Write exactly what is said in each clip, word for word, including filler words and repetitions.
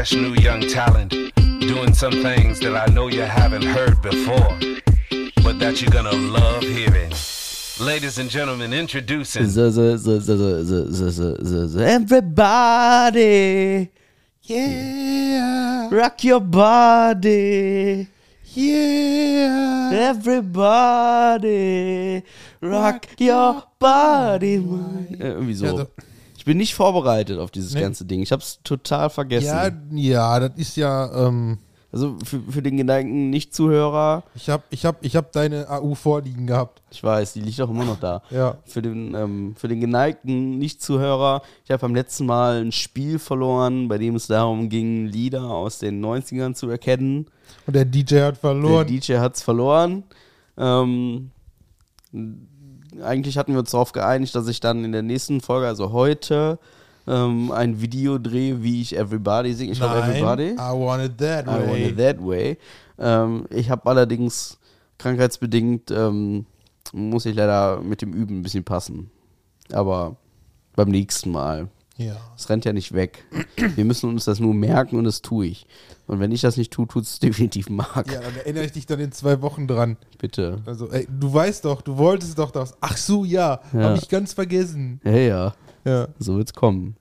fresh new young talent doing some things that I know you haven't heard before, but that you're gonna love hearing. Ladies and gentlemen, introducing the, the, the, the, the, the, the, the, everybody, Yeah, rock your body, yeah. everybody, rock your body. Man. Äh, irgendwie so. Ja, so. Ich bin nicht vorbereitet auf dieses Nee. ganze Ding. Ich hab's total vergessen. Ja, ja, das ist ja, ähm, Also für, für den geneigten Nicht-Zuhörer, ich hab, ich hab, ich hab deine A U vorliegen gehabt. ich weiß, die liegt auch immer noch da. Ja. Für den, ähm, für den geneigten Nicht-Zuhörer, ich habe beim letzten Mal ein Spiel verloren, bei dem es darum ging, Lieder aus den neunzigern zu erkennen. Und der D J hat verloren. Der D J hat's verloren. Ähm, eigentlich hatten wir uns darauf geeinigt, dass ich dann in der nächsten Folge, also heute, ähm, ein Video drehe, wie ich Everybody singe. Ich glaube, Nein, Everybody. I want it that I want way. it that way. Ähm, ich habe allerdings krankheitsbedingt, ähm, muss ich leider mit dem Üben ein bisschen passen. Aber beim nächsten Mal. Ja. Es rennt ja nicht weg. Wir müssen uns das nur merken und das tue ich. Und wenn ich das nicht tue, tut es definitiv Marc. Ja, dann erinnere ich dich dann in zwei Wochen dran. Bitte. Also, ey, du weißt doch, du wolltest doch das. Ach so, ja, Ja. habe ich ganz vergessen. Ja, ja. Ja. So wird's kommen.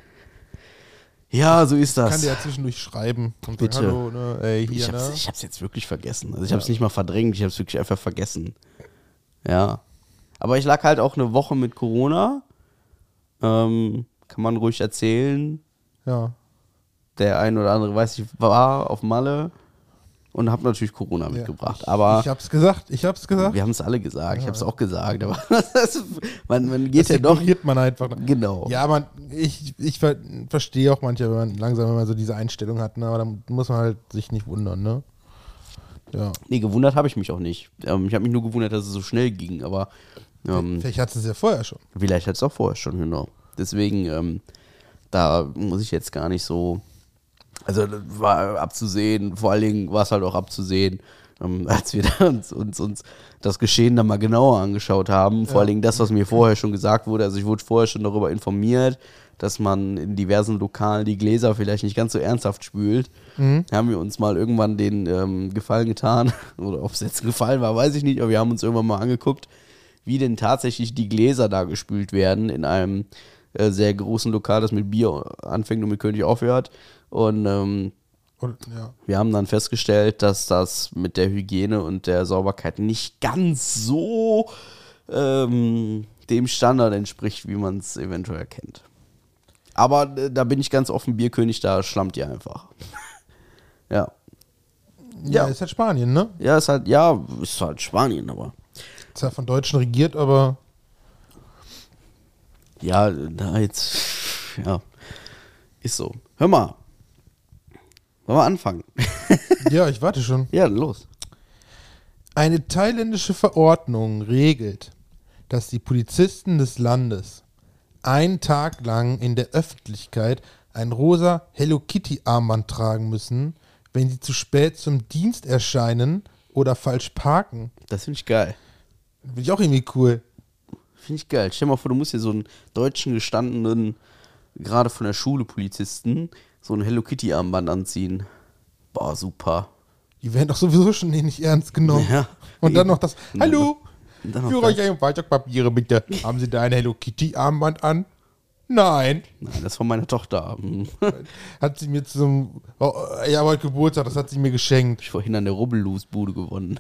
Ja, so ist Ich kann das. dir ja zwischendurch schreiben. Und Bitte. Sagen, hallo, ne, ey, hier, Ich hab's, ne? ich hab's jetzt wirklich vergessen. Also ich hab's nicht mal verdrängt, ich hab's wirklich einfach vergessen. Ja. Aber ich lag halt auch eine Woche mit Corona. Ähm, kann man ruhig erzählen. Ja. Der ein oder andere weiß, ich war auf Malle und hab natürlich Corona mitgebracht. Aber Ich hab's gesagt, ich hab's gesagt. wir haben es alle gesagt. Ich hab's auch gesagt. Aber das, man, man geht ja das doch. ignoriert man einfach. Genau. Ja, man, ich, ich ver verstehe auch manche, wenn man langsam, wenn man so diese Einstellung hat, ne? Aber dann muss man halt sich nicht wundern, ne? Ja. Nee, gewundert habe ich mich auch nicht. Ähm, ich habe mich nur gewundert, dass es so schnell ging. Aber ähm, Vielleicht hat es ja vorher schon. vielleicht hat es auch vorher schon, genau. Deswegen, ähm, da muss ich jetzt gar nicht so. Also, das war abzusehen, vor allen Dingen war es halt auch abzusehen, ähm, als wir da uns, uns, uns das Geschehen dann mal genauer angeschaut haben. Vor Ja. allen Dingen das, was mir vorher schon gesagt wurde. Also, ich wurde vorher schon darüber informiert, dass man in diversen Lokalen die Gläser vielleicht nicht ganz so ernsthaft spült. Mhm. Haben wir uns mal irgendwann den ähm, Gefallen getan, oder ob es jetzt ein Gefallen war, weiß ich nicht, aber wir haben uns irgendwann mal angeguckt, wie denn tatsächlich die Gläser da gespült werden in einem äh, sehr großen Lokal, das mit Bier anfängt und mit König aufhört. Und ähm, Und, ja. wir haben dann festgestellt, dass das mit der Hygiene und der Sauberkeit nicht ganz so ähm, dem Standard entspricht, wie man es eventuell kennt. Aber äh, da bin ich ganz offen, Bierkönig, da schlammt ihr einfach. Ja. ja. Ja. Ist halt Spanien, ne? Ja, ist halt, ja, ist halt Spanien, aber Ist ja von Deutschen regiert, aber ja, da jetzt, ja, ist so. Hör mal, wollen wir anfangen? ja, ich warte schon. Ja, los. Eine thailändische Verordnung regelt, dass die Polizisten des Landes einen Tag lang in der Öffentlichkeit ein rosa Hello Kitty Armband tragen müssen, wenn sie zu spät zum Dienst erscheinen oder falsch parken. Das finde ich geil. Finde ich auch irgendwie cool. Finde ich geil. Stell dir mal vor, du musst hier so einen deutschen gestandenen, gerade von der Schule Polizisten, so ein Hello Kitty Armband anziehen. Boah, super. Die werden doch sowieso schon nicht ernst genommen. Ja, Und dann eben. noch das, hallo, Und dann noch führe euch das. ein Fahrzeugpapiere bitte. Haben Sie da ein Hello Kitty Armband an? Nein. Nein, das ist von meiner Tochter. Hm. Hat sie mir zum, oh, ja, aber heute Geburtstag, das hat sie mir geschenkt. Ich vorhin an der Rubbellos-Bude gewonnen.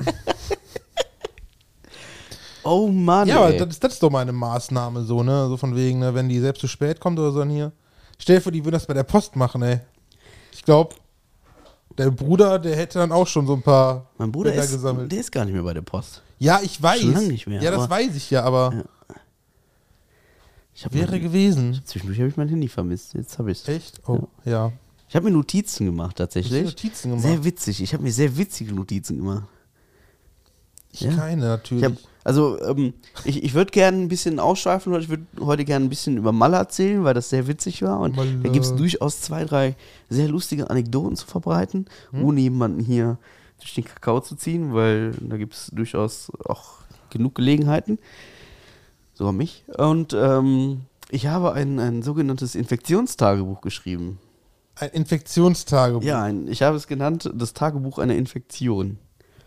Oh Mann, Ja, aber ey. das, ist- das ist doch mal eine Maßnahme so, ne? So von wegen, ne, wenn die selbst zu spät kommt oder so dann hier. Stell dir vor, die würden das bei der Post machen, ey. Ich glaube, der Bruder, der hätte dann auch schon so ein paar Mein Bruder Bänder ist, gesammelt. der ist gar nicht mehr bei der Post. Ja, ich weiß. Schon lange nicht mehr, Ja, das aber- weiß ich ja, aber Ja. Ich hab wäre mein, gewesen. zwischendurch habe ich mein Handy vermisst. Jetzt habe ich es. Echt? Oh, ja. Ich habe mir Notizen gemacht, tatsächlich. Hast du Notizen gemacht? Sehr witzig. Ich habe mir sehr witzige Notizen gemacht. Ich Ja. keine, natürlich. Ich hab, also, ähm, ich, ich würde gerne ein bisschen ausschweifen, ich würde heute gerne ein bisschen über Malle erzählen, weil das sehr witzig war. Und Malle. da gibt es durchaus zwei, drei sehr lustige Anekdoten zu verbreiten, Hm? ohne jemanden hier durch den Kakao zu ziehen, weil da gibt es durchaus auch genug Gelegenheiten. So an mich. Und ähm, ich habe ein, ein sogenanntes Infektionstagebuch geschrieben. Ein Infektionstagebuch. Ja, ein, ich habe es genannt, das Tagebuch einer Infektion.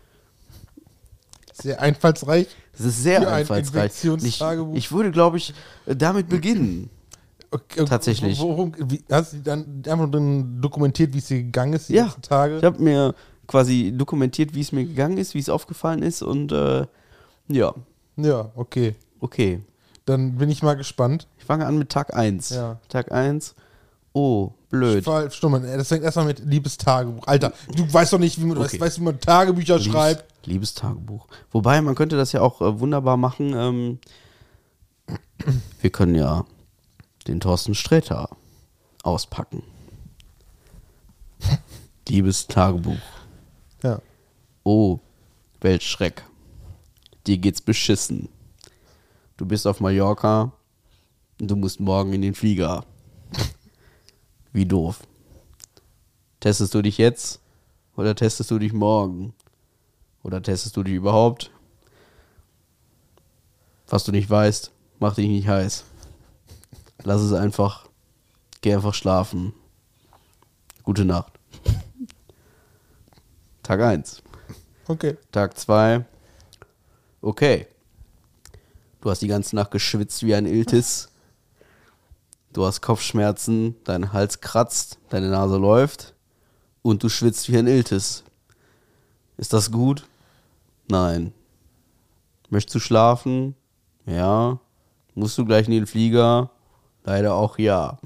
Sehr einfallsreich. Das ist sehr Für ein einfallsreich. Ich, Infektionstagebuch. ich würde, glaube ich, damit beginnen. Okay, Tatsächlich. Worum, wie, hast du dann einfach dann dokumentiert, wie es dir gegangen ist die Ja, letzten Tage? Ich habe mir quasi dokumentiert, wie es mir gegangen ist, wie es aufgefallen ist und äh, ja, Ja, okay. okay. Dann bin ich mal gespannt. Ich fange an mit Tag eins. Ja. Tag eins. Oh, blöd. Fall, Stumm, das fängt erstmal mit Liebestagebuch. Alter, du weißt doch nicht, wie man, Okay. weißt, wie man Tagebücher Liebes, schreibt. Liebestagebuch. Wobei, man könnte das ja auch äh, wunderbar machen. Ähm, wir können ja den Thorsten Sträter auspacken. Liebestagebuch. Ja. Oh, Weltschreck. Dir geht's beschissen. Du bist auf Mallorca und du musst morgen in den Flieger. Wie doof. Testest du dich jetzt oder testest du dich morgen? Oder testest du dich überhaupt? Was du nicht weißt, mach dich nicht heiß. Lass es einfach. Geh einfach schlafen. Gute Nacht. Tag eins. Okay. Tag zwei. Okay. Du hast die ganze Nacht geschwitzt wie ein Iltis. Du hast Kopfschmerzen, dein Hals kratzt, deine Nase läuft und du schwitzt wie ein Iltis. Ist das gut? Nein. Möchtest du schlafen? Ja. Musst du gleich in den Flieger? Leider auch ja.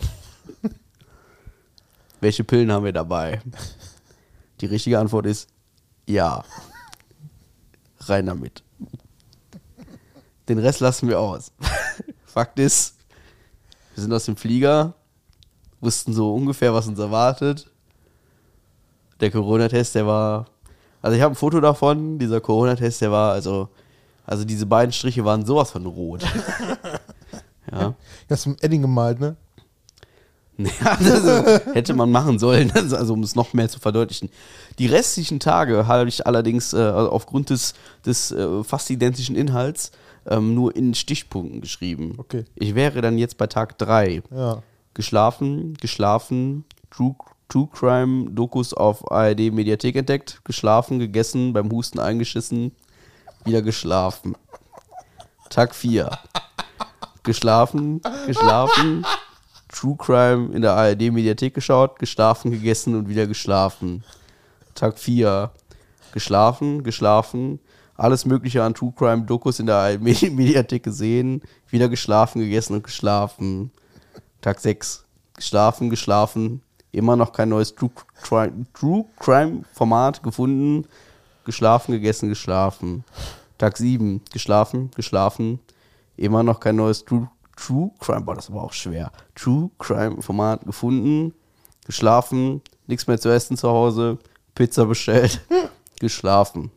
Welche Pillen haben wir dabei? Die richtige Antwort ist ja. Rein damit. Den Rest lassen wir aus. Fakt ist, wir sind aus dem Flieger, wussten so ungefähr, was uns erwartet. Der Corona-Test, der war... Also ich habe ein Foto davon, dieser Corona-Test, der war, also... Also diese beiden Striche waren sowas von rot. Ja. Das hast du mit Edding gemalt, ne? Ja, also, hätte man machen sollen, also um es noch mehr zu verdeutlichen. Die restlichen Tage habe ich allerdings äh, aufgrund des, des äh, fast identischen Inhalts ähm, nur in Stichpunkten geschrieben. Okay. Ich wäre dann jetzt bei Tag drei. Ja. Geschlafen, geschlafen, True, True Crime Dokus auf A R D Mediathek entdeckt, geschlafen, gegessen, beim Husten eingeschissen, wieder geschlafen. Tag vier. Geschlafen, geschlafen, True Crime in der A R D Mediathek geschaut, geschlafen, gegessen und wieder geschlafen. Tag vier. Geschlafen, geschlafen, alles mögliche an True Crime Dokus in der A R D Mediathek gesehen, wieder geschlafen, gegessen und geschlafen. Tag sechs. Geschlafen, geschlafen, immer noch kein neues True Crime, True Crime Format gefunden, geschlafen, gegessen, geschlafen. Tag sieben. Geschlafen, geschlafen, immer noch kein neues True, True Crime, boah, das war auch schwer. True Crime Format gefunden, geschlafen, nichts mehr zu essen zu Hause, Pizza bestellt, geschlafen.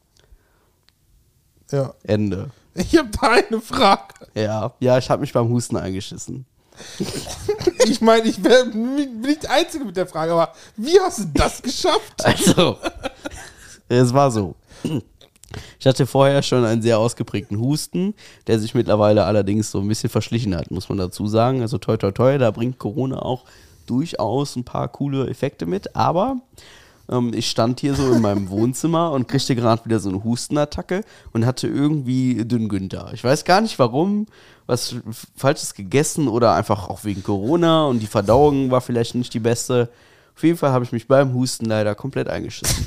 Ja. Ende. Ich habe da eine Frage. Ja, ja, ich habe mich beim Husten eingeschissen. Ich meine, ich wär, bin nicht der Einzige mit der Frage, aber wie hast du das geschafft? Also, es war so. Ich hatte vorher schon einen sehr ausgeprägten Husten, der sich mittlerweile allerdings so ein bisschen verschlichen hat, muss man dazu sagen. Also toi toi toi, da bringt Corona auch durchaus ein paar coole Effekte mit, aber ähm, ich stand hier so in meinem Wohnzimmer und kriegte gerade wieder so eine Hustenattacke und hatte irgendwie Dünngünter. Ich weiß gar nicht warum, was Falsches gegessen oder einfach auch wegen Corona und die Verdauung war vielleicht nicht die beste. Auf jeden Fall habe ich mich beim Husten leider komplett eingeschissen.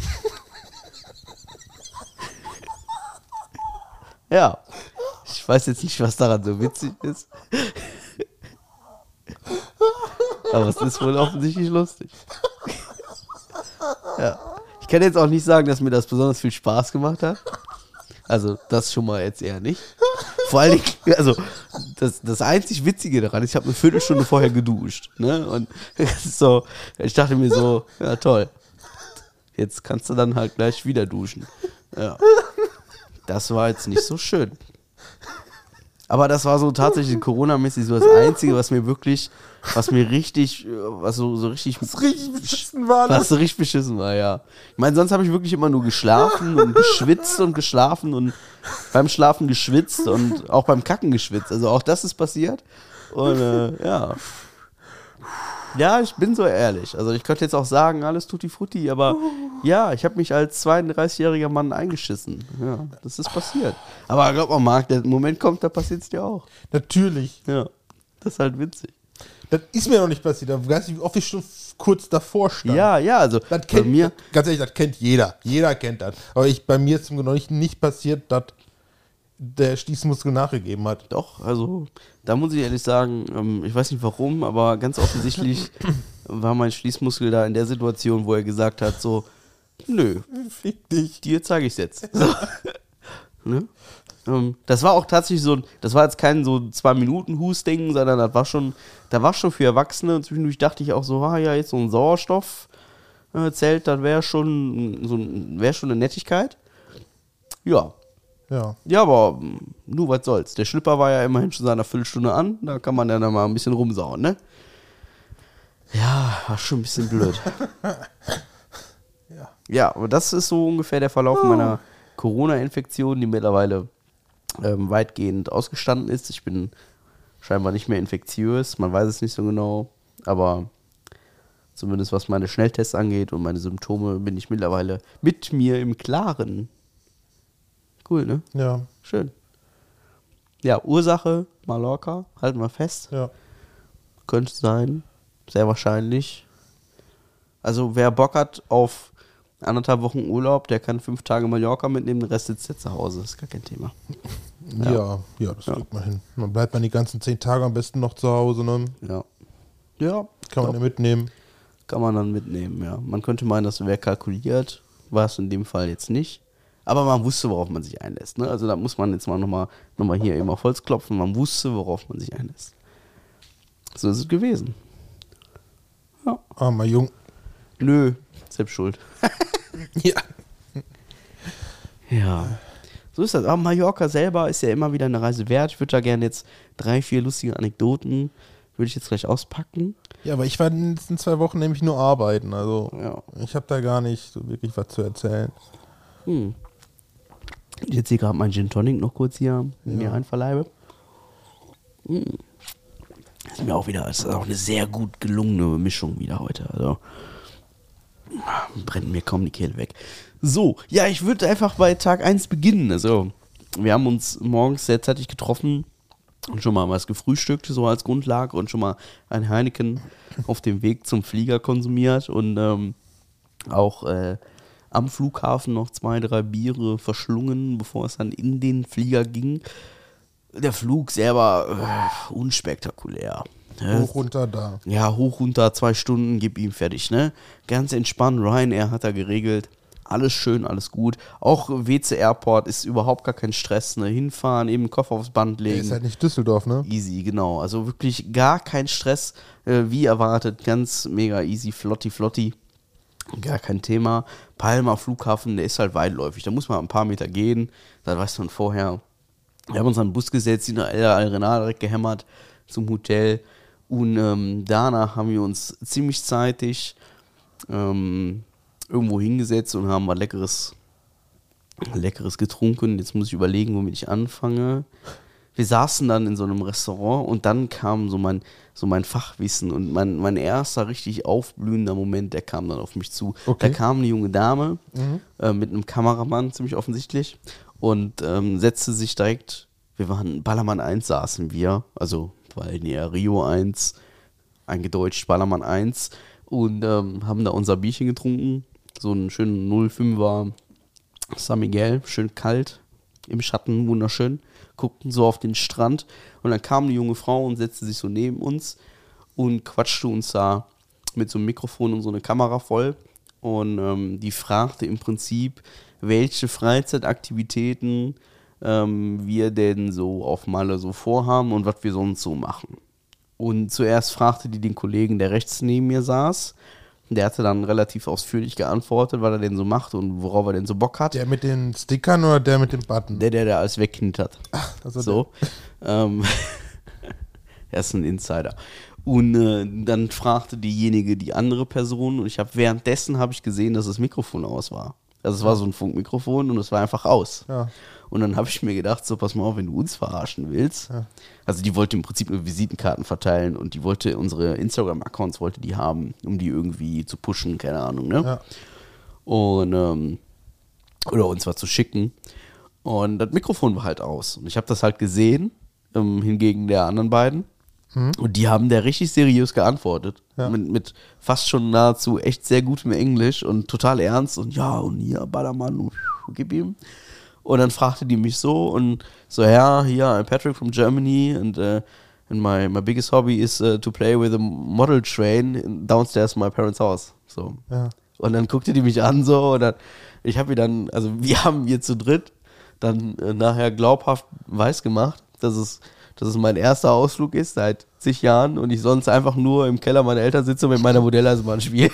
Ja, ich weiß jetzt nicht, was daran so witzig ist. Aber es ist wohl offensichtlich lustig. Ja. Ich kann jetzt auch nicht sagen, dass mir das besonders viel Spaß gemacht hat. Also, das schon mal jetzt eher nicht. Vor allen Dingen, also, das, das einzig Witzige daran ist, ich habe eine Viertelstunde vorher geduscht. Ne? Und so, ich dachte mir so, ja toll. Jetzt kannst du dann halt gleich wieder duschen. Ja. Das war jetzt nicht so schön. Aber das war so tatsächlich Corona-mäßig so das Einzige, was mir wirklich, was mir richtig, was so, so richtig, Was richtig beschissen war, was so richtig beschissen war, ja. Ich meine, sonst habe ich wirklich immer nur geschlafen und geschwitzt und geschlafen und beim Schlafen geschwitzt und auch beim Kacken geschwitzt. Also auch das ist passiert. Und äh, ja, Ja, ich bin so ehrlich. Also ich könnte jetzt auch sagen, alles tutti frutti, aber ja, ich habe mich als zweiunddreißigjähriger Mann eingeschissen. Ja, das ist passiert. Aber glaub mal, Marc, der Moment kommt, da passiert es dir auch. Natürlich. Ja, das ist halt witzig. Das ist mir noch nicht passiert. Ich weiß nicht, wie oft ich schon kurz davor stand. Ja, ja, also Das bei kennt, mir, ganz ehrlich, das kennt jeder. Jeder kennt das. Aber ich, bei mir ist es noch nicht, nicht passiert, dass der Stießmuskel nachgegeben hat. doch, also da muss ich ehrlich sagen, ähm, ich weiß nicht warum, aber ganz offensichtlich war mein Schließmuskel da in der Situation, wo er gesagt hat, so, nö, Fick dich. dir zeige ich es jetzt. So. Ne? Ähm, das war auch tatsächlich so, das war jetzt kein so zwei-Minuten-Hust-Ding, sondern das war schon, da war schon für Erwachsene und zwischendurch dachte ich auch so, ah ja, jetzt so ein Sauerstoffzelt, das wäre schon, so, wär schon eine Nettigkeit. Ja. Ja. Ja, aber mm, nur was soll's. Der Schlipper war ja immerhin schon seiner Viertelstunde an, da kann man dann mal ein bisschen rumsauen, ne? Ja, war schon ein bisschen blöd. Ja. Ja, aber das ist so ungefähr der Verlauf meiner Corona-Infektion, die mittlerweile ähm, weitgehend ausgestanden ist. Ich bin scheinbar nicht mehr infektiös, man weiß es nicht so genau, aber zumindest was meine Schnelltests angeht und meine Symptome, bin ich mittlerweile mit mir im Klaren. Cool, ne? Ja. Schön. Ja, Ursache, Mallorca, halten wir fest. Ja. Könnte sein, sehr wahrscheinlich. Also wer Bock hat auf anderthalb Wochen Urlaub, der kann fünf Tage Mallorca mitnehmen, den Rest sitzt jetzt zu Hause, das ist gar kein Thema. Ja, ja, ja das Ja. kriegt man hin. Man bleibt man die ganzen zehn Tage am besten noch zu Hause, ne? Ja. Ja, Kann man doch, ja mitnehmen. kann man dann mitnehmen, ja. Man könnte meinen, das wäre kalkuliert, war es in dem Fall jetzt nicht. Aber man wusste, worauf man sich einlässt, ne? Also da muss man jetzt mal nochmal noch mal hier eben auf Holz klopfen, man wusste, worauf man sich einlässt. So ist es gewesen. Ja. Armer Jung. Nö, selbst schuld. Ja. Ja. So ist das. Aber Mallorca selber ist ja immer wieder eine Reise wert. Ich würde da gerne jetzt drei, vier lustige Anekdoten, würde ich jetzt gleich auspacken. Ja, aber ich war in den letzten zwei Wochen nämlich nur arbeiten. Also Ja. ich habe da gar nicht so wirklich was zu erzählen. Hm. Ich jetzt hier gerade meinen Gin Tonic noch kurz hier in mir einverleibe. Hm. Das ist mir auch wieder, das ist auch eine sehr gut gelungene Mischung wieder heute. Also brennt mir kaum die Kehle weg. So, ja, ich würde einfach bei Tag eins beginnen. Also, wir haben uns morgens sehr zeitig getroffen und schon mal was gefrühstückt, so als Grundlage, und schon mal ein Heineken auf dem Weg zum Flieger konsumiert und ähm, auch äh, am Flughafen noch zwei, drei Biere verschlungen, bevor es dann in den Flieger ging. Der Flug selber äh, unspektakulär. Ne? Hoch, runter, da. Ja, hoch, runter, zwei Stunden, gib ihm fertig, ne? Ganz entspannt, Ryanair hat er geregelt. Alles schön, alles gut. Auch W C Airport ist überhaupt gar kein Stress, ne? Hinfahren, eben den Koffer aufs Band Der legen. ist halt nicht Düsseldorf, ne? Easy, genau. Also wirklich gar kein Stress, äh, wie erwartet. Ganz mega easy, flotti, flotti. Gar kein Thema. Palma Flughafen, der ist halt weitläufig. Da muss man ein paar Meter gehen. Da weiß man vorher. Wir haben uns an den Bus gesetzt, in der El Arenal direkt gehämmert zum Hotel. Und ähm, danach haben wir uns ziemlich zeitig ähm, irgendwo hingesetzt und haben was Leckeres, Leckeres getrunken. Jetzt muss ich überlegen, womit ich anfange. Wir saßen dann in so einem Restaurant und dann kam so mein, so mein Fachwissen und mein, mein erster richtig aufblühender Moment, der kam dann auf mich zu. Okay. Da kam eine junge Dame Mhm. äh, mit einem Kameramann, ziemlich offensichtlich, und ähm, setzte sich direkt, wir waren, Ballermann eins saßen wir, also weil ja Rio eins, eingedeutscht Ballermann eins, und ähm, haben da unser Bierchen getrunken, so einen schönen null Komma fünfer San Miguel, schön kalt, im Schatten, wunderschön, guckten so auf den Strand und dann kam eine junge Frau und setzte sich so neben uns und quatschte uns da mit so einem Mikrofon und so eine Kamera voll und ähm, die fragte im Prinzip, welche Freizeitaktivitäten ähm, wir denn so auf Malle so vorhaben und was wir sonst so machen. Und zuerst fragte die den Kollegen, der rechts neben mir saß. Der hatte dann relativ ausführlich geantwortet, was er denn so macht und worauf er denn so Bock hat. Der mit den Stickern oder der mit dem Button? Der, der, der alles wegknittert. Also So. ähm, er ist ein Insider. Und äh, dann fragte diejenige die andere Person und ich habe währenddessen habe ich gesehen, dass das Mikrofon aus war. Also es war so ein Funkmikrofon und es war einfach aus. Ja. Und dann habe ich mir gedacht, so pass mal auf, wenn du uns verarschen willst. Ja. Also die wollte im Prinzip nur Visitenkarten verteilen und die wollte unsere Instagram-Accounts wollte die haben, um die irgendwie zu pushen, keine Ahnung, ne? Ja. Und ähm, oder uns was zu schicken. Und das Mikrofon war halt aus. Und ich habe das halt gesehen, ähm, hingegen der anderen beiden. Mhm. Und die haben der richtig seriös geantwortet. Ja. Mit, mit fast schon nahezu echt sehr gutem Englisch und total ernst. Und ja, und hier, Ballermann, und gib ihm. Und dann fragte die mich so und so, ja, hier, I'm Patrick from Germany and, uh, and my, my biggest hobby is uh, to play with a model train downstairs in my parents' house. So. Ja. Und dann guckte die mich an so und dann, ich habe ihr dann, also wir haben ihr zu dritt dann äh, nachher glaubhaft weiß gemacht, dass es, dass es mein erster Ausflug ist seit zig Jahren und ich sonst einfach nur im Keller meiner Eltern sitze und mit meiner Modelleisenbahn spiele.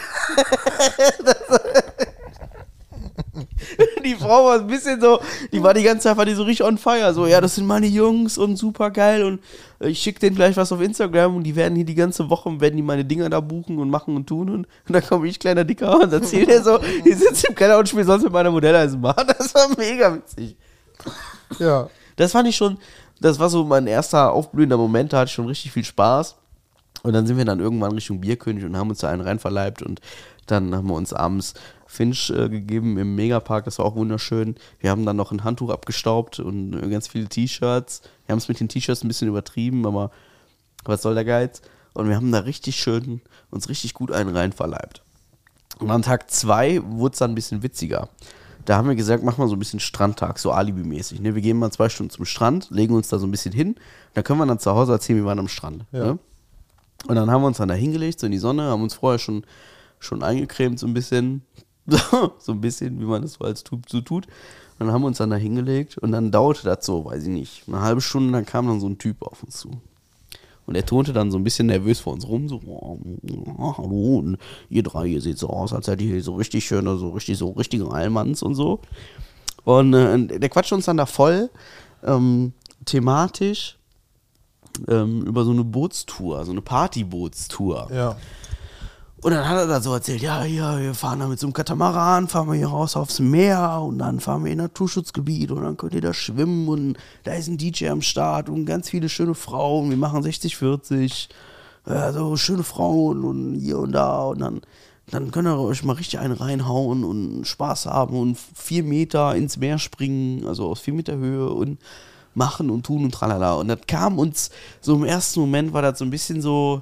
Die Frau war ein bisschen so, die war die ganze Zeit war die so richtig on fire, so, ja, das sind meine Jungs und super geil und ich schicke denen gleich was auf Instagram und die werden hier die ganze Woche, werden die meine Dinger da buchen und machen und tun und, und dann komme ich, kleiner Dicker, und erzähle dir so, ich sitze im Keller und spiele sonst mit meiner Modelleisenbahn. Das war mega witzig. Ja. Das fand ich schon, das war so mein erster aufblühender Moment, da hatte ich schon richtig viel Spaß. Und dann sind wir dann irgendwann Richtung Bierkönig und haben uns da einen reinverleibt und dann haben wir uns abends Finch äh, gegeben im Megapark, das war auch wunderschön. Wir haben dann noch ein Handtuch abgestaubt und äh, ganz viele T-Shirts. Wir haben es mit den T-Shirts ein bisschen übertrieben, aber was soll der Geiz? Und wir haben da richtig schön, uns richtig gut einen reinverleibt. Und an Tag zwei wurde es dann ein bisschen witziger. Da haben wir gesagt, machen wir so ein bisschen Strandtag, so Alibi-mäßig. Ne? Wir gehen mal zwei Stunden zum Strand, legen uns da so ein bisschen hin. Dann können wir dann zu Hause erzählen, wir waren am Strand. Ja. Ne? Und dann haben wir uns dann da hingelegt, so in die Sonne, haben uns vorher schon, schon eingecremt, so ein bisschen. So ein bisschen, wie man das so als Typ so tut. Und dann haben wir uns dann da hingelegt und dann dauerte das so, weiß ich nicht, eine halbe Stunde, dann kam dann so ein Typ auf uns zu. Und er tonte dann so ein bisschen nervös vor uns rum, so, oh, oh, hallo, und ihr drei, ihr seht so aus, als seid ihr hier so richtig schön, so richtig, so richtige Allmanns und so. Und äh, der quatscht uns dann da voll ähm, thematisch ähm, über so eine Bootstour, so eine Partybootstour. Ja. Und dann hat er da so erzählt, ja, hier, wir fahren da mit so einem Katamaran, fahren wir hier raus aufs Meer und dann fahren wir in ein Naturschutzgebiet und dann könnt ihr da schwimmen und da ist ein D J am Start und ganz viele schöne Frauen, wir machen sechzig vierzig, ja, so schöne Frauen und hier und da und dann, dann könnt ihr euch mal richtig einen reinhauen und Spaß haben und vier Meter ins Meer springen, also aus vier Meter Höhe und machen und tun und tralala. Und das kam uns, so im ersten Moment war das so ein bisschen so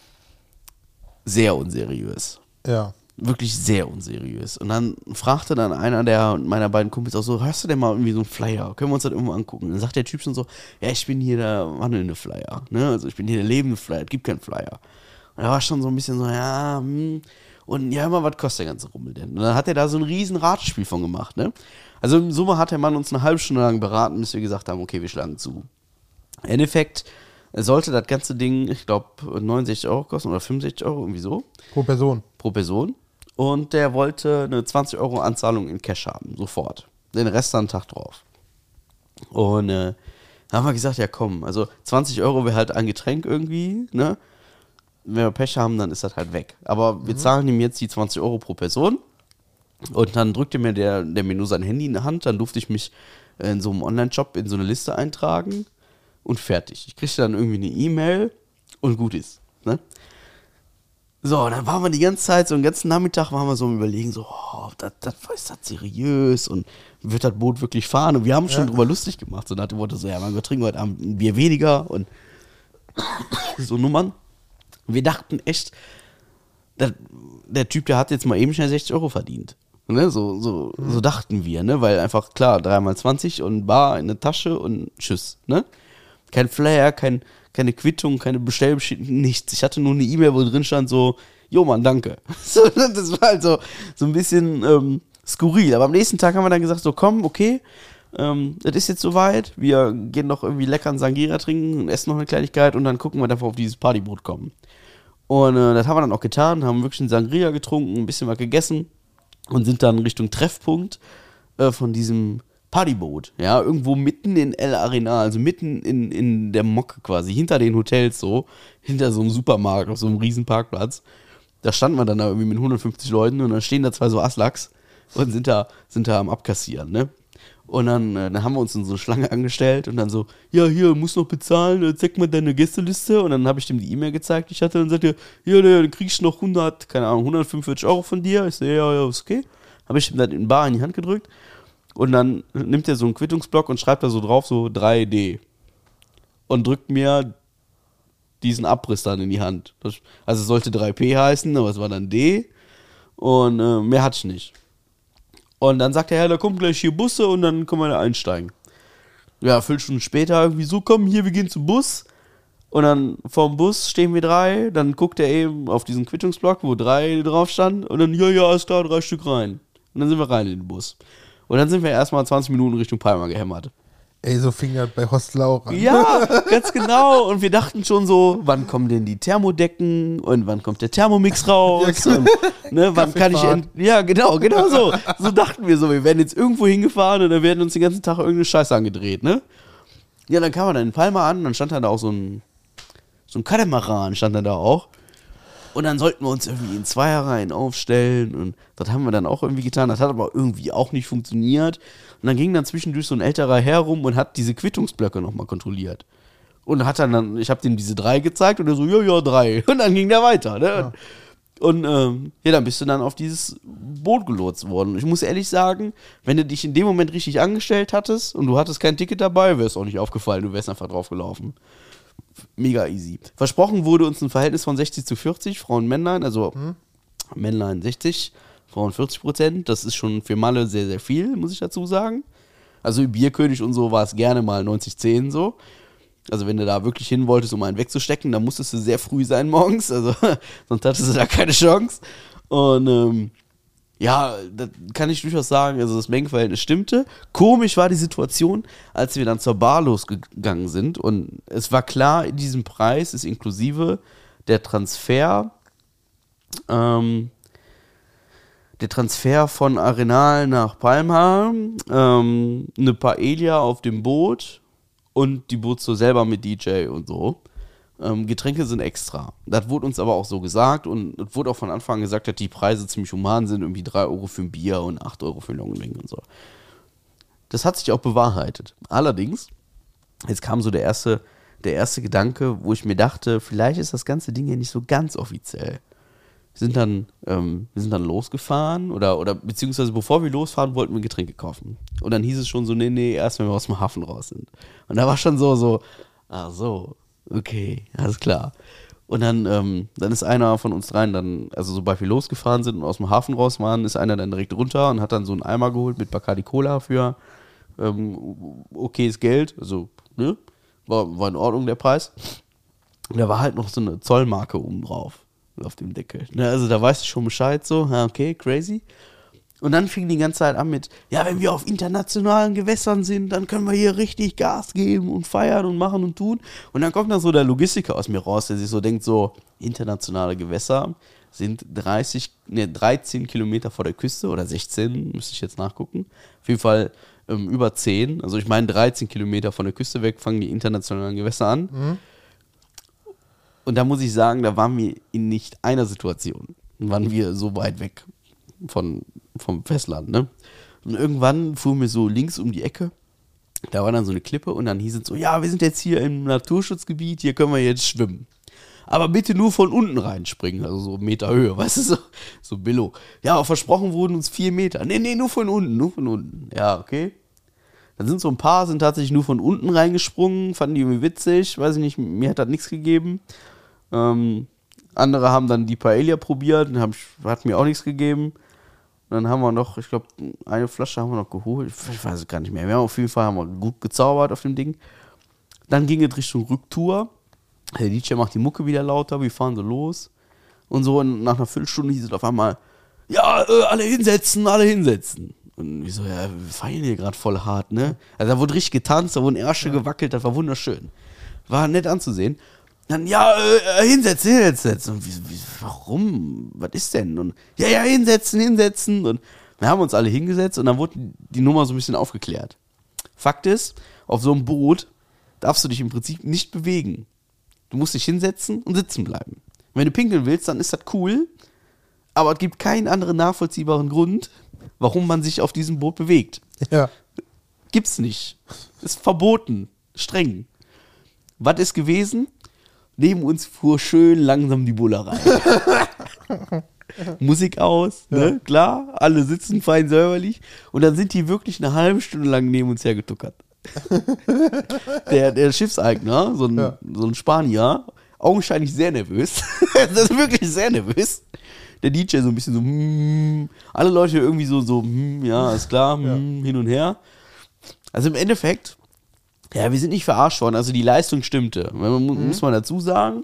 sehr unseriös. Ja. Wirklich sehr unseriös. Und dann fragte dann einer der meiner beiden Kumpels auch so, hörst du denn mal irgendwie so einen Flyer? Können wir uns das irgendwo angucken? Und dann sagt der Typ schon so, ja, ich bin hier der wandelnde Flyer. Ne? Also ich bin hier der lebende Flyer, es gibt keinen Flyer. Und er war schon so ein bisschen so, ja, hm. Und ja, immer, was kostet der ganze Rummel denn? Und dann hat er da so ein riesen Ratespiel von gemacht, ne? Also im Summe hat der Mann uns eine halbe Stunde lang beraten, bis wir gesagt haben, okay, wir schlagen zu. Im Endeffekt sollte das ganze Ding, ich glaube, neunundsechzig Euro kosten oder fünfundsechzig Euro, irgendwie so. Pro Person. Pro Person. Und der wollte eine zwanzig Euro Anzahlung in Cash haben, sofort. Den Rest dann einen Tag drauf. Und äh, dann haben wir gesagt, ja komm, also zwanzig Euro wäre halt ein Getränk irgendwie, ne? Wenn wir Pech haben, dann ist das halt weg. Aber wir mhm. zahlen ihm jetzt die zwanzig Euro pro Person. Und dann drückte mir der, der mir nur sein Handy in die Hand, dann durfte ich mich in so einem Online-Shop in so eine Liste eintragen. Und fertig. Ich kriegte dann irgendwie eine E-Mail und gut ist. Ne? So, dann waren wir die ganze Zeit, so den ganzen Nachmittag waren wir so am Überlegen, so, oh, das, das, ist das seriös und wird das Boot wirklich fahren? Und wir haben schon ja. drüber lustig gemacht. So nach dem Motto, so, ja, mein Gott, trinken wir heute Abend ein Bier weniger und so Nummern. Und wir dachten echt, der, der Typ, der hat jetzt mal eben schnell sechzig Euro verdient. Ne? So, so, mhm. so dachten wir, ne? Weil einfach, klar, drei mal zwanzig und Bar in der Tasche und tschüss, ne? Kein Flyer, kein, keine Quittung, keine Bestellbestätigung, nichts. Ich hatte nur eine E-Mail, wo drin stand so, jo Mann, danke. So, das war halt so, so ein bisschen ähm, skurril. Aber am nächsten Tag haben wir dann gesagt, so komm, okay, ähm, das ist jetzt soweit. Wir gehen noch irgendwie lecker einen Sangria trinken und essen noch eine Kleinigkeit und dann gucken wir einfach auf dieses Partyboot kommen. Und äh, das haben wir dann auch getan, haben wirklich einen Sangria getrunken, ein bisschen was gegessen und sind dann Richtung Treffpunkt äh, von diesem Partyboot, ja, irgendwo mitten in El Arenal, also mitten in, in der Mocke quasi, hinter den Hotels so, hinter so einem Supermarkt, auf so einem riesen Parkplatz. Da standen wir dann da irgendwie mit hundertfünfzig Leuten und dann stehen da zwei so Aslaks, und sind da, sind da am Abkassieren, ne? Und dann, äh, dann haben wir uns in so eine Schlange angestellt und dann so, ja, hier, musst noch bezahlen, äh, zeig mal deine Gästeliste. Und dann habe ich dem die E-Mail gezeigt, die ich hatte, und dann sagte er, ja, dann kriegst du noch hundert, keine Ahnung, hundertfünfundvierzig Euro von dir. Ich so, ja, ja, ist okay. Habe ich ihm dann in Bar in die Hand gedrückt und dann nimmt er so einen Quittungsblock und schreibt da so drauf, so drei D. Und drückt mir diesen Abriss dann in die Hand. Das, also es sollte drei P heißen, aber es war dann D. Und äh, mehr hatte ich nicht. Und dann sagt er, ja, da kommen gleich hier Busse und dann können wir da einsteigen. Ja, fünf Stunden später irgendwie so, komm, hier, wir gehen zum Bus. Und dann vorm Bus stehen wir drei. Dann guckt er eben auf diesen Quittungsblock, wo drei drauf stand. Und dann, ja, ja, alles klar, drei Stück rein. Und dann sind wir rein in den Bus. Und dann sind wir erstmal zwanzig Minuten Richtung Palma gehämmert. Ey, so fing das bei Hostel auch an. Ja, ganz genau. Und wir dachten schon so, wann kommen denn die Thermodecken und wann kommt der Thermomix raus? Ja, und, ne, wann kann ich ent- Ja, genau, genau so. So dachten wir so. Wir werden jetzt irgendwo hingefahren und dann werden uns den ganzen Tag irgendeine Scheiße angedreht, ne? Ja, dann kam man dann in Palma an und dann stand da auch so ein so ein Katamaran stand da auch. Und dann sollten wir uns irgendwie in Zweierreihen aufstellen und das haben wir dann auch irgendwie getan. Das hat aber irgendwie auch nicht funktioniert. Und dann ging dann zwischendurch so ein älterer Herr rum und hat diese Quittungsblöcke nochmal kontrolliert. Und hat dann, dann ich habe dem diese drei gezeigt und er so, ja, ja, drei. Und dann ging der weiter. Ne? Ja. Und ähm, ja, dann bist du dann auf dieses Boot gelotst worden. Und ich muss ehrlich sagen, wenn du dich in dem Moment richtig angestellt hattest und du hattest kein Ticket dabei, wäre es auch nicht aufgefallen, du wärst einfach drauf gelaufen. Mega easy. Versprochen wurde uns ein Verhältnis von sechzig zu vierzig, Frauen, Männlein, also hm. Männlein sechzig, Frauen vierzig Prozent. Das ist schon für Malle sehr, sehr viel, muss ich dazu sagen. Also im Bierkönig und so war es gerne mal neunzig zehn so. Also wenn du da wirklich hin wolltest, um einen wegzustecken, dann musstest du sehr früh sein morgens, also sonst hattest du da keine Chance. Und ähm, ja, das kann ich durchaus sagen, also das Mengenverhältnis stimmte. Komisch war die Situation, als wir dann zur Bar losgegangen sind und es war klar, in diesem Preis ist inklusive der Transfer, ähm, der Transfer von Arenal nach Palma, ähm, eine Paella auf dem Boot und die Bootstour selber mit D J und so. Ähm, Getränke sind extra. Das wurde uns aber auch so gesagt und es wurde auch von Anfang an gesagt, dass die Preise ziemlich human sind, irgendwie drei Euro für ein Bier und acht Euro für ein Longdrink und so. Das hat sich auch bewahrheitet. Allerdings, jetzt kam so der erste, der erste Gedanke, wo ich mir dachte, vielleicht ist das ganze Ding ja nicht so ganz offiziell. Wir sind dann, ähm, wir sind dann losgefahren oder, oder beziehungsweise bevor wir losfahren, wollten wir Getränke kaufen. Und dann hieß es schon so, nee, nee, erst wenn wir aus dem Hafen raus sind. Und da war schon so, so, ach so, okay, alles klar. Und dann, ähm, dann ist einer von uns dreien dann, also sobald wir losgefahren sind und aus dem Hafen raus waren, ist einer dann direkt runter und hat dann so einen Eimer geholt mit Bacardi Cola für ähm, okayes Geld. Also, ne? War, war in Ordnung der Preis. Und da war halt noch so eine Zollmarke oben drauf, auf dem Deckel. Ne? Also da weißt du schon Bescheid so, ja, okay, crazy. Und dann fing die ganze Zeit an mit, ja, wenn wir auf internationalen Gewässern sind, dann können wir hier richtig Gas geben und feiern und machen und tun. Und dann kommt dann so der Logistiker aus mir raus, der sich so denkt, so, internationale Gewässer sind dreißig, ne, dreizehn Kilometer vor der Küste oder sechzehn, müsste ich jetzt nachgucken. Auf jeden Fall ähm, über zehn. Also ich meine, dreizehn Kilometer von der Küste weg fangen die internationalen Gewässer an. Mhm. Und da muss ich sagen, da waren wir in nicht einer Situation, waren wir so weit weg von, vom Festland, ne? Und irgendwann fuhren wir so links um die Ecke, da war dann so eine Klippe und dann hieß es so, ja, wir sind jetzt hier im Naturschutzgebiet, hier können wir jetzt schwimmen. Aber bitte nur von unten reinspringen, also so Meter Höhe, weißt du, so, so Billo. Ja, aber versprochen wurden uns vier Meter. Nee, nee, nur von unten, nur von unten. Ja, okay. Dann sind so ein paar, sind tatsächlich nur von unten reingesprungen, fanden die irgendwie witzig, weiß ich nicht, mir hat das nichts gegeben. Ähm, andere haben dann die Paella probiert, hab, hat mir auch nichts gegeben. Und dann haben wir noch, ich glaube, eine Flasche haben wir noch geholt. Ich weiß es gar nicht mehr. Wir haben auf jeden Fall haben wir gut gezaubert auf dem Ding. Dann ging es Richtung Rücktour. Der D J macht die Mucke wieder lauter, wir fahren so los. Und so und nach einer Viertelstunde hieß es auf einmal, ja, äh, alle hinsetzen, alle hinsetzen. Und ich so, ja, wir feiern hier gerade voll hart, ne? Also da wurde richtig getanzt, da wurden Ärsche gewackelt, das war wunderschön. War nett anzusehen. Dann, ja, äh, hinsetzen, hinsetzen. Und wie, wie, warum? Was ist denn? Und ja, ja, hinsetzen, hinsetzen. Und wir haben uns alle hingesetzt und dann wurde die Nummer so ein bisschen aufgeklärt. Fakt ist, auf so einem Boot darfst du dich im Prinzip nicht bewegen. Du musst dich hinsetzen und sitzen bleiben. Wenn du pinkeln willst, dann ist das cool, aber es gibt keinen anderen nachvollziehbaren Grund, warum man sich auf diesem Boot bewegt. Ja. Gibt's nicht. Ist verboten. Streng. Was ist gewesen? Neben uns fuhr schön langsam die Bullerei. Musik aus, ne? Ja. Klar, alle sitzen fein säuberlich. Und dann sind die wirklich eine halbe Stunde lang neben uns hergetuckert. der, der Schiffseigner, so ein, ja. so ein Spanier, augenscheinlich sehr nervös. Das ist wirklich sehr nervös. Der D J so ein bisschen so, mm, alle Leute irgendwie so, so, mm, ja, ist klar, ja. Mm, hin und her. Also im Endeffekt, ja, wir sind nicht verarscht worden, also die Leistung stimmte, man, mhm. muss man dazu sagen.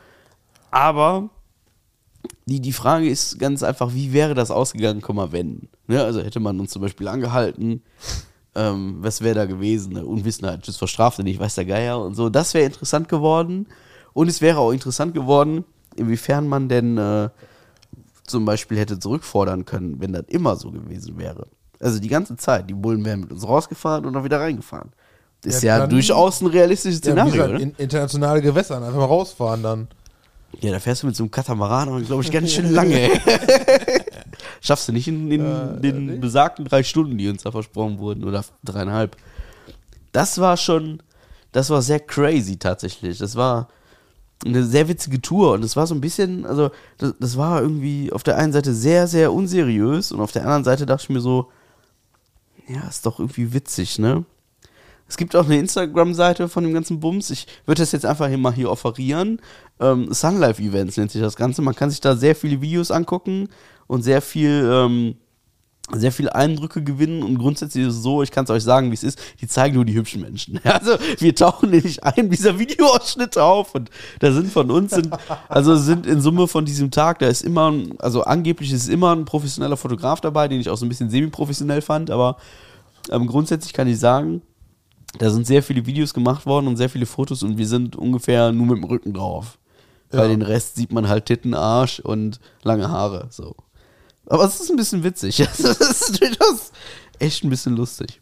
Aber die, die Frage ist ganz einfach, wie wäre das ausgegangen, komm mal, wenn? Ne? Also hätte man uns zum Beispiel angehalten, ähm, was wäre da gewesen? Ne? Unwissenheit, tschüss, verstraft nicht, weiß der Geier und so. Das wäre interessant geworden. Und es wäre auch interessant geworden, inwiefern man denn äh, zum Beispiel hätte zurückfordern können, wenn das immer so gewesen wäre. Also die ganze Zeit, die Bullen wären mit uns rausgefahren und dann wieder reingefahren. Das ist ja, ja durchaus ein realistisches Szenario, ja, oder? In internationale Gewässern, einfach mal rausfahren dann. Ja, da fährst du mit so einem Katamaran und glaube ich ganz schön lange. Ey. Schaffst du nicht in, in äh, den nicht? besagten drei Stunden, die uns da versprochen wurden, oder dreieinhalb. Das war schon, das war sehr crazy tatsächlich. Das war eine sehr witzige Tour und es war so ein bisschen, also das, das war irgendwie auf der einen Seite sehr, sehr unseriös und auf der anderen Seite dachte ich mir so, ja, ist doch irgendwie witzig, ne? Es gibt auch eine Instagram-Seite von dem ganzen Bums. Ich würde das jetzt einfach hier mal hier offerieren. Ähm, Sunlife Events nennt sich das Ganze. Man kann sich da sehr viele Videos angucken und sehr viel, ähm, sehr viele Eindrücke gewinnen. Und grundsätzlich ist es so, ich kann es euch sagen, wie es ist, die zeigen nur die hübschen Menschen. Also wir tauchen nämlich einem dieser Videoausschnitte auf und da sind von uns, sind, also sind in Summe von diesem Tag, da ist immer, also angeblich ist immer ein professioneller Fotograf dabei, den ich auch so ein bisschen semi-professionell fand, aber ähm, grundsätzlich kann ich sagen, da sind sehr viele Videos gemacht worden und sehr viele Fotos und wir sind ungefähr nur mit dem Rücken drauf. Ja. Bei den Rest sieht man halt Titten, Arsch und lange Haare. So. Aber es ist ein bisschen witzig. Es ist durchaus echt ein bisschen lustig.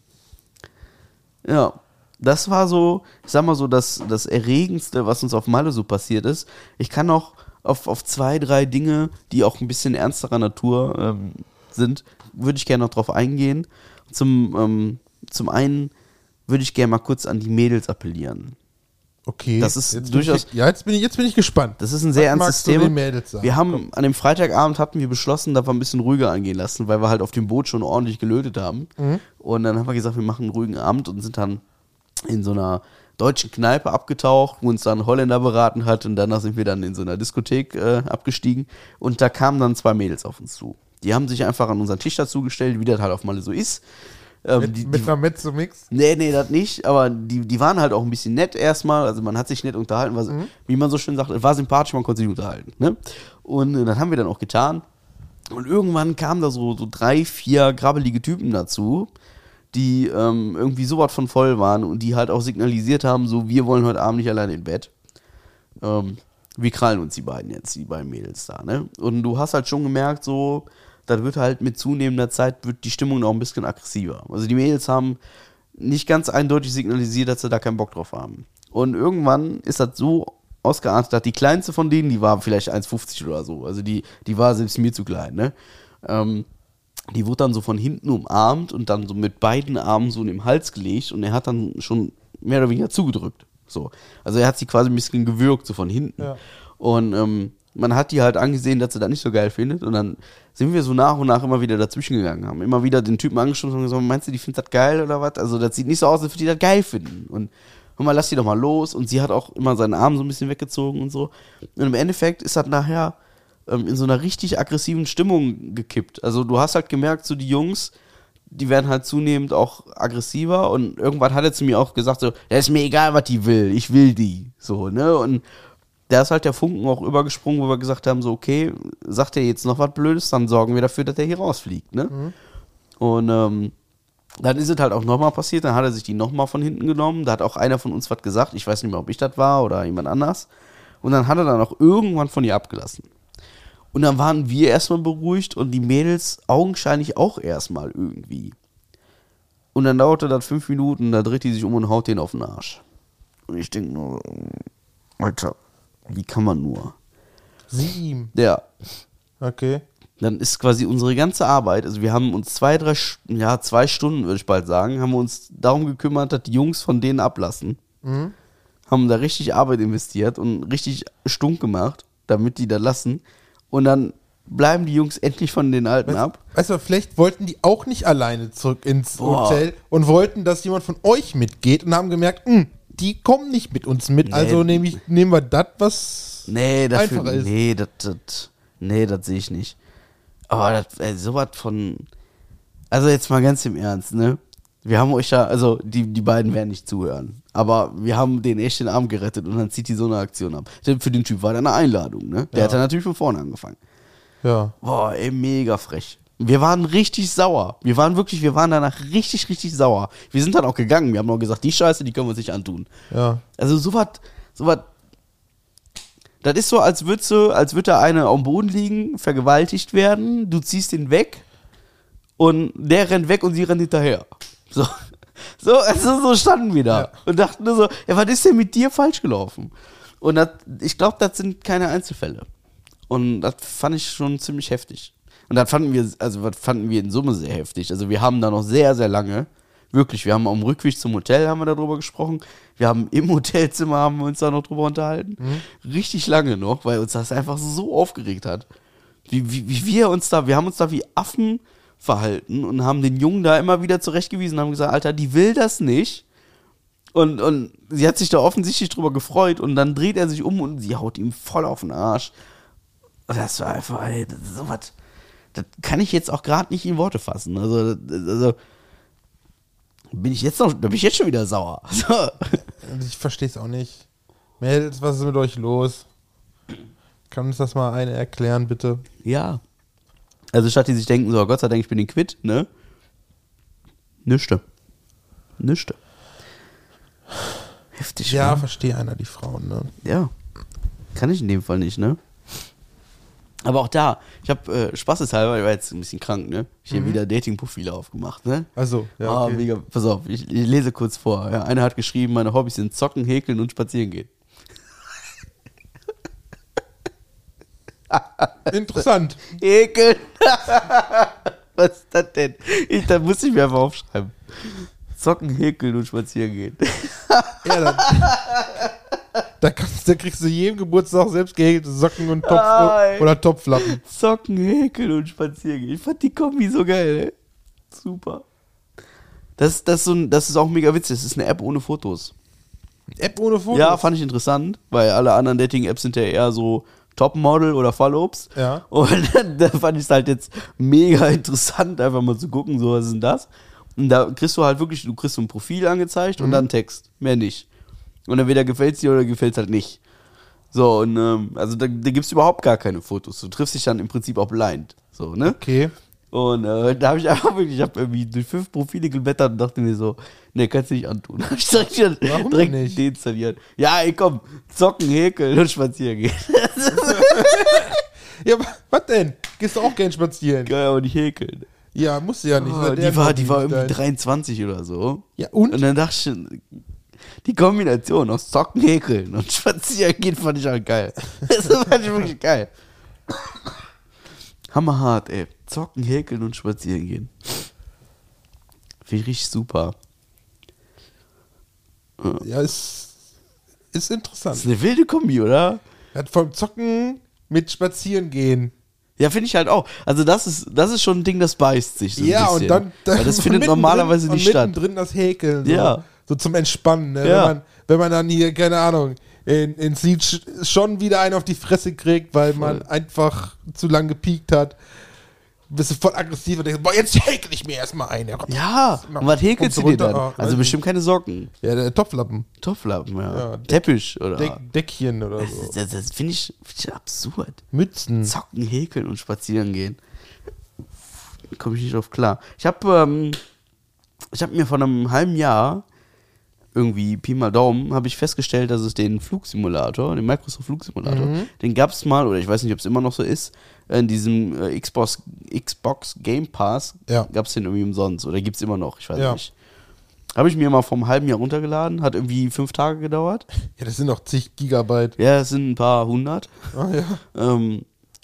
Ja, das war so, ich sag mal so, das, das Erregendste, was uns auf Malle so passiert ist. Ich kann noch auf, auf zwei, drei Dinge, die auch ein bisschen ernsterer Natur ähm, sind, würde ich gerne noch drauf eingehen. Zum, ähm, zum einen würde ich gerne mal kurz an die Mädels appellieren. Okay. Das ist jetzt durchaus. Ich, ja, jetzt bin ich, jetzt bin ich gespannt. Das ist ein sehr Was ernstes Thema. Mädels sagen? Wir haben Komm. an dem Freitagabend hatten wir beschlossen, dass wir ein bisschen ruhiger angehen lassen, weil wir halt auf dem Boot schon ordentlich gelötet haben. Mhm. Und dann haben wir gesagt, wir machen einen ruhigen Abend und sind dann in so einer deutschen Kneipe abgetaucht, wo uns dann ein Holländer beraten hat und danach sind wir dann in so einer Diskothek äh, abgestiegen und da kamen dann zwei Mädels auf uns zu. Die haben sich einfach an unseren Tisch dazugestellt, wie das halt auf Malle so ist. Ähm, mit, die, mit die, einer Mezzo-Mix? Nee, nee, das nicht, aber die, die waren halt auch ein bisschen nett erstmal, also man hat sich nett unterhalten, war, mhm. wie man so schön sagt, es war sympathisch, man konnte sich unterhalten, ne? Und äh, das haben wir dann auch getan und irgendwann kamen da so, so drei, vier grabbelige Typen dazu, die ähm, irgendwie sowas von voll waren und die halt auch signalisiert haben, so, wir wollen heute Abend nicht alleine in Bett. Ähm, wir krallen uns die beiden jetzt, die beiden Mädels da, ne? Und du hast halt schon gemerkt, so, das wird halt mit zunehmender Zeit, wird die Stimmung noch ein bisschen aggressiver. Also die Mädels haben nicht ganz eindeutig signalisiert, dass sie da keinen Bock drauf haben. Und irgendwann ist das so ausgeartet, dass die kleinste von denen, die war vielleicht eins fünfzig oder so, also die, die war selbst mir zu klein, ne? Ähm, die wurde dann so von hinten umarmt und dann so mit beiden Armen so in den Hals gelegt und er hat dann schon mehr oder weniger zugedrückt. So. Also er hat sie quasi ein bisschen gewürgt, so von hinten. Ja. Und ähm, man hat die halt angesehen, dass sie das nicht so geil findet und dann sind wir so nach und nach immer wieder dazwischen gegangen, haben immer wieder den Typen angeschaut und gesagt, meinst du, die findet das geil oder was? Also das sieht nicht so aus, als würde die das geil finden. Und hör mal, lass die doch mal los. Und sie hat auch immer seinen Arm so ein bisschen weggezogen und so. Und im Endeffekt ist das nachher ähm, in so einer richtig aggressiven Stimmung gekippt. Also du hast halt gemerkt, so die Jungs, die werden halt zunehmend auch aggressiver und irgendwann hat er zu mir auch gesagt, so, ja, ist mir egal, was die will, ich will die. So, ne? Und da ist halt der Funken auch übergesprungen, wo wir gesagt haben, so, okay, sagt er jetzt noch was Blödes, dann sorgen wir dafür, dass er hier rausfliegt, ne? Mhm. Und ähm, dann ist es halt auch nochmal passiert, dann hat er sich die nochmal von hinten genommen, da hat auch einer von uns was gesagt, ich weiß nicht mehr, ob ich das war oder jemand anders. Und dann hat er dann auch irgendwann von ihr abgelassen. Und dann waren wir erstmal beruhigt und die Mädels augenscheinlich auch erstmal irgendwie. Und dann dauerte das fünf Minuten, da dreht die sich um und haut den auf den Arsch. Und ich denke nur, Alter, wie kann man nur? Sie ihm? Ja. Okay. dann ist quasi unsere ganze Arbeit, also wir haben uns zwei, drei, ja, zwei Stunden, würde ich bald sagen, haben wir uns darum gekümmert, dass die Jungs von denen ablassen. Mhm. Haben da richtig Arbeit investiert und richtig stunk gemacht, damit die da lassen. Und dann bleiben die Jungs endlich von den Alten weißt, ab. Weißt du, vielleicht wollten die auch nicht alleine zurück ins Boah. Hotel und wollten, dass jemand von euch mitgeht und haben gemerkt, mh, die kommen nicht mit uns mit, Nee. also nehm ich, nehmen wir das, was Nee, dafür, einfacher ist. nee, das, das, nee, das sehe ich nicht. Aber das, ey, sowas von, also jetzt mal ganz im Ernst, ne? Wir haben euch ja, also die, die beiden werden nicht zuhören, aber wir haben den echt den Arm gerettet und dann zieht die so eine Aktion ab. Denn für den Typ war das eine Einladung, ne? Der Ja. hat dann natürlich von vorne angefangen. Ja. Boah, ey, mega frech. Wir waren richtig sauer. Wir waren wirklich, wir waren danach richtig, richtig sauer. Wir sind dann auch gegangen. Wir haben auch gesagt, die Scheiße, die können wir uns nicht antun. Ja. Also sowas, sowas, das ist so, als würde so, als würde da eine am Boden liegen, vergewaltigt werden, du ziehst ihn weg und der rennt weg und sie rennt hinterher. So, so, also so standen wir da Ja. und dachten nur so, ja, was ist denn mit dir falsch gelaufen? Und das, ich glaube, das sind keine Einzelfälle. Und das fand ich schon ziemlich heftig. Und das fanden wir, also was fanden wir in Summe sehr heftig. Also wir haben da noch sehr, sehr lange, wirklich, wir haben am Rückweg zum Hotel haben wir darüber gesprochen. Wir haben im Hotelzimmer haben wir uns da noch drüber unterhalten. Mhm. Richtig lange noch, weil uns das einfach so aufgeregt hat. Wie, wie, wie wir uns da, wir haben uns da wie Affen verhalten und haben den Jungen da immer wieder zurechtgewiesen und haben gesagt, Alter, die will das nicht. Und, und sie hat sich da offensichtlich drüber gefreut und dann dreht er sich um und sie haut ihm voll auf den Arsch. Und das war einfach, ey, das ist sowas, das kann ich jetzt auch gerade nicht in Worte fassen. Also, das, also bin ich jetzt noch, da bin ich jetzt schon wieder sauer. So. Ich verstehe es auch nicht. Mädels, was ist mit euch los? Kann uns das mal eine erklären, bitte? Ja. Also statt die sich denken, so Gott sei Dank, ich bin den quitt, ne? Nüchte. Nüchte. Heftig, Ja, ne? verstehe einer die Frauen, ne? Ja. Kann ich in dem Fall nicht, ne? Aber auch da, ich habe äh, spaßeshalber, ich war jetzt ein bisschen krank, ne? Ich habe Mhm. wieder Dating-Profile aufgemacht, ne? Also, ja, Ah, okay. mega. Pass auf, ich, ich lese kurz vor. Ja, einer hat geschrieben, meine Hobbys sind Zocken, Häkeln und Spazieren gehen. Interessant. Häkeln. Was ist das denn? Ich, da muss ich mir einfach aufschreiben. Zocken, Häkeln und Spazieren gehen. Ja, dann, da, kannst, da kriegst du jedem Geburtstag selbst gehäkelte Socken und Topf Nein. oder Topflappen. Zocken, Häkeln und Spazieren gehen. Ich fand die Kombi so geil, ey. Super. Das, das, ist so ein, das ist auch mega witzig. Das ist eine App ohne Fotos. App ohne Fotos. Ja, fand ich interessant, weil alle anderen Dating-Apps sind ja eher so Topmodel oder Fallobst. Ja. Und dann, da fand ich es halt jetzt mega interessant, einfach mal zu gucken, so was ist denn das? Und da kriegst du halt wirklich, du kriegst so ein Profil angezeigt und Mhm. dann Text, mehr nicht. Und entweder gefällt es dir oder gefällt es halt nicht. So, und ähm, also da, da gibt es überhaupt gar keine Fotos. Du triffst dich dann im Prinzip auch blind. So, ne? Okay. Und äh, da habe ich einfach wirklich, ich habe irgendwie durch fünf Profile geblättert und dachte mir so, ne, kannst du nicht antun. Da habe ich direkt, wieder Warum direkt nicht? deinstalliert. Ja, ey, komm, zocken, häkeln und spazieren gehen. Ja, wa- was denn? Gehst du auch gern spazieren? Geil, aber nicht häkeln. Ja, musst du ja nicht. Oh, Das ist ja die, war, deren die war Hobby, irgendwie dein- dreiundzwanzig oder so. Ja, und? Und dann dachte ich, schon, die Kombination aus zocken, häkeln und spazieren gehen fand ich halt geil. Das fand ich wirklich geil. Hammerhart, ey. Zocken, häkeln und spazieren gehen. Finde ich richtig super. Ja, ist, ist Das interessant. ist eine wilde Kombi, oder? Hat vom Zocken mit Spazieren gehen. Ja, finde ich halt auch. Also das ist, das ist schon ein Ding, das beißt sich so ein Ja, bisschen. und dann, dann Weil das und findet mittendrin- normalerweise nicht und statt. mittendrin das Häkeln. So, Ja. so zum Entspannen. Ne? Ja. Wenn, man, wenn man dann hier, keine Ahnung, in, in Lied sch- schon wieder einen auf die Fresse kriegt, weil man einfach zu lang gepiekt hat. Bist du voll aggressiv und denkst, boah, jetzt häkel ich mir erstmal ein. Ja, und was häkelst du Kommst dir runter? dann? Ah, weiß Also nicht. bestimmt keine Socken. Ja, der Topflappen. Topflappen, ja. Ja, Teppich oder. Deck, Deckchen oder das so. das, das finde ich, find ich absurd. Mützen. Zocken, häkeln und spazieren gehen. Komme ich nicht drauf klar. Ich habe ähm, ich habe mir vor einem halben Jahr irgendwie Pi mal Daumen, habe ich festgestellt, dass es den Flugsimulator, den Microsoft Flugsimulator, Mhm. den gab es mal, oder ich weiß nicht, ob es immer noch so ist, in diesem äh, Xbox, Xbox Game Pass Ja. gab es den irgendwie umsonst, oder gibt es immer noch, ich weiß Ja. nicht. Habe ich mir mal vor einem halben Jahr runtergeladen, hat irgendwie fünf Tage gedauert. Ja, das sind noch zig Gigabyte. Ja, es sind ein paar hundert. Ah, ja. Ähm,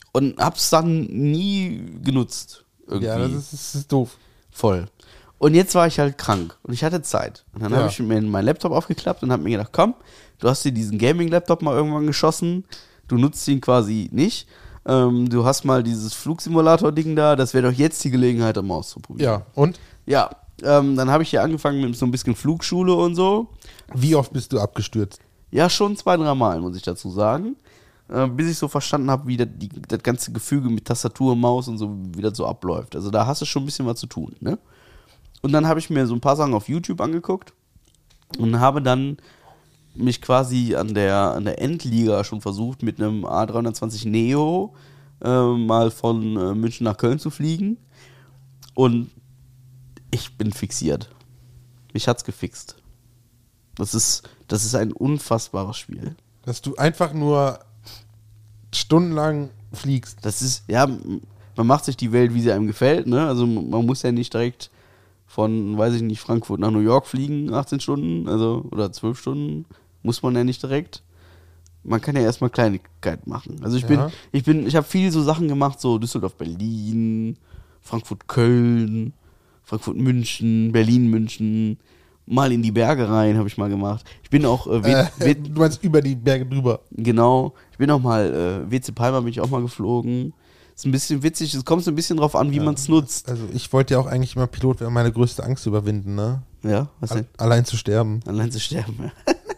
und hab's dann nie genutzt. Irgendwie. Ja, das ist, das ist doof. Voll. Und jetzt war ich halt krank und ich hatte Zeit. Und dann Ja. habe ich mir meinen Laptop aufgeklappt und habe mir gedacht, komm, du hast dir diesen Gaming-Laptop mal irgendwann geschossen, du nutzt ihn quasi nicht. Ähm, du hast mal dieses Flugsimulator-Ding da, das wäre doch jetzt die Gelegenheit, um auszuprobieren. Ja, und? Ja, ähm, dann habe ich hier angefangen mit so ein bisschen Flugschule und so. Wie oft bist du abgestürzt? Ja, schon zwei, drei Mal, muss ich dazu sagen. Äh, bis ich so verstanden habe, wie das, die, das ganze Gefüge mit Tastatur, Maus und so, wie das so abläuft. Also da hast du schon ein bisschen was zu tun, ne? Und dann habe ich mir so ein paar Sachen auf YouTube angeguckt und habe dann mich quasi an der, an der Endliga schon versucht, mit einem A drei zwanzig Neo äh, mal von äh, München nach Köln zu fliegen. Und ich bin fixiert. Mich hat's gefixt. Das ist, das ist ein unfassbares Spiel. Dass du einfach nur stundenlang fliegst. Das ist, ja, man macht sich die Welt, wie sie einem gefällt, ne? Also man muss ja nicht direkt von, weiß ich nicht, Frankfurt nach New York fliegen, achtzehn Stunden, also, oder zwölf Stunden, muss man ja nicht direkt. Man kann ja erstmal Kleinigkeiten machen. Also ich bin, Ja. ich bin, ich habe viel so Sachen gemacht, so Düsseldorf, Berlin, Frankfurt, Köln, Frankfurt, München, Berlin, München, mal in die Berge rein, habe ich mal gemacht. Ich bin auch, äh, Äh, W- W- du meinst über die Berge drüber. genau, ich bin auch mal, äh, W C Palma bin ich auch mal geflogen. Ist ein bisschen witzig, es kommt so ein bisschen drauf an, wie man es nutzt. Also ich wollte ja auch eigentlich immer Pilot werden, meine größte Angst überwinden, ne? Ja, was denn? Al- Allein zu sterben. Allein zu sterben.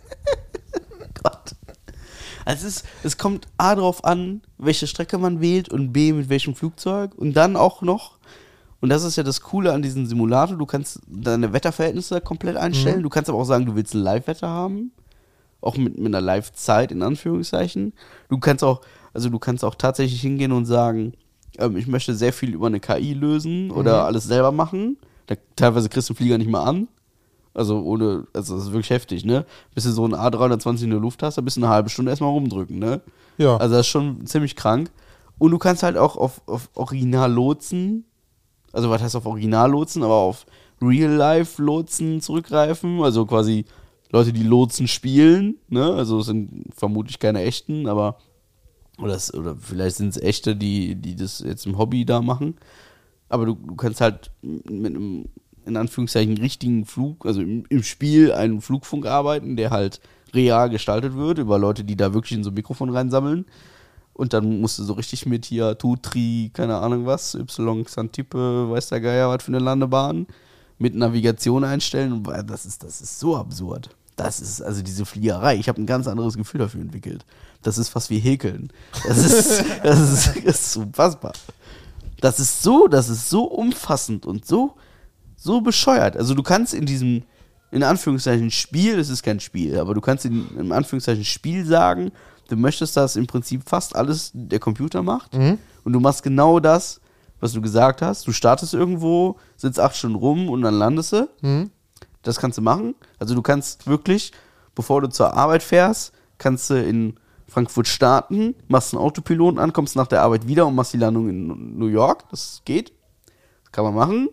Gott. Also es, ist, es kommt A drauf an, welche Strecke man wählt und B mit welchem Flugzeug und dann auch noch, und das ist ja das Coole an diesem Simulator, du kannst deine Wetterverhältnisse komplett einstellen, Mhm. du kannst aber auch sagen, du willst ein Live-Wetter haben, auch mit, mit einer Live-Zeit in Anführungszeichen. Du kannst auch, also du kannst auch tatsächlich hingehen und sagen, ähm, ich möchte sehr viel über eine K I lösen oder Mhm. alles selber machen. Da, teilweise kriegst du den Flieger nicht mal an. Also ohne, also das ist wirklich heftig, ne? Bis du so ein A drei zwanzig in der Luft hast, da bist du eine halbe Stunde erstmal rumdrücken, ne? Ja. Also das ist schon ziemlich krank. Und du kannst halt auch auf, auf Original-Lotsen, also was heißt auf Original-Lotsen, aber auf Real-Life-Lotsen zurückgreifen. Also quasi Leute, die Lotsen spielen, ne? Also es sind vermutlich keine echten, aber oder, es, oder vielleicht sind es echte, die, die das jetzt im Hobby da machen. Aber du, du kannst halt mit einem, in Anführungszeichen, richtigen Flug, also im, im Spiel einen Flugfunk arbeiten, der halt real gestaltet wird, über Leute, die da wirklich in so ein Mikrofon reinsammeln. Und dann musst du so richtig mit hier Tutri, keine Ahnung was, Y, Xantippe, weiß der Geier, was für eine Landebahn, mit Navigation einstellen. Und das ist, das ist so absurd. Das ist, also diese Fliegerei, ich habe ein ganz anderes Gefühl dafür entwickelt. Das ist fast wie Häkeln. Das ist, das ist, das ist unfassbar. Das ist so, das ist so umfassend und so, so bescheuert. Also du kannst in diesem, in Anführungszeichen Spiel, es ist kein Spiel, aber du kannst in, in Anführungszeichen Spiel sagen, du möchtest, dass im Prinzip fast alles der Computer macht Mhm. und du machst genau das, was du gesagt hast. Du startest irgendwo, sitzt acht Stunden rum und dann landest du. Mhm. Das kannst du machen. Also du kannst wirklich, bevor du zur Arbeit fährst, kannst du in Frankfurt starten, machst einen Autopiloten an, kommst nach der Arbeit wieder und machst die Landung in New York. Das geht. Das kann man machen.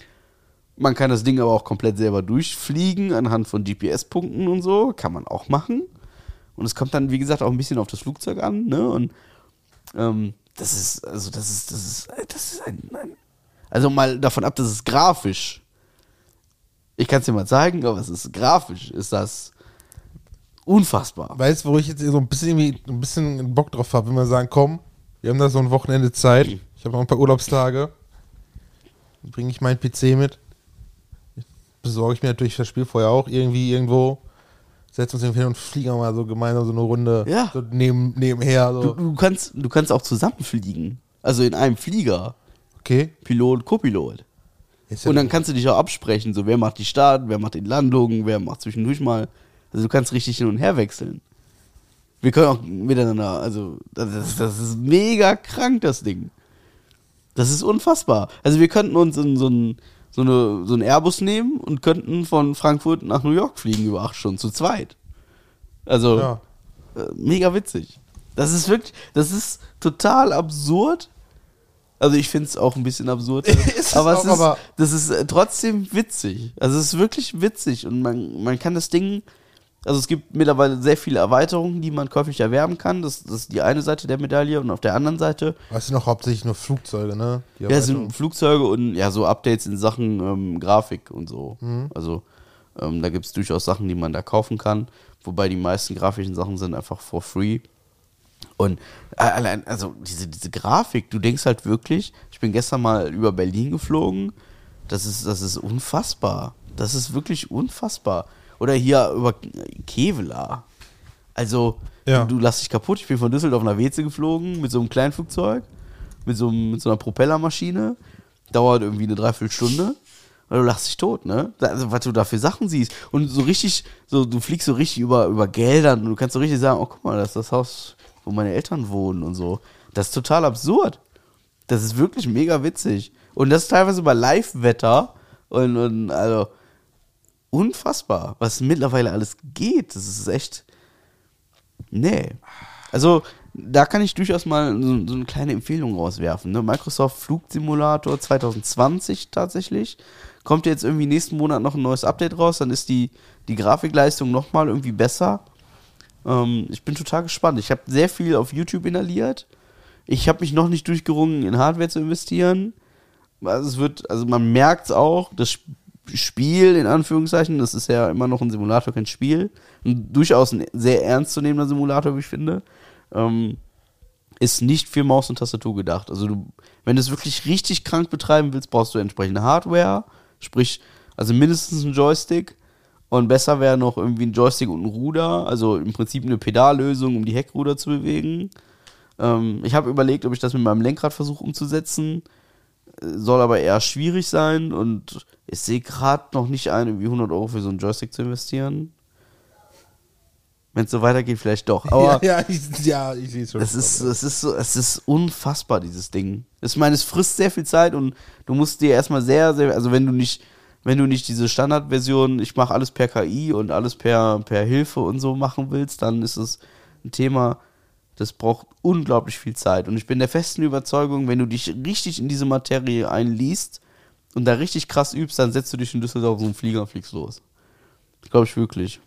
Man kann das Ding aber auch komplett selber durchfliegen anhand von G P S-Punkten und so. Kann man auch machen. Und es kommt dann, wie gesagt, auch ein bisschen auf das Flugzeug an. Ne? Und ähm, das ist, also das ist, das ist, das ist ein, ein also mal davon ab, dass es grafisch, ich kann es dir mal zeigen, aber es ist grafisch, ist das unfassbar. Weißt du, wo ich jetzt so ein bisschen, irgendwie, ein bisschen Bock drauf habe, wenn wir sagen, komm, wir haben da so ein Wochenende Zeit, ich habe noch ein paar Urlaubstage, dann bringe ich meinen P C mit, besorge ich mir natürlich das Spiel vorher auch irgendwie irgendwo, setzen uns irgendwie hin und fliegen mal so gemeinsam so eine Runde Ja. so neben, nebenher. Du, So. du, kannst, du kannst auch zusammenfliegen. Also in einem Flieger. Okay. Pilot, Copilot. Ist ja Und dann kannst du dich auch absprechen, so wer macht die Start, wer macht die Landung, wer macht zwischendurch mal. Also du kannst richtig hin und her wechseln. Wir können auch miteinander, also das ist, das ist mega krank, das Ding. Das ist unfassbar. Also wir könnten uns in so ein so, eine, so einen Airbus nehmen und könnten von Frankfurt nach New York fliegen über acht Stunden zu zweit. Also Ja. äh, mega witzig. Das ist wirklich, das ist total absurd. Also ich finde es auch ein bisschen absurd. Ist es aber, auch, es ist, aber- das ist äh, trotzdem witzig. Also es ist wirklich witzig und man, man kann das Ding Also es gibt mittlerweile sehr viele Erweiterungen, die man käuflich erwerben kann. Das, das ist die eine Seite der Medaille. Und auf der anderen Seite... Weißt du noch, hauptsächlich nur Flugzeuge, ne? Die Ja, es sind Flugzeuge und ja, so Updates in Sachen ähm, Grafik und so. Mhm. Also ähm, da gibt es durchaus Sachen, die man da kaufen kann. Wobei die meisten grafischen Sachen sind einfach for free. Und äh, allein, also diese, diese Grafik, du denkst halt wirklich, ich bin gestern mal über Berlin geflogen, das ist, das ist unfassbar. Das ist wirklich unfassbar. Oder hier über Kevela. Also, Ja. du, du lass dich kaputt. Ich bin von Düsseldorf nach Weze geflogen mit so einem kleinen Flugzeug, mit so, einem, mit so einer Propellermaschine. Dauert irgendwie eine Dreiviertelstunde. Und du lachst dich tot, ne? Also, was du da für Sachen siehst. Und so richtig, so, du fliegst so richtig über, über Geldern und du kannst so richtig sagen, oh, guck mal, das ist das Haus, wo meine Eltern wohnen und so. Das ist total absurd. Das ist wirklich mega witzig. Und das teilweise bei Live-Wetter und, und also unfassbar, was mittlerweile alles geht. Das ist echt, nee. Also da kann ich durchaus mal so, so eine kleine Empfehlung rauswerfen. Ne? Microsoft Flugsimulator zwanzig zwanzig tatsächlich. Kommt jetzt irgendwie nächsten Monat noch ein neues Update raus, dann ist die, die Grafikleistung nochmal irgendwie besser. Ähm, ich bin total gespannt. Ich habe sehr viel auf YouTube inhaliert. Ich habe mich noch nicht durchgerungen, in Hardware zu investieren. Also es wird, also man merkt es auch, das Spiel, in Anführungszeichen, das ist ja immer noch ein Simulator, kein Spiel. Ein durchaus ein sehr ernstzunehmender Simulator, wie ich finde. Ähm, ist nicht für Maus und Tastatur gedacht. Also du, wenn du es wirklich richtig krank betreiben willst, brauchst du entsprechende Hardware. Sprich, also mindestens ein Joystick. Und besser wäre noch irgendwie ein Joystick und ein Ruder. Also im Prinzip eine Pedallösung, um die Heckruder zu bewegen. Ähm, ich habe überlegt, ob ich das mit meinem Lenkrad versuche umzusetzen. Soll aber eher schwierig sein. Und ich sehe gerade noch nicht ein, irgendwie hundert Euro für so einen Joystick zu investieren. Wenn es so weitergeht, vielleicht doch. Aber ja, ja, ich, ja, ich sehe es schon. es ist, es ist so, es ist unfassbar, dieses Ding. Ich meine, es frisst sehr viel Zeit und du musst dir erstmal sehr, sehr, also wenn du nicht, wenn du nicht diese Standardversion, ich mache alles per K I und alles per, per Hilfe und so machen willst, dann ist es ein Thema, das braucht unglaublich viel Zeit. Und ich bin der festen Überzeugung, wenn du dich richtig in diese Materie einliest und da richtig krass übst, dann setzt du dich in Düsseldorf auf so einen Flieger und fliegst los. Glaube ich wirklich.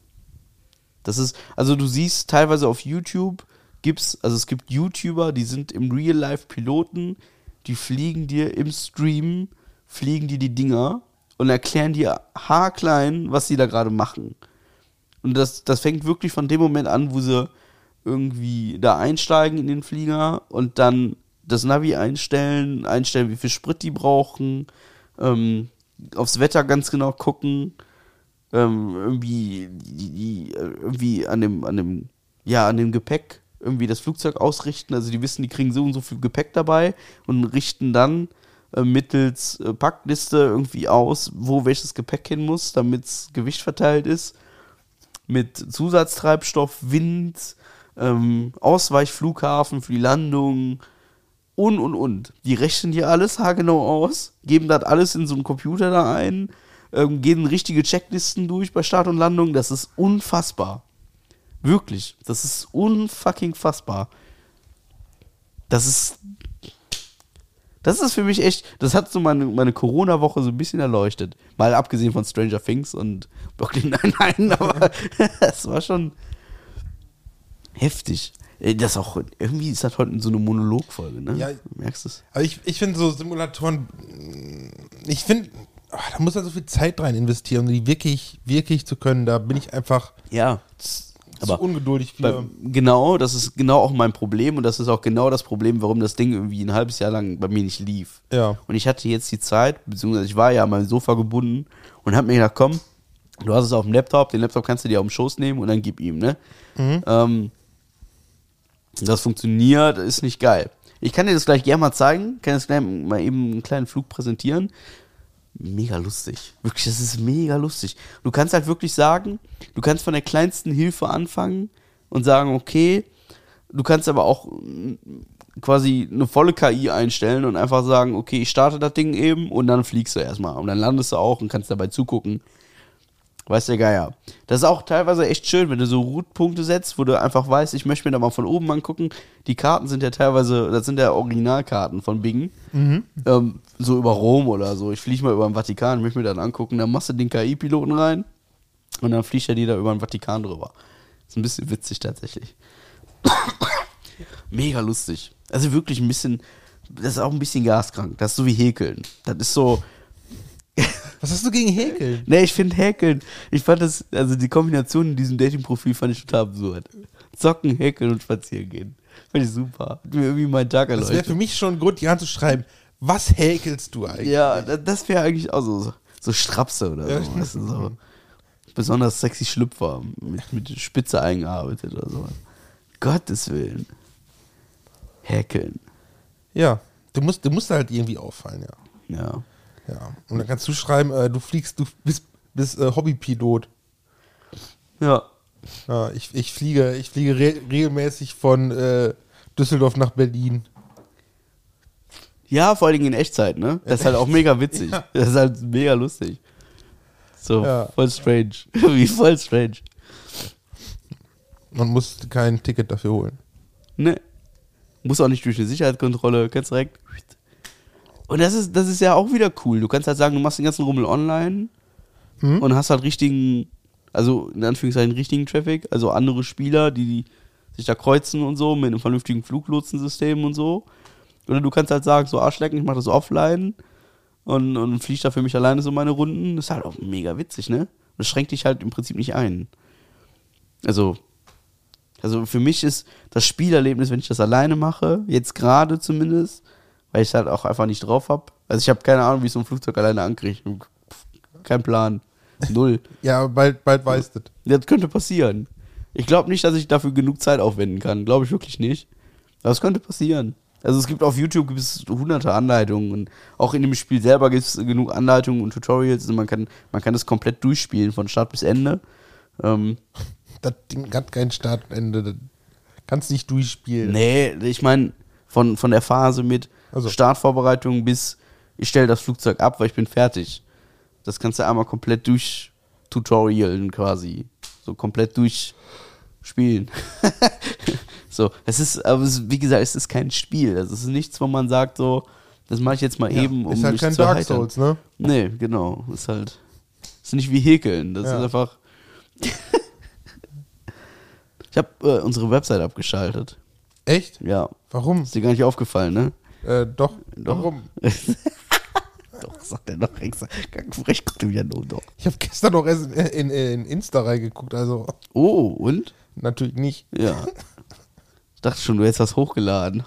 Das ist, also du siehst teilweise auf YouTube, gibt's, also es gibt YouTuber, die sind im Real-Life Piloten, die fliegen dir im Stream, fliegen dir die Dinger und erklären dir haarklein, was sie da gerade machen. Und das, das fängt wirklich von dem Moment an, wo sie irgendwie da einsteigen in den Flieger und dann das Navi einstellen, einstellen, wie viel Sprit die brauchen, ähm, aufs Wetter ganz genau gucken, ähm, irgendwie, die, die, irgendwie an dem, an dem, ja, an dem Gepäck irgendwie das Flugzeug ausrichten. Also die wissen, die kriegen so und so viel Gepäck dabei und richten dann äh, mittels äh, Packliste irgendwie aus, wo welches Gepäck hin muss, damit das Gewicht verteilt ist. Mit Zusatztreibstoff, Wind, ähm, Ausweichflughafen für die Landung und, und, und. Die rechnen dir alles haargenau aus, geben das alles in so einen Computer da ein, ähm, gehen richtige Checklisten durch bei Start und Landung. Das ist unfassbar. Wirklich. Das ist unfucking fassbar. Das ist Das ist für mich echt, das hat so meine, meine Corona-Woche so ein bisschen erleuchtet. Mal abgesehen von Stranger Things und Brooklyn Nine-Nine, aber es war schon heftig. Das auch, irgendwie ist das heute so eine Monologfolge, ne? Ja, du merkst es. Aber ich, ich finde so Simulatoren, ich finde, da muss man so viel Zeit rein investieren, um die wirklich, wirklich zu können. Da bin ich einfach Ja, zu ungeduldig für. Bei, genau, das ist genau auch mein Problem und das ist auch genau das Problem, warum das Ding irgendwie ein halbes Jahr lang bei mir nicht lief. Ja. Und ich hatte jetzt die Zeit, beziehungsweise ich war ja an meinem Sofa gebunden und hab mir gedacht, komm, du hast es auf dem Laptop, den Laptop kannst du dir auf den Schoß nehmen und dann gib ihm, ne? Mhm. Ähm, das funktioniert, ist nicht geil. Ich kann dir das gleich gerne mal zeigen, kann jetzt gleich mal eben einen kleinen Flug präsentieren. Mega lustig. Wirklich, das ist mega lustig. Du kannst halt wirklich sagen, du kannst von der kleinsten Hilfe anfangen und sagen, okay, du kannst aber auch quasi eine volle K I einstellen und einfach sagen, okay, ich starte das Ding eben und dann fliegst du erstmal. Und dann landest du auch und kannst dabei zugucken. Weiß der Geier. Das ist auch teilweise echt schön, wenn du so Route-Punkte setzt, wo du einfach weißt, ich möchte mir da mal von oben angucken. Die Karten sind ja teilweise, das sind ja Originalkarten von Bing. Mhm. Ähm, so über Rom oder so. Ich fliege mal über den Vatikan, möchte mir dann angucken. Dann machst du den K I-Piloten rein. Und dann fliegt er die da über den Vatikan drüber. Ist ein bisschen witzig tatsächlich. Mega lustig. Also wirklich ein bisschen, das ist auch ein bisschen gaskrank. Das ist so wie Häkeln. Das ist so... Was hast du gegen Häkeln? Nee, ich finde Häkeln, ich fand das, also die Kombination in diesem Dating-Profil fand ich total absurd. Zocken, häkeln und spazieren gehen. Fand ich super. Hat mir irgendwie meinen Tag Das wäre erleuchtet. für mich schon ein Grund, die anzuschreiben. Was häkelst du eigentlich? Ja, da- das wäre eigentlich auch so, so Strapse oder Ja. so. Weißt du, so. Besonders sexy Schlüpfer mit, mit Spitze eingearbeitet oder so. Gottes Willen. Häkeln. Ja, du musst, du musst halt irgendwie auffallen, ja. Ja. Ja. Und dann kannst du schreiben, äh, du fliegst, du bist, bist äh, Hobbypilot. Ja. Ja, ich, ich fliege, ich fliege re regelmäßig von äh, Düsseldorf nach Berlin. Ja, vor allen Dingen in Echtzeit, ne? Das ist halt auch mega witzig. Ja. Das ist halt mega lustig. So, Ja. voll strange. Wie voll strange. Man muss kein Ticket dafür holen. Ne. Muss auch nicht durch eine Sicherheitskontrolle, kannst direkt. Und das ist, das ist ja auch wieder cool. Du kannst halt sagen, du machst den ganzen Rummel online Hm? und hast halt richtigen, also in Anführungszeichen richtigen Traffic, also andere Spieler, die, die sich da kreuzen und so, mit einem vernünftigen Fluglotsensystem und so. Oder du kannst halt sagen, so Arschlecken, ich mach das offline und, und flieg da für mich alleine so meine Runden. Das ist halt auch mega witzig, ne? Das schränkt dich halt im Prinzip nicht ein. Also, also für mich ist das Spielerlebnis, wenn ich das alleine mache, jetzt gerade zumindest, weil ich halt auch einfach nicht drauf habe. Also ich habe keine Ahnung, wie ich so ein Flugzeug alleine ankriege. Kein Plan. Null. Ja, bald, bald weißt du. Das könnte passieren. Ich glaube nicht, dass ich dafür genug Zeit aufwenden kann. Glaube ich wirklich nicht. Aber es könnte passieren. Also es gibt auf YouTube gibt es hunderte Anleitungen und auch in dem Spiel selber gibt es genug Anleitungen und Tutorials. Also man kann, man kann das komplett durchspielen von Start bis Ende. Ähm, Das Ding hat kein Startende. Das kannst nicht durchspielen. nee, ich meine von, von der Phase mit Also. Startvorbereitung bis ich stelle das Flugzeug ab, weil ich bin fertig. Das kannst du einmal komplett durchtutorialen quasi. So komplett durchspielen. So, es ist, aber es, wie gesagt, es ist kein Spiel. Es ist nichts, wo man sagt, so, das mache ich jetzt mal Ja, eben, um ist halt mich kein zu Dark erheitern. Souls, ne? Nee, genau. Ist halt, ist nicht wie Häkeln. Das Ja. ist einfach. Ich habe äh, unsere Website abgeschaltet. Echt? Ja. Warum? Ist dir gar nicht aufgefallen, ne? Äh, doch. Doch. Warum? Doch, sagt er doch extra. Frech guckt er wieder nur doch. Ich habe gestern noch erst in, in, in Insta reingeguckt, also Oh, und? natürlich nicht. Ja. Ich dachte schon, du hättest was hochgeladen.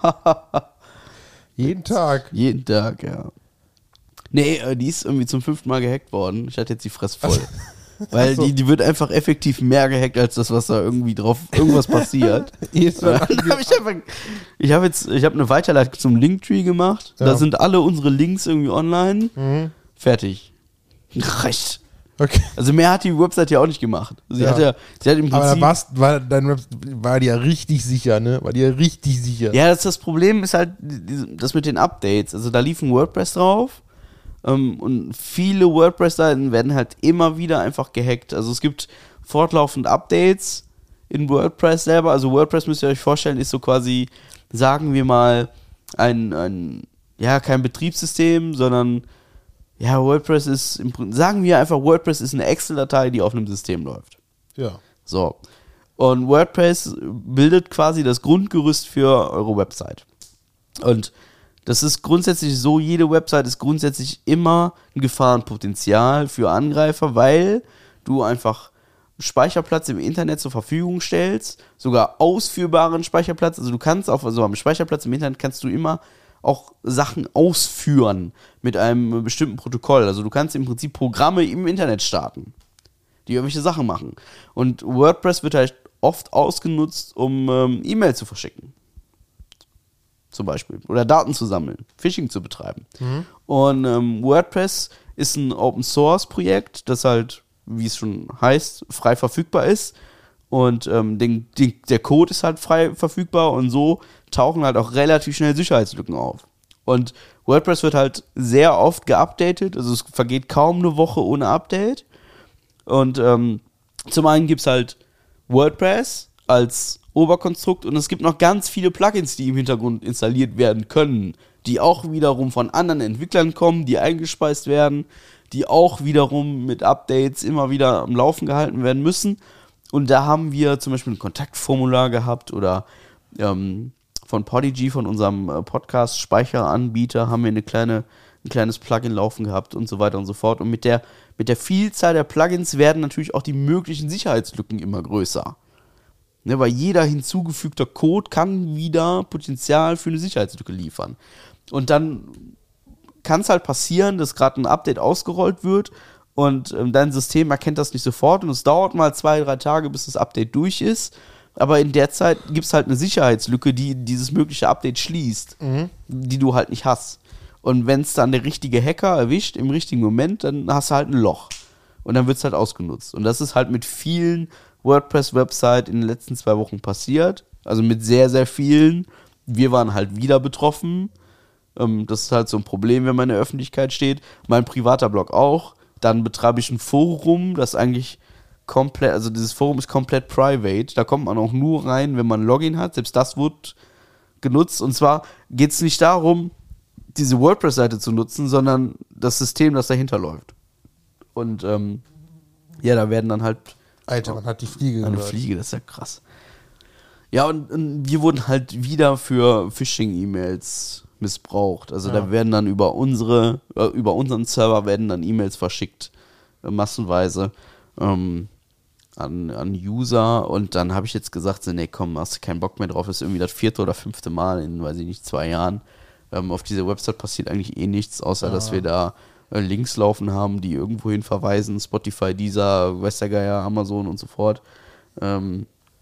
Jeden Tag. Jeden Tag, ja. Nee, äh, die ist irgendwie zum fünften Mal gehackt worden. Ich hatte jetzt die Fresse voll. Weil Ach so. die, die wird einfach effektiv mehr gehackt, als das, was da irgendwie drauf, irgendwas passiert. Jedes Und Mal dann hab ich einfach, ich habe jetzt, ich habe eine Weiterleitung zum Linktree gemacht. Ja. Da sind alle unsere Links irgendwie online. Mhm. Fertig. Reicht. Okay. Also mehr hat die Website ja auch nicht gemacht. Sie Ja. hat ja, sie hat im Aber da Prinzip. warst, war dein Web war dir ja richtig sicher, ne? War dir richtig sicher. Ja, das, das Problem ist halt die- das mit den Updates. Also da lief ein WordPress drauf ähm, und viele WordPress-Seiten werden halt immer wieder einfach gehackt. Also es gibt fortlaufend Updates in WordPress selber. Also WordPress müsst ihr euch vorstellen, ist so quasi, sagen wir mal, ein, ein ja, kein Betriebssystem, sondern ja, WordPress ist, im, Prin- sagen wir einfach, WordPress ist eine Excel-Datei, die auf einem System läuft. Ja. So. Und WordPress bildet quasi das Grundgerüst für eure Website. Und das ist grundsätzlich so, jede Website ist grundsätzlich immer ein Gefahrenpotenzial für Angreifer, weil du einfach Speicherplatz im Internet zur Verfügung stellst, sogar ausführbaren Speicherplatz. Also du kannst auf, also am Speicherplatz im Internet kannst du immer auch Sachen ausführen mit einem bestimmten Protokoll. Also du kannst im Prinzip Programme im Internet starten, die irgendwelche Sachen machen. Und WordPress wird halt oft ausgenutzt, um ähm, E-Mail zu verschicken. Zum Beispiel. Oder Daten zu sammeln, Phishing zu betreiben. Und ähm, WordPress ist ein Open-Source-Projekt, das halt, wie es schon heißt, frei verfügbar ist. Und ähm, den, den, der Code ist halt frei verfügbar und so tauchen halt auch relativ schnell Sicherheitslücken auf. Und WordPress wird halt sehr oft geupdatet, also es vergeht kaum eine Woche ohne Update. Und ähm, zum einen gibt es halt WordPress als Oberkonstrukt und es gibt noch ganz viele Plugins, die im Hintergrund installiert werden können, die auch wiederum von anderen Entwicklern kommen, die eingespeist werden, die auch wiederum mit Updates immer wieder am Laufen gehalten werden müssen. Und da haben wir zum Beispiel ein Kontaktformular gehabt oder ähm, von Podigy, von unserem äh, Podcast-Speicheranbieter, haben wir eine kleine, ein kleines Plugin laufen gehabt und so weiter und so fort. Und mit der, mit der Vielzahl der Plugins werden natürlich auch die möglichen Sicherheitslücken immer größer. Ne, weil jeder hinzugefügter Code kann wieder Potenzial für eine Sicherheitslücke liefern. Und dann kann es halt passieren, dass gerade ein Update ausgerollt wird und ähm, dein System erkennt das nicht sofort und es dauert mal zwei, drei Tage, bis das Update durch ist. Aber in der Zeit gibt es halt eine Sicherheitslücke, die dieses mögliche Update schließt, mhm. die du halt nicht hast. Und wenn es dann der richtige Hacker erwischt im richtigen Moment, dann hast du halt ein Loch. Und dann wird es halt ausgenutzt. Und das ist halt mit vielen WordPress-Websites in den letzten zwei Wochen passiert. Also mit sehr, sehr vielen. Wir waren halt wieder betroffen. Das ist halt so ein Problem, wenn man in der Öffentlichkeit steht. Mein privater Blog auch. Dann betreibe ich ein Forum, das eigentlich komplett, also dieses Forum ist komplett private. Da kommt man auch nur rein, wenn man ein Login hat. Selbst das wird genutzt. Und zwar geht es nicht darum, diese WordPress-Seite zu nutzen, sondern das System, das dahinter läuft. Und ähm, ja, da werden dann halt... Alter, man hat die Fliege Eine gehört. Fliege, das ist ja krass. Ja, und, und wir wurden halt wieder für Phishing-E-Mails missbraucht. Also ja. Da werden dann über unsere, äh, über unseren Server werden dann E-Mails verschickt, äh, massenweise ähm, an, an User. Und dann habe ich jetzt gesagt, so, nee, komm, hast du keinen Bock mehr drauf. Das ist irgendwie das vierte oder fünfte Mal in, weiß ich nicht, zwei Jahren. Ähm, auf dieser Website passiert eigentlich eh nichts, außer ja. dass wir da äh, Links laufen haben, die irgendwohin verweisen. Spotify, Deezer, weiß der Geier, Amazon und so fort. Ähm,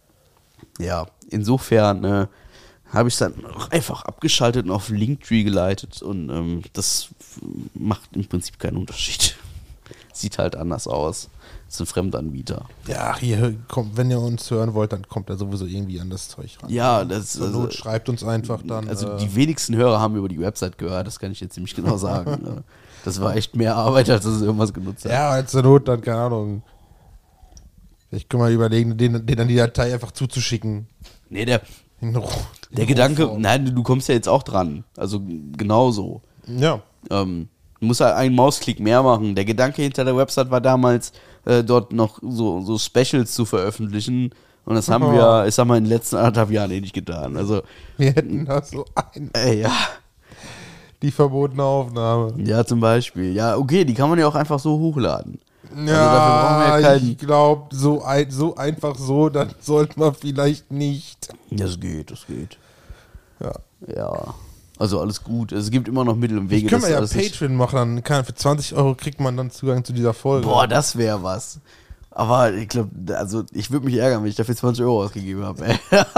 ja, insofern äh, habe ich es dann auch einfach abgeschaltet und auf Linktree geleitet und ähm, das macht im Prinzip keinen Unterschied. Sieht halt anders aus. Das ist ein Fremdanbieter. Ja, hier kommt, wenn ihr uns hören wollt, dann kommt er sowieso irgendwie an das Zeug ran. Ja, das Zur Not also, schreibt uns einfach dann. Also äh, die wenigsten Hörer haben über die Website gehört, das kann ich jetzt ziemlich genau sagen. Das war echt mehr Arbeit, als dass es irgendwas genutzt hat. Ja, als zur Not dann, keine Ahnung. Ich kann mal überlegen, den, den dann die Datei einfach zuzuschicken. Nee, der, der Gedanke, nein, du kommst ja jetzt auch dran. Also genauso. Ja. Ähm, du musst halt einen Mausklick mehr machen. Der Gedanke hinter der Website war damals, äh, dort noch so, so Specials zu veröffentlichen. Und das haben oh. wir, ich sag mal, in den letzten anderthalb Jahren eh nicht getan. Also, wir hätten da so ein. Äh, ja. Die verbotene Aufnahme. Ja, zum Beispiel. Ja, okay, die kann man ja auch einfach so hochladen. Ja, also dafür brauchen wir ja keinen. Ich glaube, so, ein, so einfach so, dann sollte man vielleicht nicht. Das geht, das geht. Ja. Ja. Also alles gut. Es gibt immer noch Mittel und Wege. Ich kann man ja Patreon machen, dann kann für zwanzig Euro kriegt man dann Zugang zu dieser Folge. Boah, das wäre was. Aber ich glaube, also ich würde mich ärgern, wenn ich dafür zwanzig Euro ausgegeben habe.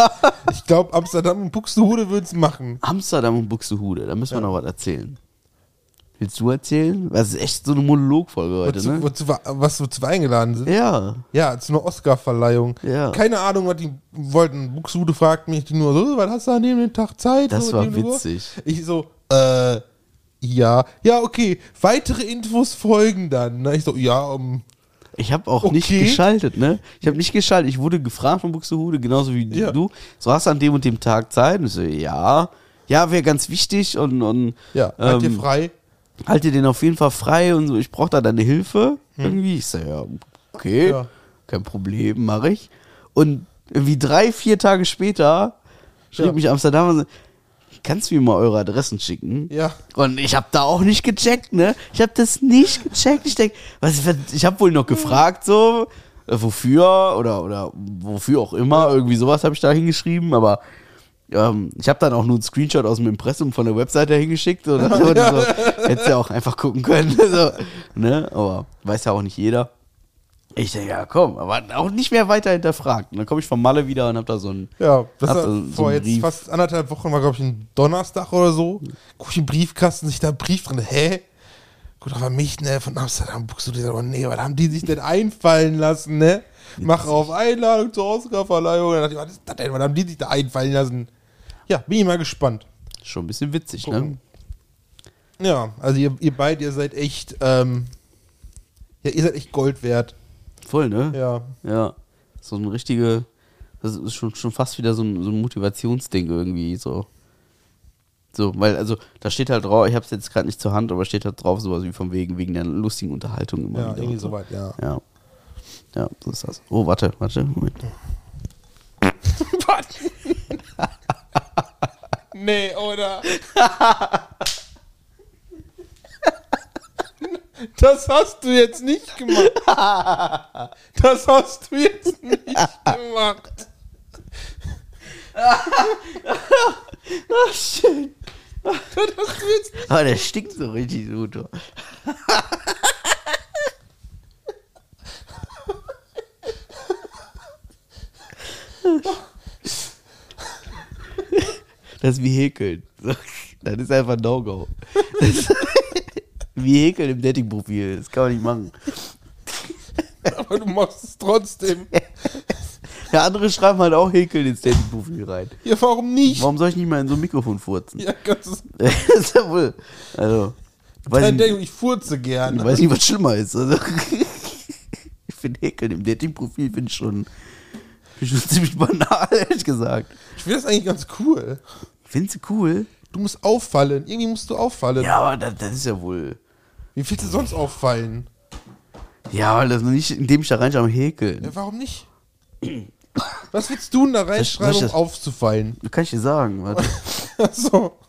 Ich glaube, Amsterdam und Buxtehude würden es machen. Amsterdam und Buxtehude, da müssen wir ja. noch was erzählen. Willst du erzählen? Das ist echt so eine Monologfolge heute, wozu, ne? Wozu, was wozu wir eingeladen sind? Ja. Ja, zu einer Oscar-Verleihung. Ja. Keine Ahnung, was die wollten. Buxtehude fragt mich nur so, was hast du an dem Tag Zeit? Das so, war witzig. Uhr? Ich so, äh, ja. Ja, okay. Weitere Infos folgen dann. Ne? Ich so, ja, um... Ich habe auch okay. nicht geschaltet, ne? Ich habe nicht geschaltet. Ich wurde gefragt von Buxtehude, genauso wie ja. du. So, hast du an dem und dem Tag Zeit? Und ich so, ja. Ja, wäre ganz wichtig und... und ja, halt dir frei. Halt dir den auf jeden Fall frei und so, ich brauche da deine Hilfe hm. irgendwie. Ich so, ja, okay, ja. kein Problem, mache ich. Und irgendwie drei, vier Tage später schrieb ja. mich Amsterdam und so, kannst du mir mal eure Adressen schicken? Ja. Und ich habe da auch nicht gecheckt, ne? Ich habe das nicht gecheckt. Ich denke, was, ich habe wohl noch gefragt, so, äh, wofür oder, oder wofür auch immer, irgendwie sowas habe ich da hingeschrieben, aber Ähm, ich habe dann auch nur einen Screenshot aus dem Impressum von der Webseite hingeschickt. So, ja. so, hättest ja auch einfach gucken können. So, ne? Aber weiß ja auch nicht jeder. Ich denke, ja komm, aber auch nicht mehr weiter hinterfragt. Und dann komme ich von Malle wieder und habe da so ein Ja, das war so vor jetzt Brief. Fast anderthalb Wochen, war glaube ich ein Donnerstag oder so. Guck ich im Briefkasten, sich da ein Brief drin. Hä? Gut, aber mich, ne, von Amsterdam buchst du dir aber, nee, was haben die sich denn einfallen lassen, ne? Mach auf Einladung zur Oscar-Verleihung. Dann dachte ich, was ist das denn? Was haben die sich da einfallen lassen? Ja, bin ich mal gespannt. Schon ein bisschen witzig, Gucken. ne? Ja, also ihr, ihr beide, ihr seid echt, ähm, ja, ihr seid echt Gold wert. Voll, ne? Ja. Ja. So ein richtige, das ist schon, schon fast wieder so ein, so ein Motivationsding irgendwie, so. So, weil, also, da steht halt drauf, ich hab's jetzt gerade nicht zur Hand, aber steht halt drauf, sowas wie von wegen, wegen der lustigen Unterhaltung immer Ja, wieder irgendwie und so. soweit, ja. Ja. Ja, so ist das. Oh, warte, warte, Moment. Nee, oder? Das hast du jetzt nicht gemacht. Das hast du jetzt nicht gemacht. Ach, schön. Das hast du jetzt nicht. Aber der stinkt so richtig gut. Du. Das ist wie Häkeln. Das ist einfach No-Go. Das ist wie Häkeln im Dating-Profil. Das kann man nicht machen. Aber du machst es trotzdem. Ja, andere schreiben halt auch Häkeln ins Dating-Profil rein. Ja, warum nicht? Warum soll ich nicht mal in so ein Mikrofon furzen? Ja, ganz Das ist ja wohl. Also, ich weiß, Dann nicht, denke ich, ich furze gerne. ich weiß nicht, was schlimmer ist. Also, ich finde Häkeln im Dating-Profil finde ich schon, find ich schon ziemlich banal, ehrlich gesagt. Ich finde das eigentlich ganz cool. Findest du cool? Du musst auffallen. Irgendwie musst du auffallen. Ja, aber das, das ist ja wohl. Wie willst du sonst auffallen? Ja, weil das noch nicht, indem ich da reinschaue, am Häkeln. Ja, warum nicht? Was willst du denn da reinschreiben, soll ich um das- aufzufallen? Kann ich dir sagen, warte. Achso.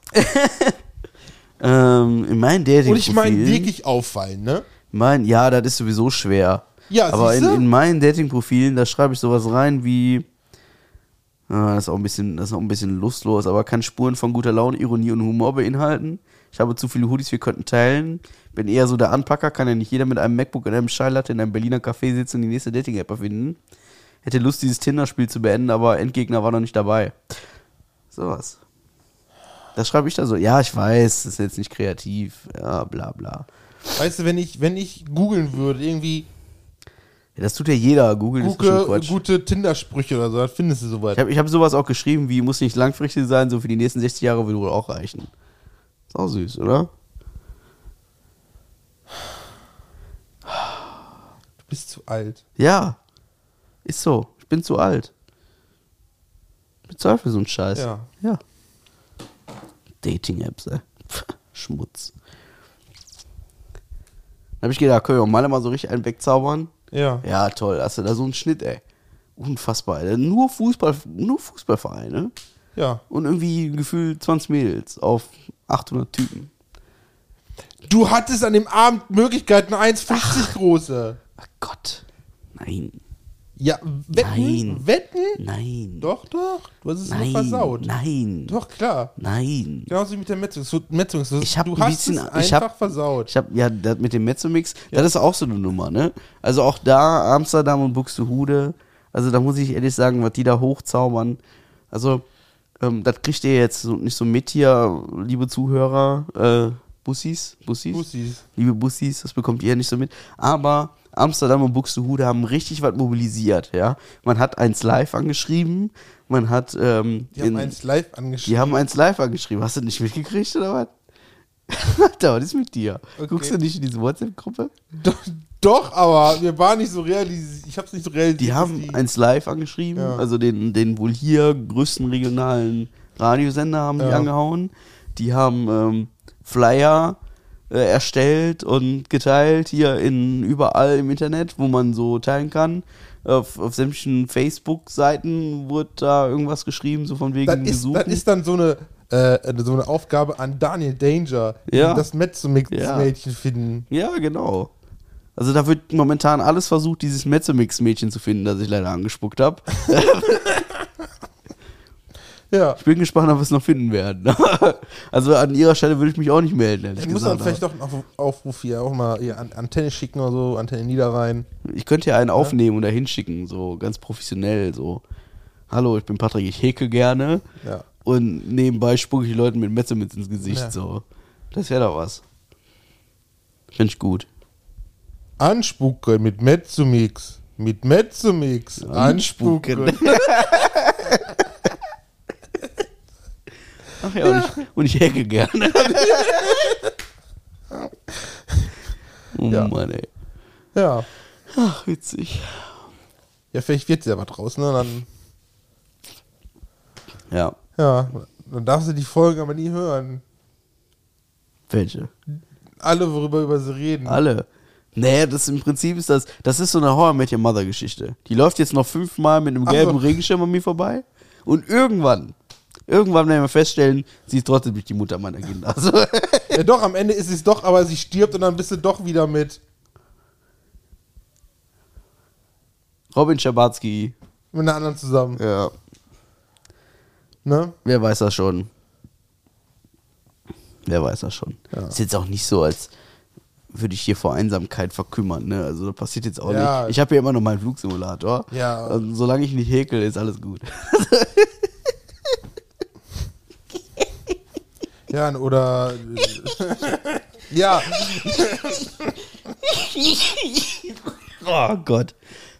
ähm, in meinen Dating-Profilen. Und ich meine wirklich auffallen, ne? Mein, ja, das ist sowieso schwer. Ja, aber in, siehste? in meinen Dating-Profilen, da schreibe ich sowas rein wie. Ah, das ist auch ein bisschen, das ist auch ein bisschen lustlos, aber kann Spuren von guter Laune, Ironie und Humor beinhalten. Ich habe zu viele Hoodies, wir könnten teilen. Bin eher so der Anpacker, kann ja nicht jeder mit einem MacBook und einem Schallplatte in einem Berliner Café sitzen und die nächste Dating-App erfinden. Hätte Lust, dieses Tinder-Spiel zu beenden, aber Endgegner war noch nicht dabei. Sowas. Das schreibe ich da so. Ja, ich weiß, das ist jetzt nicht kreativ. Ja, bla bla. Weißt du, wenn ich, wenn ich googeln würde, irgendwie Ja, das tut ja jeder. Google ist schon gute, Quatsch. gute Tinder-Sprüche oder so, dann findest du soweit. Ich habe ich hab sowas auch geschrieben, wie muss nicht langfristig sein, so für die nächsten sechzig Jahre würde wohl auch reichen. Ist auch süß, oder? Du bist zu alt. Ja. Ist so. Ich bin zu alt. Ich bin zu alt für so einen Scheiß. Ja. Ja. Dating-Apps, ey. Pff, Schmutz. Dann habe ich gedacht, können wir auch mal mal so richtig einen wegzaubern? Ja. Ja, toll. Hast du da so einen Schnitt, ey. Unfassbar, ey. Nur Fußball, nur Fußballvereine. Ja. Und irgendwie gefühlt zwanzig Mädels auf achthundert Typen. Du hattest an dem Abend Möglichkeiten, eine eins fünfzig große. Ach Gott. Nein. Ja, wetten? Nein. Wetten? Nein. Doch, doch. Du hast es nur Nein. versaut. Nein. Doch, klar. Nein. Genauso wie mit der Metzungs. Metzungs. Ich hab du ein hast bisschen- es ich einfach hab- versaut. Ich habe ja das mit dem Mezzomix, das ist auch so eine Nummer, ne? Also auch da Amsterdam und Buxtehude, also da muss ich ehrlich sagen, was die da hochzaubern. Also ähm, das kriegt ihr jetzt so, nicht so mit hier, liebe Zuhörer, äh, Bussis, Bussis, Bussis. liebe Bussis, das bekommt ihr nicht so mit. Aber Amsterdam und Buxtehude haben richtig was mobilisiert, ja. Man hat eins live angeschrieben, man hat ähm, Die haben in- eins live angeschrieben. die haben eins live angeschrieben. Hast du nicht mitgekriegt oder was? Alter, was ist mit dir? Okay. Guckst du nicht in diese WhatsApp-Gruppe? Doch, doch, aber wir waren nicht so realisiert. Ich hab's nicht so realisiert. Die dass haben die- eins live angeschrieben, Ja. also den, den wohl hier größten regionalen Radiosender haben die Ja. angehauen. Die haben ähm, Flyer äh, erstellt und geteilt hier in überall im Internet, wo man so teilen kann. Auf, auf sämtlichen Facebook-Seiten wurde da irgendwas geschrieben, so von wegen das, ist, Besuchen. das ist dann so eine, äh, so eine Aufgabe an Daniel Danger, Ja. das Metzomix-Mädchen Ja. finden. Ja, genau. Also da wird momentan alles versucht, dieses Mezzomix-Mädchen zu finden, das ich leider angespuckt habe. Ja. Ich bin gespannt, ob wir es noch finden werden. Also an ihrer Stelle würde ich mich auch nicht melden, ehrlich Ich muss dann gesagt. vielleicht doch einen Auf- Aufruf hier auch mal hier an Antenne schicken oder so, Antenne Niederrhein. Ich könnte ja einen aufnehmen und da hinschicken, so ganz professionell, so. Hallo, ich bin Patrick, ich häkel gerne. Ja. Und nebenbei spucke ich Leuten mit Mezzomix ins Gesicht, Ja. so. Das wäre doch was. Finde ich gut. Anspucken mit Metzomix. Mit Metzomix. Anspucken. Anspucken. Ach ja, und ich, und ich häkel gerne. Oh Ja. Mann, ey. Ja. Ach, witzig. Ja, vielleicht wird ja was draus, ne? Dann, Ja. ja. Dann darfst du die Folgen aber nie hören. Welche? Alle, worüber über sie reden. Alle. Nee, das im Prinzip ist das, das ist so eine How I Met Your Mother Geschichte. Die läuft jetzt noch fünfmal mit einem gelben Ach so. Regenschirm an mir vorbei. Und irgendwann, irgendwann werden wir feststellen, sie ist trotzdem nicht die Mutter meiner Kinder. Also, Ja doch, am Ende ist sie es doch, aber sie stirbt und dann bist du doch wieder mit, Robin Schabatsky, mit einer anderen zusammen. ja, Ne? wer weiß das schon. Wer weiß das schon. Ja. Ist jetzt auch nicht so, als würde ich hier vor Einsamkeit verkümmern, ne? Also da passiert jetzt auch Ja. nicht. Ich habe hier immer noch meinen Flugsimulator. Ja. Und solange ich nicht häkel, ist alles gut. Ja, oder. Ja. Oh Gott.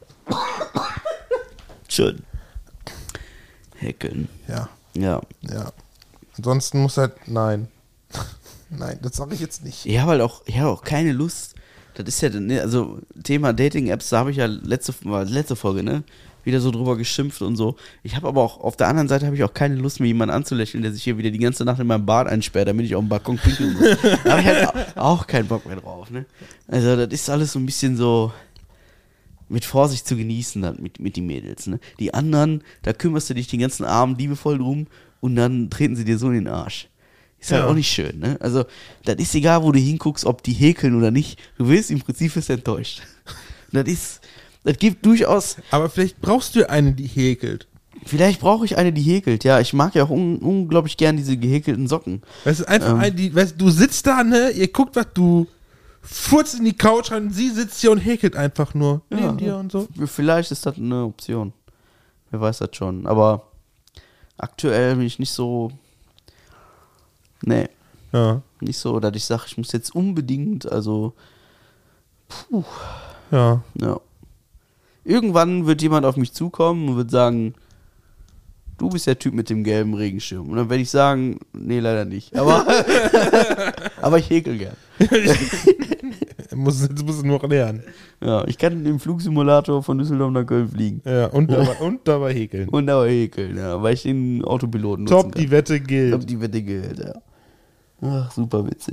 Schön. Häkeln. Ja. Ja. Ja. Ansonsten muss halt. Nein. Nein, das sage ich jetzt nicht. Ich habe halt auch, ich habe auch keine Lust. Das ist ja, ne, also Thema Dating-Apps, da habe ich ja letzte, letzte Folge, ne? Wieder so drüber geschimpft und so. Ich habe aber auch, auf der anderen Seite habe ich auch keine Lust, mir jemanden anzulächeln, der sich hier wieder die ganze Nacht in meinem Bad einsperrt, damit ich auf dem Balkon pinkeln muss. Da habe ich halt auch keinen Bock mehr drauf, ne? Also das ist alles so ein bisschen so mit Vorsicht zu genießen dann mit, mit den Mädels, ne? Die anderen, da kümmerst du dich den ganzen Abend liebevoll drum und dann treten sie dir so in den Arsch. Ist halt Ja. auch nicht schön, ne? Also, das ist egal, wo du hinguckst, ob die häkeln oder nicht. Du wirst im Prinzip bist enttäuscht. Das ist, das gibt durchaus, Aber vielleicht brauchst du eine, die häkelt. vielleicht brauche ich eine, die häkelt. Ja, ich mag ja auch un, unglaublich gern diese gehäkelten Socken. Weißt du, einfach Ähm. eine, die, weißt du, du sitzt da, ne? Ihr guckt, was du furzt in die Couch rein, sie sitzt hier und häkelt einfach nur Ja. neben dir und so. Vielleicht ist das eine Option. Wer weiß das schon. Aber aktuell bin ich nicht so, nee, Ja. nicht so, dass ich sage, ich muss jetzt unbedingt, also, puh. Ja. Ja. Irgendwann wird jemand auf mich zukommen und wird sagen, du bist der Typ mit dem gelben Regenschirm. Und dann werde ich sagen, nee, leider nicht. Aber, aber ich häkel gern. Muss, jetzt musst du nur noch lernen. Ja, ich kann im Flugsimulator von Düsseldorf nach Köln fliegen. Ja, und dabei, und dabei häkeln. Und aber häkeln, ja, weil ich den Autopiloten nutzen Top, kann. die Wette gilt. Top, die Wette gilt, ja. Ach, super witzig.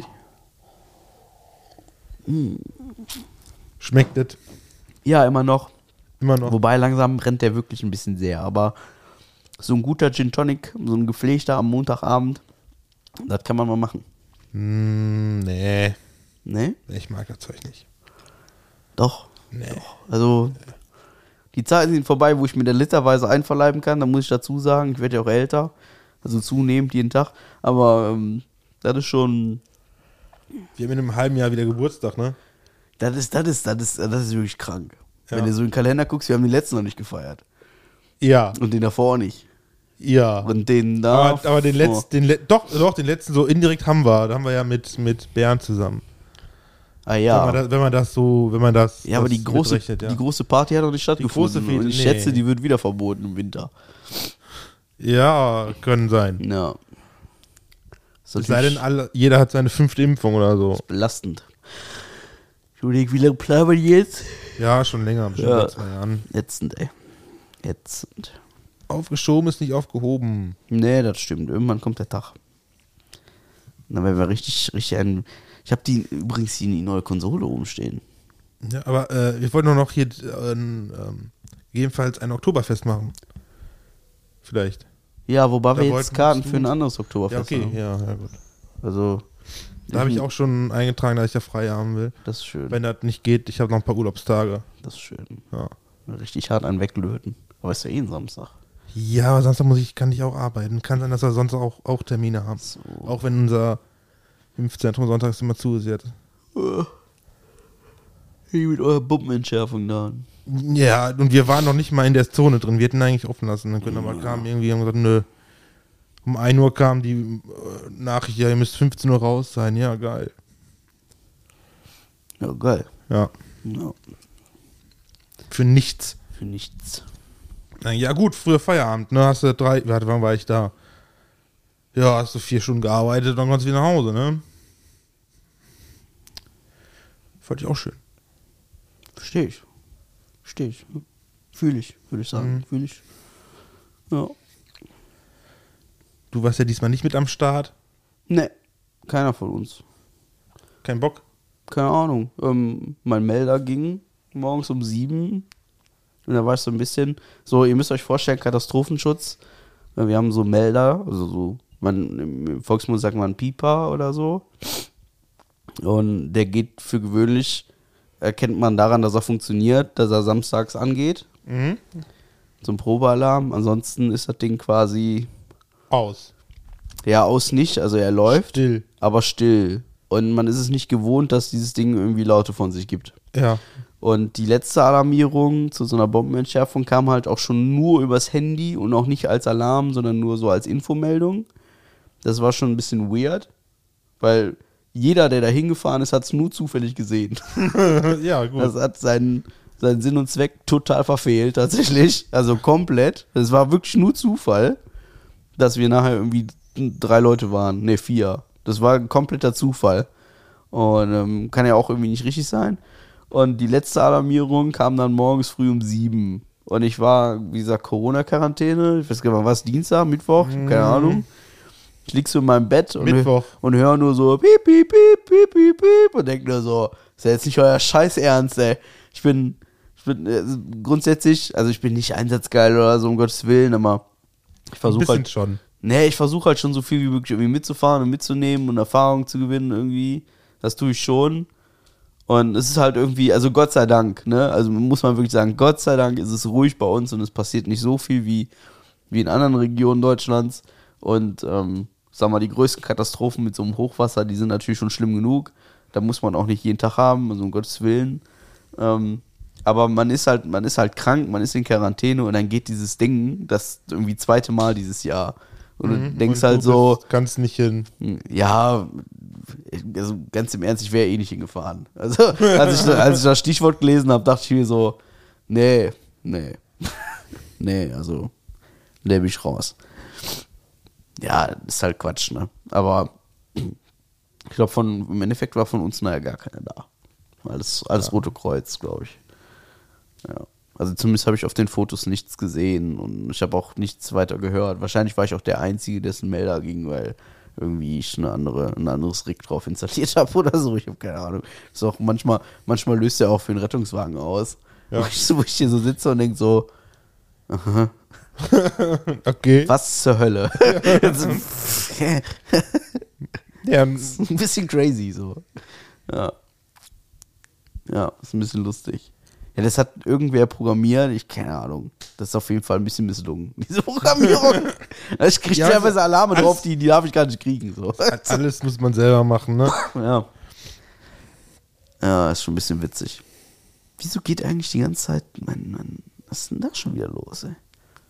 Schmeckt das Ja, immer noch. immer noch. Wobei langsam brennt der wirklich ein bisschen sehr. Aber so ein guter Gin Tonic, so ein gepflegter am Montagabend, das kann man mal machen. Mm, nee, Ne? ich mag das Zeug nicht. Doch. Nee. Doch. Also, die Zeiten sind vorbei, wo ich mir der literweise einverleiben kann. Da muss ich dazu sagen, ich werde ja auch älter. Also zunehmend jeden Tag. Aber ähm, das ist schon. Wir haben in einem halben Jahr wieder Geburtstag, ne? Das ist, das ist, das ist, das ist wirklich krank. Ja. Wenn du so in den Kalender guckst, wir haben den letzten noch nicht gefeiert. Ja, Und den davor nicht. ja. Und den da. Aber, aber den letzten, den Le doch, doch, den letzten so indirekt haben wir. Da haben wir ja mit, mit Bernd zusammen. Ah ja. Wenn, man das, wenn man das so, wenn man das. Ja, aber das die große, mitrechnet, ja. die große Party hat noch nicht stattgefunden. große Fete, und ich nee. schätze, die wird wieder verboten im Winter. Ja, können sein. Ja. Das ist Es sei denn, natürlich alle, jeder hat seine fünfte Impfung oder so. belastend. Julik, wie lange planen wir die jetzt? Ja, schon länger, bestimmt Ja. seit zwei Jahren. Ätzend, ey. Ätzend. Aufgeschoben ist nicht aufgehoben. Nee, das stimmt. Irgendwann kommt der Tag. Dann werden wir richtig, richtig ein. Ich habe die übrigens die neue Konsole umstehen. Ja, aber äh, wir wollten nur noch hier äh, ähm, jedenfalls ein Oktoberfest machen. Vielleicht. Ja, wobei Da wir wollten jetzt Karten wir- für ein anderes Ja, Oktoberfest okay, haben. ja, ja, gut. Also, Da habe ich auch schon eingetragen, dass ich da frei haben will. das ist schön. Wenn das nicht geht, ich habe noch ein paar Urlaubstage. Das ist schön. Ja. Richtig hart einen weglöten. Aber ist ja eh ein Samstag. Ja, aber sonst muss ich, kann ich auch arbeiten. Kann sein, dass wir sonst auch, auch Termine haben. So. Auch wenn unser Impfzentrum sonntags immer zu ist jetzt. Hey, mit eurer Bombenentschärfung da. Ja, und wir waren noch nicht mal in der Zone drin. Wir hätten eigentlich offen lassen. Dann können aber kamen irgendwie und gesagt, nö. Um ein Uhr kam die äh, Nachricht, ja, ihr müsst fünfzehn Uhr raus sein. Ja, geil. Ja, geil. Ja, Ja, für nichts. für nichts. Na, ja gut, früher Feierabend, ne? Hast du drei, warte, wann war ich da? Ja, hast du vier Stunden gearbeitet, dann kommst du wieder nach Hause, ne? Fand ich auch schön. Verstehe ich. Verstehe ich. Fühle ich, würde ich sagen. Mhm. Fühle ich. Ja. Du warst ja diesmal nicht mit am Start. Ne, keiner von uns. Kein Bock? Keine Ahnung. Ähm, mein Melder ging morgens um sieben. Und da war ich so ein bisschen, so, ihr müsst euch vorstellen, Katastrophenschutz. Wir haben so Melder, also so, man, im Volksmund sagt man Pieper oder so. Und der geht für gewöhnlich, erkennt man daran, dass er funktioniert, dass er samstags angeht. Mhm. Zum Probealarm. Ansonsten ist das Ding quasi Aus. ja aus nicht, also er läuft, Still. aber still. Und man ist es nicht gewohnt, dass dieses Ding irgendwie Laute von sich gibt. Ja. Und die letzte Alarmierung zu so einer Bombenentschärfung kam halt auch schon nur übers Handy und auch nicht als Alarm, sondern nur so als Infomeldung. Das war schon ein bisschen weird, weil jeder, der da hingefahren ist, hat es nur zufällig gesehen. Ja, gut. Das hat seinen, seinen Sinn und Zweck total verfehlt, tatsächlich. Also komplett. Es war wirklich nur Zufall, dass wir nachher irgendwie drei Leute waren. Ne, vier. Das war ein kompletter Zufall. Und ähm, kann ja auch irgendwie nicht richtig sein. Und die letzte Alarmierung kam dann morgens früh um sieben. Und ich war, wie gesagt, Corona-Quarantäne. Ich weiß gar nicht mehr, was, Dienstag, Mittwoch? Ich hab keine Ahnung. Ich lieg so in meinem Bett und, Mittwoch. und höre nur so piep, piep, piep, piep, piep, piep und denke nur so, ist ja jetzt nicht euer Scheiß Ernst, ey. Ich bin, ich bin äh, grundsätzlich, also ich bin nicht einsatzgeil oder so, um Gottes Willen, aber ich versuche halt schon. Nee, ich versuche halt schon so viel wie möglich irgendwie mitzufahren und mitzunehmen und Erfahrung zu gewinnen irgendwie. Das tue ich schon. Und es ist halt irgendwie, also Gott sei Dank, ne? Also muss man wirklich sagen, Gott sei Dank ist es ruhig bei uns und es passiert nicht so viel wie, wie in anderen Regionen Deutschlands. Und ähm, sag mal, die größten Katastrophen mit so einem Hochwasser, die sind natürlich schon schlimm genug. Da muss man auch nicht jeden Tag haben, also um Gottes Willen. Ähm, aber man ist halt, man ist halt krank, man ist in Quarantäne und dann geht dieses Ding, das irgendwie zweite Mal dieses Jahr. Und du Mhm. denkst Und halt du so, bist ganz nicht hin. ja, also ganz im Ernst, ich wäre eh nicht hingefahren. Also als ich, als ich das Stichwort gelesen habe, dachte ich mir so, nee, nee, nee, also, nee, bin ich raus. Ja, ist halt Quatsch, ne? Aber ich glaube, von im Endeffekt war von uns nachher gar keiner da. Alles, alles Ja. Rote Kreuz, glaube ich. Ja. Also zumindest habe ich auf den Fotos nichts gesehen und ich habe auch nichts weiter gehört. Wahrscheinlich war ich auch der Einzige, dessen Melder ging, weil irgendwie ich eine andere, ein anderes Rig drauf installiert habe oder so. Ich habe keine Ahnung. Das ist auch manchmal, manchmal löst er auch für den Rettungswagen aus. Ja. Wo, ich, so- wo ich hier so sitze und denke so, aha, Okay. was zur Hölle? Jetzt, Ja, ein bisschen crazy so. Ja. Ja, ist ein bisschen lustig. Ja, das hat irgendwer programmiert, ich keine Ahnung. Das ist auf jeden Fall ein bisschen misslungen, diese Programmierung. Ich kriege Ja, teilweise Alarme alles- drauf, die, die darf ich gar nicht kriegen. So. alles muss man selber machen, ne? Ja. Ja, ist schon ein bisschen witzig. Wieso geht eigentlich die ganze Zeit mein, mein was ist denn da schon wieder los, ey?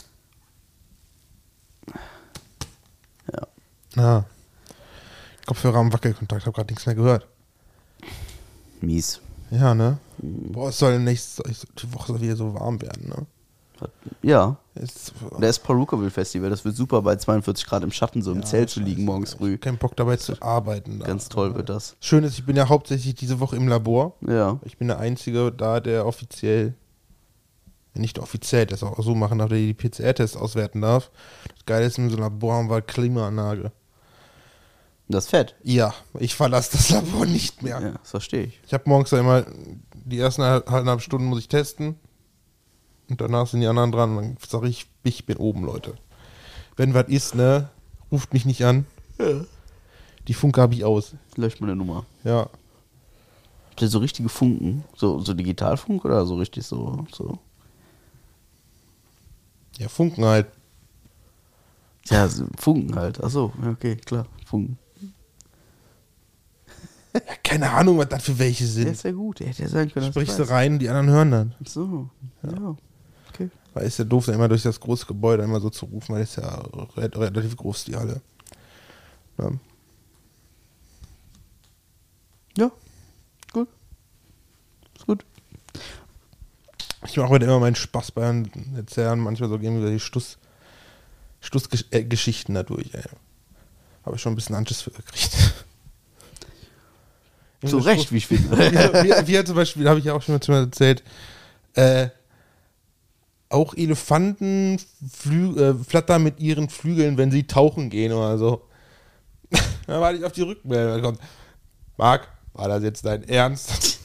Ja. Ja. Kopfhörer am Wackelkontakt, hab grad nichts mehr gehört. Mies. Ja, ne? Boah, es soll nächste die Woche soll wieder so warm werden, ne? Ja. Ist, Das Palookaville Festival, das wird super bei zweiundvierzig Grad im Schatten so im Ja, Zelt zu liegen scheiße, morgens ich früh. hab keinen Bock dabei zu arbeiten. Da. Ganz toll wird das. Schön ist, ich bin ja hauptsächlich diese Woche im Labor. Ja. Ich bin der Einzige da, der offiziell, nicht offiziell, das auch so machen darf, der die P C R-Tests auswerten darf. Das Geile ist, in so einem Labor haben wir Klimaanlage. Das ist fett. Ja, ich verlasse das Labor nicht mehr. Ja, das verstehe ich. Ich habe morgens ja immer, die ersten halbeinhalb Stunden muss ich testen. Und danach sind die anderen dran. Und dann sage ich, ich bin oben, Leute. Wenn was ist, ne, ruft mich nicht an. Die Funke habe ich aus. Löscht meine Nummer. Ja. Habt ihr so richtige Funken? So, so Digitalfunk oder so richtig so? so? Ja, Funken halt. Ja, so Funken halt. Achso, ja, okay, klar. Funken. Ja, keine Ahnung, was das für welche Der sind. ist ja gut. Der hätte ja sein können. dass Sprichst du du rein und die anderen hören dann. weißt. So, ja. Okay. Weil ist ja doof, dann immer durch das große Gebäude immer so zu rufen, weil das ist ja re- relativ groß, die Halle. Ja. Ja, gut. Ist gut. Ich mache heute immer meinen Spaß bei erzählen, manchmal so gehen wir die Stuss, Stussgeschichten dadurch, ey. Habe ich schon ein bisschen Anschiss für gekriegt. Zu Recht, wie ich finde. wie, wie, wie halt zum Beispiel, habe ich ja auch schon mal erzählt, äh, auch Elefanten flü- äh, flattern mit ihren Flügeln, wenn sie tauchen gehen oder so. Dann warte ich auf die Rückmeldung. Kommt, Marc, war das jetzt dein Ernst?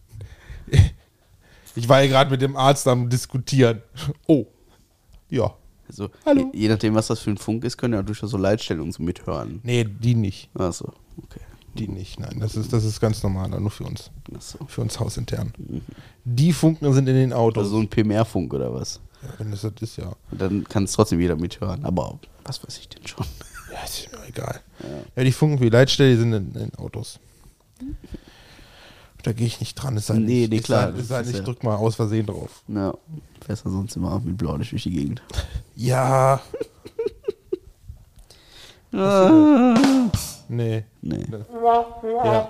Ich war ja gerade mit dem Arzt am Diskutieren. Oh, ja. Also, Hallo. Je, je nachdem, was das für ein Funk ist, können ja durchaus so Leitstellungen so mithören. Nee, die nicht. Achso, okay. Die nicht, nein. Das ist, das ist ganz normal, nur für uns. Achso. Für uns hausintern. Die Funken sind in den Autos. Also so ein P M R-Funk oder was? Ja, wenn das das ist, ja. Und dann kann es trotzdem jeder mithören. Aber was weiß ich denn schon? Ja, ist mir egal. Ja, ja, die Funken für die Leitstelle, die sind in, in Autos. Da gehe ich nicht dran. Es sei Nee, nicht, nee, es klar, Sei, das es sei ist nicht, ja- drück mal aus Versehen drauf. Ja, fährst du sonst immer mit Blaulicht durch die Gegend. Ja. Nee. Nee. Ja.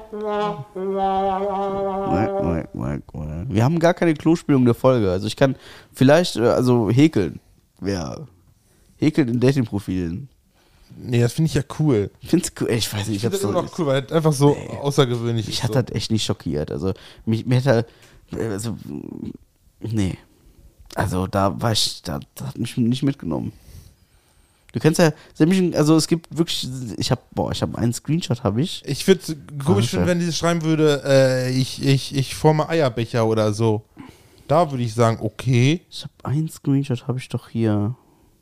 Wir haben gar keine Klospülung der Folge. Also ich kann vielleicht, äh, also häkeln. Wer häkelt in Dating-Profilen. Nee, das finde ich ja cool. Ich find's cool. Ich weiß nicht, Ich ich finde hab's das so, immer noch cool, weil das einfach so außergewöhnlich mich ist. hat so. das echt nicht schockiert. Also mich, mir hat halt, also, nee. Also da war ich, da, da hat mich nicht mitgenommen. Du kennst ja, sämtlichen- also es gibt wirklich, ich habe, boah, ich habe einen Screenshot, habe ich. Ich würde es komisch Wahnsinn. finden, wenn diese schreiben würde, äh, ich, ich, ich forme Eierbecher oder so. Da würde ich sagen, okay. Ich habe einen Screenshot, habe ich doch hier.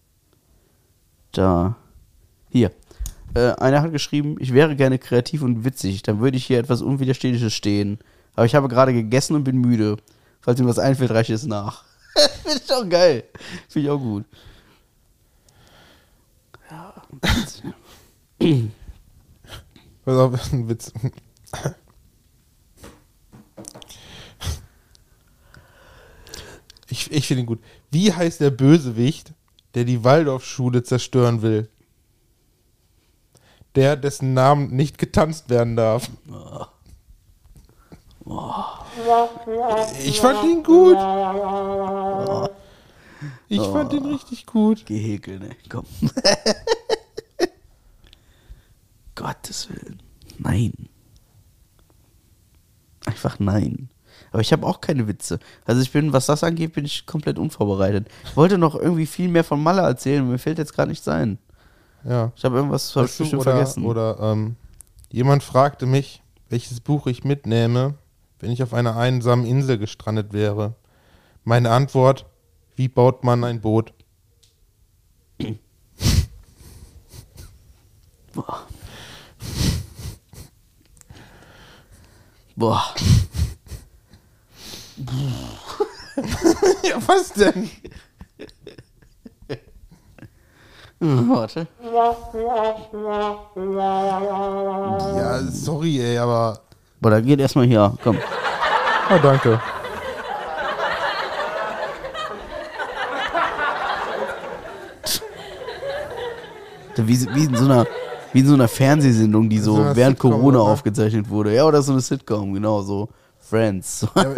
Da. Hier. Äh, einer hat geschrieben, ich wäre gerne kreativ und witzig, dann würde ich hier etwas Unwiderstehliches stehen. Aber ich habe gerade gegessen und bin müde. Falls mir was einfällt, reiche es nach. Finde ich doch geil. Finde ich auch gut. Ja. Pass auf, das ist ein Witz. Ich, ich finde ihn gut. Wie heißt der Bösewicht, der die Waldorfschule zerstören will? Der, dessen Namen nicht getanzt werden darf. Ich fand ihn gut. Ich fand ihn richtig gut. Gehäkel, ne? Komm. Gottes Willen. Nein. Einfach nein. Aber ich habe auch keine Witze. Also ich bin, was das angeht, bin ich komplett unvorbereitet. Ich wollte noch irgendwie viel mehr von Malle erzählen, mir fällt jetzt gerade nichts ein. Ja. Ich habe irgendwas hab ich Weißt du, bestimmt oder, vergessen. Oder ähm, jemand fragte mich, welches Buch ich mitnehme, wenn ich auf einer einsamen Insel gestrandet wäre. Meine Antwort, wie baut man ein Boot? Boah. Boah. Ja, was denn? Hm, warte. Ja, sorry, ey, aber... Boah, da geht erstmal hier. Komm. Oh, danke. Wie, wie, in so einer, wie in so einer Fernsehsendung, die so, So einer während Sitcom, Corona oder? aufgezeichnet wurde. Ja, oder so eine Sitcom, genau so. Friends. Ein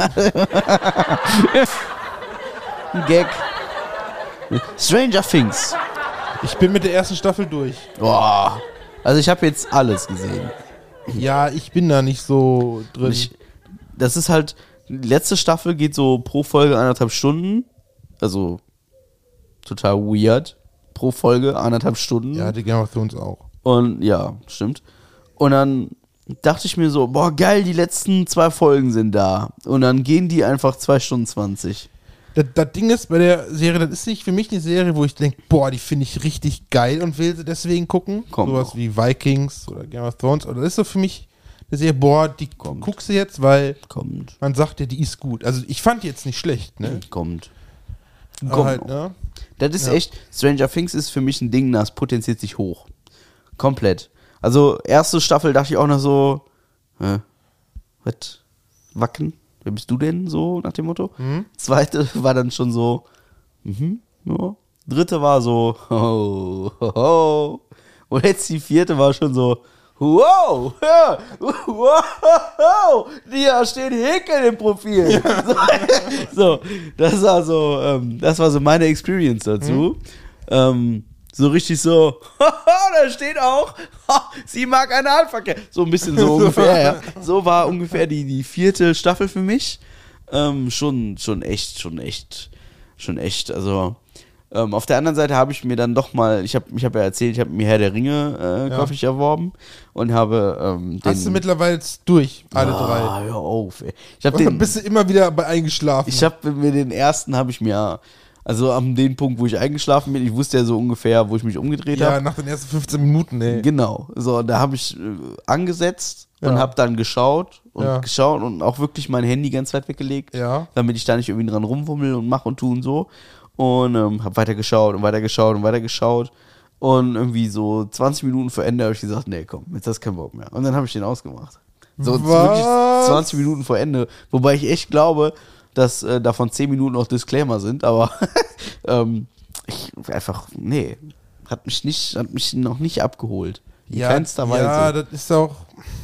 Gag. Stranger Things. Ich bin mit der ersten Staffel durch. Boah. Also ich habe jetzt alles gesehen. Ja, ich bin da nicht so drin. Und ich, das ist halt, die letzte Staffel geht so pro Folge anderthalb Stunden. Also total weird. Pro Folge anderthalb Stunden. ja, die Game of Thrones auch. Und ja, stimmt. Und dann dachte ich mir so, boah, geil, die letzten zwei Folgen sind da. Und dann gehen die einfach zwei Stunden zwanzig. Das, das Ding ist bei der Serie, das ist nicht für mich eine Serie, wo ich denke, boah, die finde ich richtig geil und will sie deswegen gucken. Kommt Sowas noch. wie Vikings oder Game of Thrones. Oder das ist so für mich eine Serie, boah, die Kommt. guckst du jetzt, weil Kommt. man sagt dir, die ist gut. Also ich fand die jetzt nicht schlecht, ne? Kommt. Aber Kommt halt, noch. ne? Das ist Ja. echt, Stranger Things ist für mich ein Ding, das potenziert sich hoch. Komplett. Also, erste Staffel dachte ich auch noch so, hä, was, Wacken? Wer bist du denn, so nach dem Motto? Mhm. Zweite war dann schon so, mhm, ja. Dritte war so, ho, ho, ho. Und jetzt die vierte war schon so, wow, ja, wow, da steht Häkel im Profil. So, so, das war so, ähm, das war so meine Experience dazu. Ähm, so richtig so, da steht auch, sie mag Analverkehr. So ein bisschen so ungefähr, ja. So war ungefähr die, die vierte Staffel für mich. Ähm, schon, schon echt, schon echt, schon echt, also ähm, auf der anderen Seite habe ich mir dann doch mal, ich habe ich hab ja erzählt, ich habe mir Herr der Ringe äh, Ja. käuflich erworben und habe ähm, den... Hast du mittlerweile jetzt durch, alle drei? Ah, hör auf, ey. Ich habe Oder den... bist du immer wieder bei eingeschlafen? Ich habe mir den ersten, habe ich mir, also am dem Punkt, wo ich eingeschlafen bin, ich wusste ja so ungefähr, wo ich mich umgedreht ja, habe. nach den ersten fünfzehn Minuten, ey. Genau, so, da habe ich äh, angesetzt und Ja. habe dann geschaut und Ja. geschaut und auch wirklich mein Handy ganz weit weggelegt, Ja. damit ich da nicht irgendwie dran rumwummel und mach und tu und so. Und ähm, habe weiter geschaut und weiter geschaut und weiter geschaut. Und irgendwie so zwanzig Minuten vor Ende habe ich gesagt, nee, komm, jetzt hast du keinen Bock mehr. Und dann habe ich den ausgemacht. So Was? wirklich zwanzig Minuten vor Ende. Wobei ich echt glaube, dass äh, davon zehn Minuten noch Disclaimer sind, aber ähm, ich einfach, nee, hat mich nicht, hat mich noch nicht abgeholt. In Ja, keinster Weise. ja, das ist auch.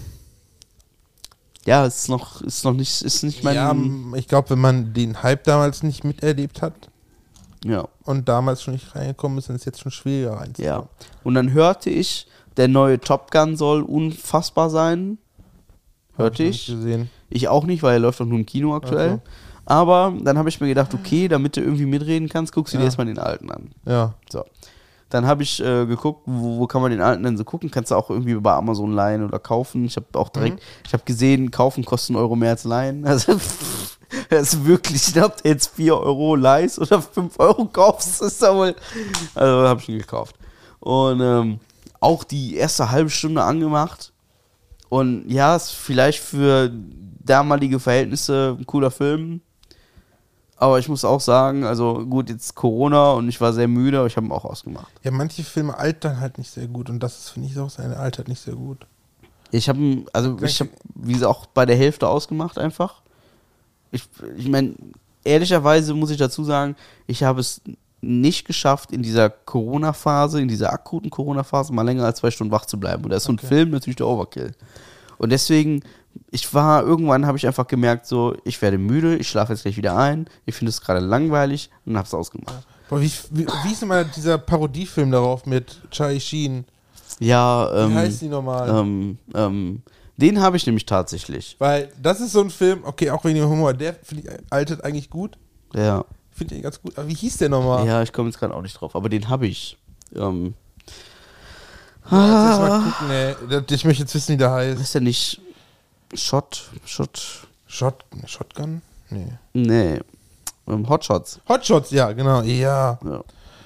Ja, es ist noch, ist noch nicht, ist nicht mein. Ja, ich glaube, wenn man den Hype damals nicht miterlebt hat ja. und damals schon nicht reingekommen ist, dann ist es jetzt schon schwieriger reinzukommen. Ja. Und dann hörte ich, der neue Top Gun soll unfassbar sein. Hörte Hab ich. nicht gesehen. Ich auch nicht, weil er läuft doch nur im Kino aktuell. Ach Aber dann habe ich mir gedacht, okay, damit du irgendwie mitreden kannst, guckst du dir Ja. erstmal den alten an. Ja. So. Dann habe ich äh, geguckt, wo, wo kann man den alten denn so gucken? Kannst du auch irgendwie bei Amazon leihen oder kaufen. Ich habe auch direkt, ich habe gesehen, kaufen kostet einen Euro mehr als leihen. Also, das ist wirklich, ich glaube, jetzt vier Euro leihst oder fünf Euro kaufst, ist da wohl. Also habe ich ihn gekauft. Und ähm, auch die erste halbe Stunde angemacht. Und ja, ist vielleicht für damalige Verhältnisse ein cooler Film. Aber ich muss auch sagen, also gut, jetzt Corona und ich war sehr müde, aber ich habe ihn auch ausgemacht. Ja, manche Filme altern halt nicht sehr gut und das ist, finde ich, auch seine altert nicht sehr gut. Ich habe ihn, also ich habe, wie gesagt, auch bei der Hälfte ausgemacht einfach. Ich, ich meine, ehrlicherweise muss ich dazu sagen, ich habe es nicht geschafft, in dieser Corona-Phase, in dieser akuten Corona-Phase mal länger als zwei Stunden wach zu bleiben. Und da ist so ein Okay. Film natürlich der Overkill. Und deswegen, ich war, irgendwann habe ich einfach gemerkt, so, ich werde müde, ich schlafe jetzt gleich wieder ein, ich finde es gerade langweilig und habe es ausgemacht. Boah, wie, wie, wie ist denn mal dieser Parodiefilm darauf mit Charlie Sheen? Ja, Wie ähm, heißt die nochmal? ähm, ähm, den habe ich nämlich tatsächlich. Weil das ist so ein Film, okay, auch wegen dem Humor, der finde ich altert eigentlich gut. Ja. Finde ich ganz gut. Aber wie hieß der nochmal? Ja, ich komme jetzt gerade auch nicht drauf, aber den habe ich. Ähm, Boah, jetzt mal gucken, ey. Das- Ich möchte jetzt wissen, wie der heißt. ist der nicht Shot? Shot? Shot, Shotgun? Nee. Nee. Ähm, Hotshots. Hotshots, ja, genau. Ja. Ja,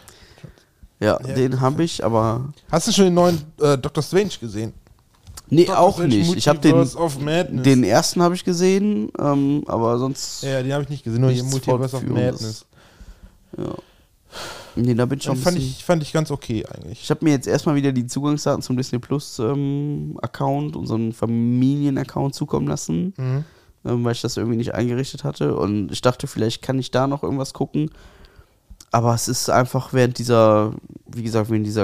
ja, Ja, den habe ich, aber. Hast du schon den neuen äh, Doctor Strange gesehen? Nee, Doctor auch Strange nicht. Ich habe den, Multiverse of Madness. den ersten habe ich gesehen, ähm, aber sonst. Ja, den habe ich nicht gesehen, nur hier nichts Multiverse of Fortführendes. Madness. Ja. Nee, da bin ich schon Den ein fand bisschen. ich, fand ich ganz okay eigentlich. Ich habe mir jetzt erstmal wieder die Zugangsdaten zum Disney Plus ähm, Account, unseren Familien-Account zukommen lassen, Mhm. ähm, weil ich das irgendwie nicht eingerichtet hatte. Und ich dachte, vielleicht kann ich da noch irgendwas gucken. Aber es ist einfach während dieser, wie gesagt, während dieser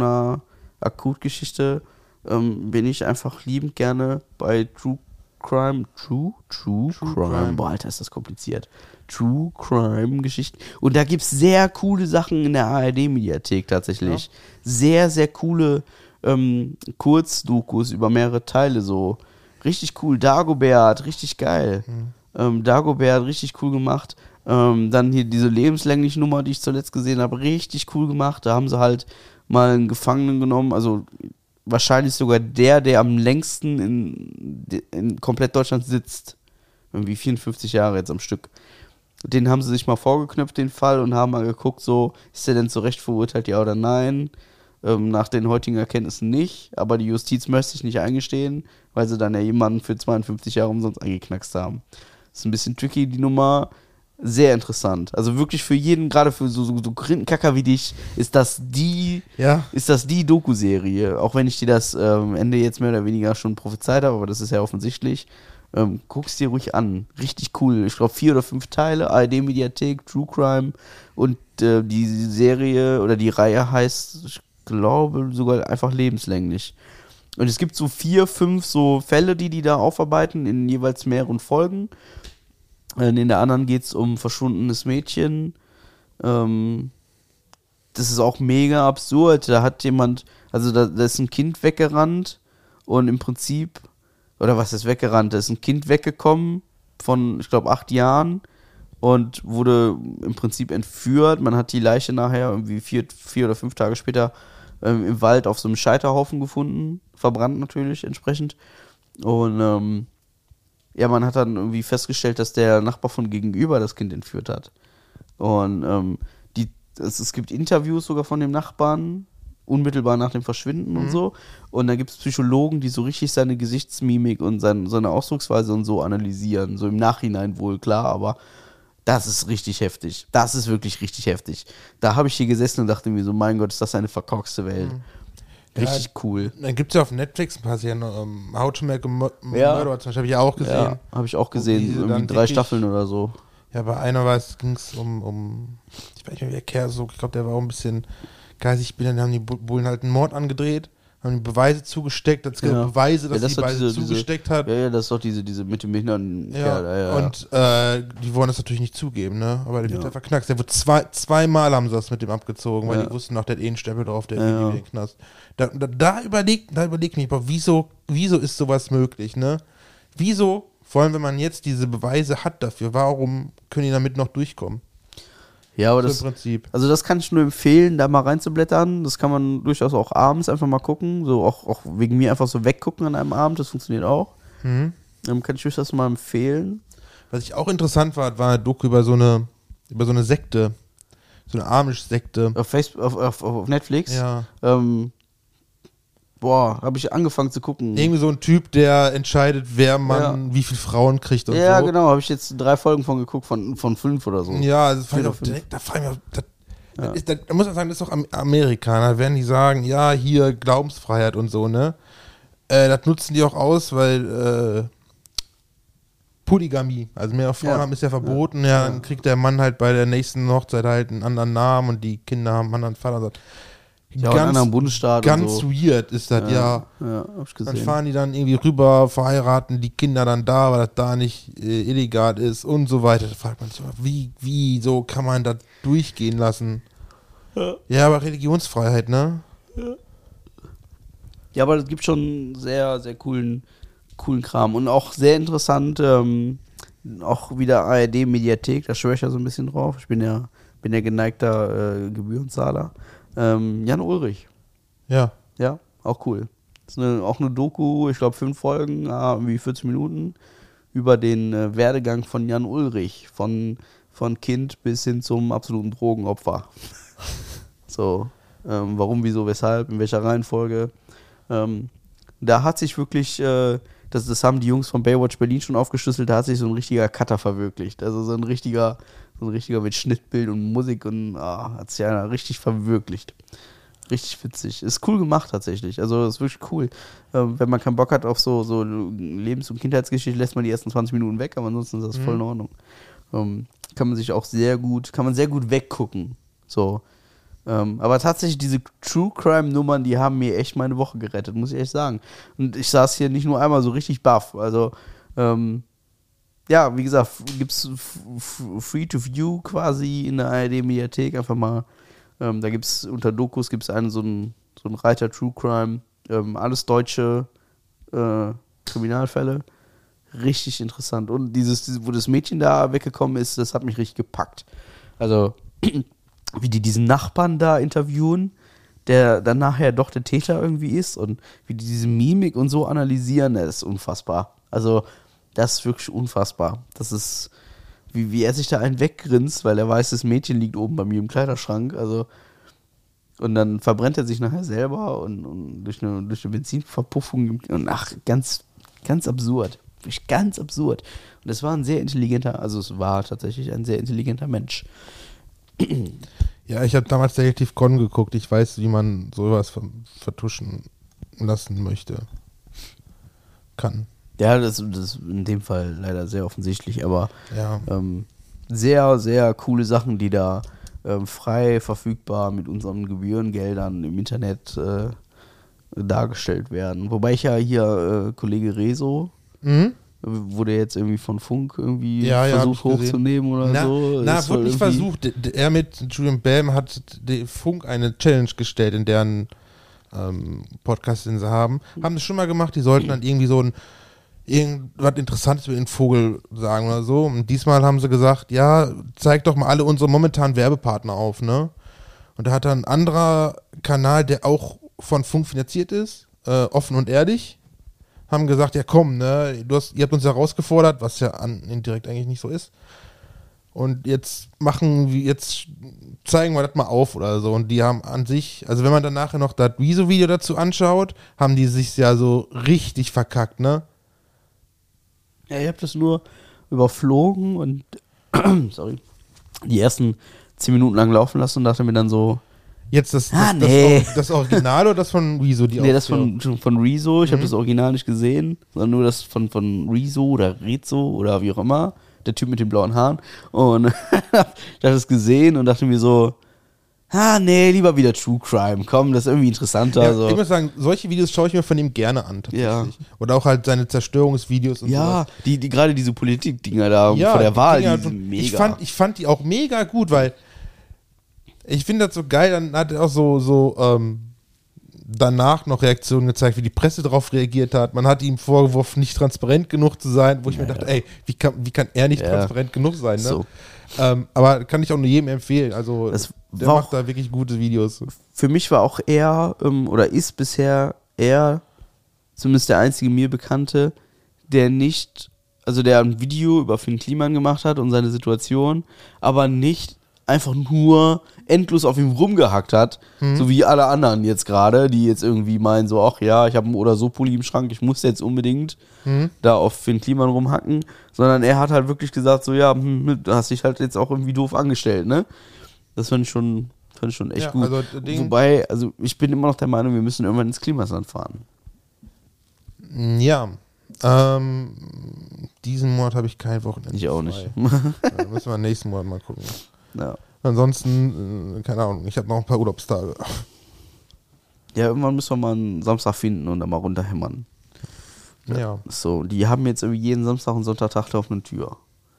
Corona-Akut-Geschichte ähm, bin ich einfach liebend gerne bei True Crime, True, True, True Crime. Crime. Boah, Alter, ist das kompliziert. True Crime-Geschichten. Und da gibt es sehr coole Sachen in der A R D-Mediathek tatsächlich. Sehr, sehr coole ähm, Kurzdokus über mehrere Teile so. Richtig cool. Dagobert, richtig geil. Ähm, Dagobert, richtig cool gemacht. Ähm, dann hier diese lebenslängliche Nummer, die ich zuletzt gesehen habe, richtig cool gemacht. Da haben sie halt mal einen Gefangenen genommen, also wahrscheinlich sogar der, der am längsten in, in komplett Deutschland sitzt. Irgendwie vierundfünfzig Jahre jetzt am Stück. Den haben sie sich mal vorgeknöpft, den Fall, und haben mal geguckt, so, ist der denn zu Recht verurteilt, ja oder nein? Ähm, nach den heutigen Erkenntnissen nicht, aber die Justiz möchte sich nicht eingestehen, weil sie dann ja jemanden für zweiundfünfzig Jahre umsonst eingeknackst haben. Ist ein bisschen tricky, die Nummer. Sehr interessant. Also wirklich für jeden, gerade für so, so, so Grindenkacker wie dich, ist das die, Ja. ist das die Doku-Serie. Auch wenn ich dir das ähm, Ende jetzt mehr oder weniger schon prophezeit habe, aber das ist ja offensichtlich. Ähm, guck's dir ruhig an. Richtig cool. Ich glaube vier oder fünf Teile, A R D-Mediathek, True Crime, und äh, die Serie oder die Reihe heißt, ich glaube, sogar einfach lebenslänglich. Und es gibt so vier, fünf so Fälle, die die da aufarbeiten, in jeweils mehreren Folgen. In der anderen geht es um verschwundenes Mädchen. Ähm, das ist auch mega absurd. Da hat jemand, also da, da ist ein Kind weggerannt und im Prinzip, oder was ist weggerannt? Da ist ein Kind weggekommen von, ich glaube, acht Jahren und wurde im Prinzip entführt. Man hat die Leiche nachher irgendwie vier, vier oder fünf Tage später ähm, im Wald auf so einem Scheiterhaufen gefunden, verbrannt natürlich entsprechend. Und ähm, ja, man hat dann irgendwie festgestellt, dass der Nachbar von gegenüber das Kind entführt hat. Und ähm, die, es, es gibt Interviews sogar von dem Nachbarn, unmittelbar nach dem Verschwinden mhm. und so. Und da gibt es Psychologen, die so richtig seine Gesichtsmimik und sein, seine Ausdrucksweise und so analysieren. So im Nachhinein wohl, klar, aber das ist richtig heftig. Das ist wirklich richtig heftig. Da habe ich hier gesessen und dachte mir so, mein Gott, ist das eine verkorkste Welt. Mhm. Richtig ja, cool. Dann gibt es ja auf Netflix ein paar Serien, um, How to Make a Murder, ja. zum Beispiel, habe ich ja auch gesehen. Ja, habe ich auch gesehen, irgendwie drei Staffeln oder so. Ja, bei einer ging es um, um, ich weiß nicht mehr, wie der Kerl so, ich glaube, der war auch ein bisschen geistig, dann haben die Bullen halt einen Mord angedreht, haben die Beweise zugesteckt, das ja. Beweise, dass ja, das die Beweise diese, zugesteckt diese, hat. Ja, ja, das ist doch diese, diese mit dem Behinderten. Ja, ja, ja, und äh, die wollen das natürlich nicht zugeben, ne? Aber der wird ja. einfach knackst. Der wird zwei, zweimal haben sie das mit dem abgezogen, weil ja. die wussten noch, der hat eh einen Stempel drauf, der ja. in den Knast. Da, da, da überlegt, da überlegt mich, aber wieso, wieso ist sowas möglich, ne? Wieso, vor allem wenn man jetzt diese Beweise hat dafür, warum können die damit noch durchkommen? Ja, aber so das, im Prinzip. Also das kann ich nur empfehlen, da mal reinzublättern. Das kann man durchaus auch abends einfach mal gucken. So auch, auch wegen mir einfach so weggucken an einem Abend. Das funktioniert auch. Mhm. Dann kann ich euch das mal empfehlen. Was ich auch interessant war, war ein Doku über so eine, über so eine Sekte. So eine Amish-Sekte. Auf Facebook, auf, auf, auf Netflix? Ja. Ähm, boah, habe ich angefangen zu gucken. Irgendwie so ein Typ, der entscheidet, wer man, ja. wie viele Frauen kriegt und ja, so. Ja, genau, habe ich jetzt drei Folgen von geguckt, von, von fünf oder so. Ja, also frag ich auch direkt, da frage ich mich, das, ja. das ist, da, da muss man sagen, das ist doch Amerikaner, werden die sagen, ja, hier Glaubensfreiheit und so, ne? Äh, das nutzen die auch aus, weil äh, Polygamie, also mehr Frauen ja. haben, ist ja verboten, ja. ja, dann kriegt der Mann halt bei der nächsten Hochzeit halt einen anderen Namen und die Kinder haben einen anderen Vater. Ja, ganz, in einem anderen Bundesstaat ganz und so. weird ist das, ja. Ja, ja hab ich gesehen. Dann fahren die dann irgendwie rüber, verheiraten die Kinder dann da, weil das da nicht äh, illegal ist und so weiter. Da fragt man sich, wie, wie, so kann man das durchgehen lassen? Ja, ja aber Religionsfreiheit, ne? Ja. Ja, aber es gibt schon sehr, sehr coolen, coolen Kram. Und auch sehr interessant, ähm, auch wieder A R D-Mediathek, da schwöre ich ja so ein bisschen drauf. Ich bin ja, bin ja geneigter äh, Gebührenzahler. Ähm, Jan Ulrich. Ja. Ja, auch cool. Das ist eine, auch eine Doku, ich glaube fünf Folgen, ah, irgendwie vierzig Minuten, über den äh, Werdegang von Jan Ulrich, von, von Kind bis hin zum absoluten Drogenopfer. So, ähm, warum, wieso, weshalb, in welcher Reihenfolge. Ähm, da hat sich wirklich, äh, das, das haben die Jungs von Baywatch Berlin schon aufgeschlüsselt, da hat sich so ein richtiger Cutter verwirklicht. Also so ein richtiger, so ein richtiger mit Schnittbild und Musik und ah, hat sich einer richtig verwirklicht. Richtig witzig. Ist cool gemacht tatsächlich. Also ist wirklich cool. Ähm, wenn man keinen Bock hat auf so, so Lebens- und Kindheitsgeschichte, lässt man die ersten zwanzig Minuten weg, aber ansonsten ist das mhm. voll in Ordnung. Ähm, kann man sich auch sehr gut, kann man sehr gut weggucken. So. Ähm, aber tatsächlich diese True-Crime-Nummern, die haben mir echt meine Woche gerettet, muss ich echt sagen. Und ich saß hier nicht nur einmal so richtig baff. Also, ähm, ja, wie gesagt, gibt's Free-to-View quasi in der A R D-Mediathek. Einfach mal, ähm, da gibt's unter Dokus gibt's einen so einen, so einen Reiter True-Crime. Ähm, alles deutsche äh, Kriminalfälle. Richtig interessant. Und dieses, wo das Mädchen da weggekommen ist, das hat mich richtig gepackt. Also, wie die diesen Nachbarn da interviewen, der dann nachher doch der Täter irgendwie ist und wie die diese Mimik und so analysieren, das ist unfassbar. Also, das ist wirklich unfassbar. Das ist, wie, wie er sich da einen weggrinst, weil er weiß, das Mädchen liegt oben bei mir im Kleiderschrank, also und dann verbrennt er sich nachher selber und, und durch eine, durch eine Benzinverpuffung und ach, ganz, ganz absurd. Wirklich ganz absurd. Und es war ein sehr intelligenter, also es war tatsächlich ein sehr intelligenter Mensch. Ja, ich habe damals Detective Con geguckt. Ich weiß, wie man sowas vertuschen lassen möchte. Kann. Ja, das, das ist in dem Fall leider sehr offensichtlich, aber ja. ähm, sehr, sehr coole Sachen, die da ähm, frei verfügbar mit unseren Gebührengeldern im Internet äh, dargestellt werden. Wobei ich ja hier äh, Kollege Rezo, mhm. wurde jetzt irgendwie von Funk irgendwie ja, versucht ja, hochzunehmen oder na, so. Na, wurde nicht versucht. Er mit Julian Bam hat Funk eine Challenge gestellt, in deren ähm, Podcast, den sie haben. Haben das schon mal gemacht, die sollten dann irgendwie so ein irgendwas Interessantes über den Vogel sagen oder so. Und diesmal haben sie gesagt, ja, zeig doch mal alle unsere momentanen Werbepartner auf, ne? Und da hat dann ein anderer Kanal, der auch von Funk finanziert ist, äh, offen und ehrlich, haben gesagt, ja komm, ne, du hast, ihr habt uns herausgefordert, was ja an, indirekt eigentlich nicht so ist. Und jetzt machen wir, jetzt zeigen wir das mal auf oder so. Und die haben an sich, also wenn man dann nachher noch das Rezo-Video dazu anschaut, haben die sich ja so richtig verkackt, ne? Ja, ich habe das nur überflogen und sorry, die ersten zehn Minuten lang laufen lassen und dachte mir dann so, Jetzt das, das, Ah, das, nee. das, das Original oder das von Rezo? Die nee, das Aufklärung? von, von Rezo, ich Mhm. habe das Original nicht gesehen, sondern nur das von, von Rezo oder Rezo oder wie auch immer, der Typ mit den blauen Haaren. Und ich habe das gesehen und dachte mir so, ah nee, lieber wieder True Crime, komm, das ist irgendwie interessanter. Ja, so. ich muss sagen, solche Videos schaue ich mir von ihm gerne an, tatsächlich. Ja. Oder auch halt seine Zerstörungsvideos und Ja, sowas. die, die gerade diese Politik-Dinger da Ja, vor der die Wahl, Dinger, die sind mega. Ich fand, ich fand die auch mega gut, weil ich finde das so geil, dann hat er auch so, so ähm, danach noch Reaktionen gezeigt, wie die Presse darauf reagiert hat. Man hat ihm vorgeworfen, nicht transparent genug zu sein, wo ich Ja, mir dachte, ja. ey, wie kann, wie kann er nicht Ja. transparent genug sein, ne? So. Ähm, aber kann ich auch nur jedem empfehlen. Also Das der war macht auch- da wirklich gute Videos. Für mich war auch er, ähm, oder ist bisher er, zumindest der einzige mir Bekannte, der nicht, also der ein Video über Finn Kliman gemacht hat und seine Situation, aber nicht einfach nur endlos auf ihm rumgehackt hat, so wie alle anderen jetzt gerade, die jetzt irgendwie meinen so, ach ja, ich habe einen oder so Pulli im Schrank, ich muss jetzt unbedingt da auf Finn Kliman rumhacken, sondern er hat halt wirklich gesagt so, ja, hm, du hast dich halt jetzt auch irgendwie doof angestellt, ne? Das fand ich schon, fand ich schon echt Ja, gut. also das Ding- Wobei, also ich bin immer noch der Meinung, wir müssen irgendwann ins Klimasland fahren. Ja. Ähm, diesen Monat habe ich kein Wochenende. Ich auch frei. nicht. Ja, müssen wir nächsten Monat mal gucken. ja. Ansonsten, äh, keine Ahnung, ich habe noch ein paar Urlaubstage. ja, irgendwann müssen wir mal einen Samstag finden und dann mal runterhämmern. Ja. So, die haben jetzt irgendwie jeden Samstag und Sonntag Tag auf eine Tür.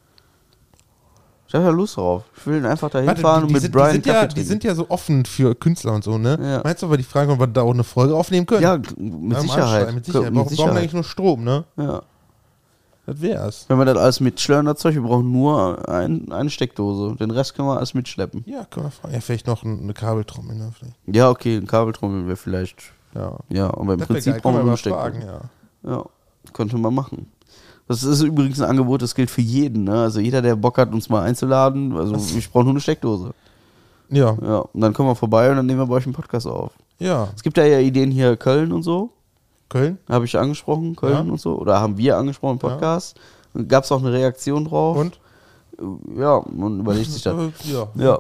Ich habe da Lust drauf. Ich will einfach da Warte, hinfahren die, und die, mit sind, Brian die, sind ja, Kaffee die trinken. sind ja so offen für Künstler und so, ne? Ja. Meinst du aber die Frage, ob wir da auch eine Folge aufnehmen können? Ja, mit Am Sicherheit. Anschlag, Mit Sicherheit. Mit Wir brauchen Sicherheit. eigentlich nur Strom, ne? Ja. Das wär's. Wenn wir das alles mitschleppen, das Zeug, wir brauchen nur ein, eine Steckdose. Den Rest können wir alles mitschleppen. Ja, können wir fragen. Ja, vielleicht noch ein- eine Kabeltrommel, ne? Vielleicht. Ja, okay, ein Kabeltrommel wäre vielleicht. Ja. Ja, aber im Das wär Prinzip geil, brauchen wir können nur mal Steckdose. fragen, ja. Ja, könnte man machen. Das ist übrigens ein Angebot, das gilt für jeden. Ne? Also jeder, der Bock hat, uns mal einzuladen, also ich brauche nur eine Steckdose. Ja. Ja, und dann kommen wir vorbei und dann nehmen wir bei euch einen Podcast auf. Ja. Es gibt ja ja Ideen hier Köln und so, Köln? habe ich angesprochen, Köln Ja. und so, oder haben wir angesprochen im Podcast. Gab es auch eine Reaktion drauf. Und? Ja, man überlegt sich das. Äh, Ja. Ja,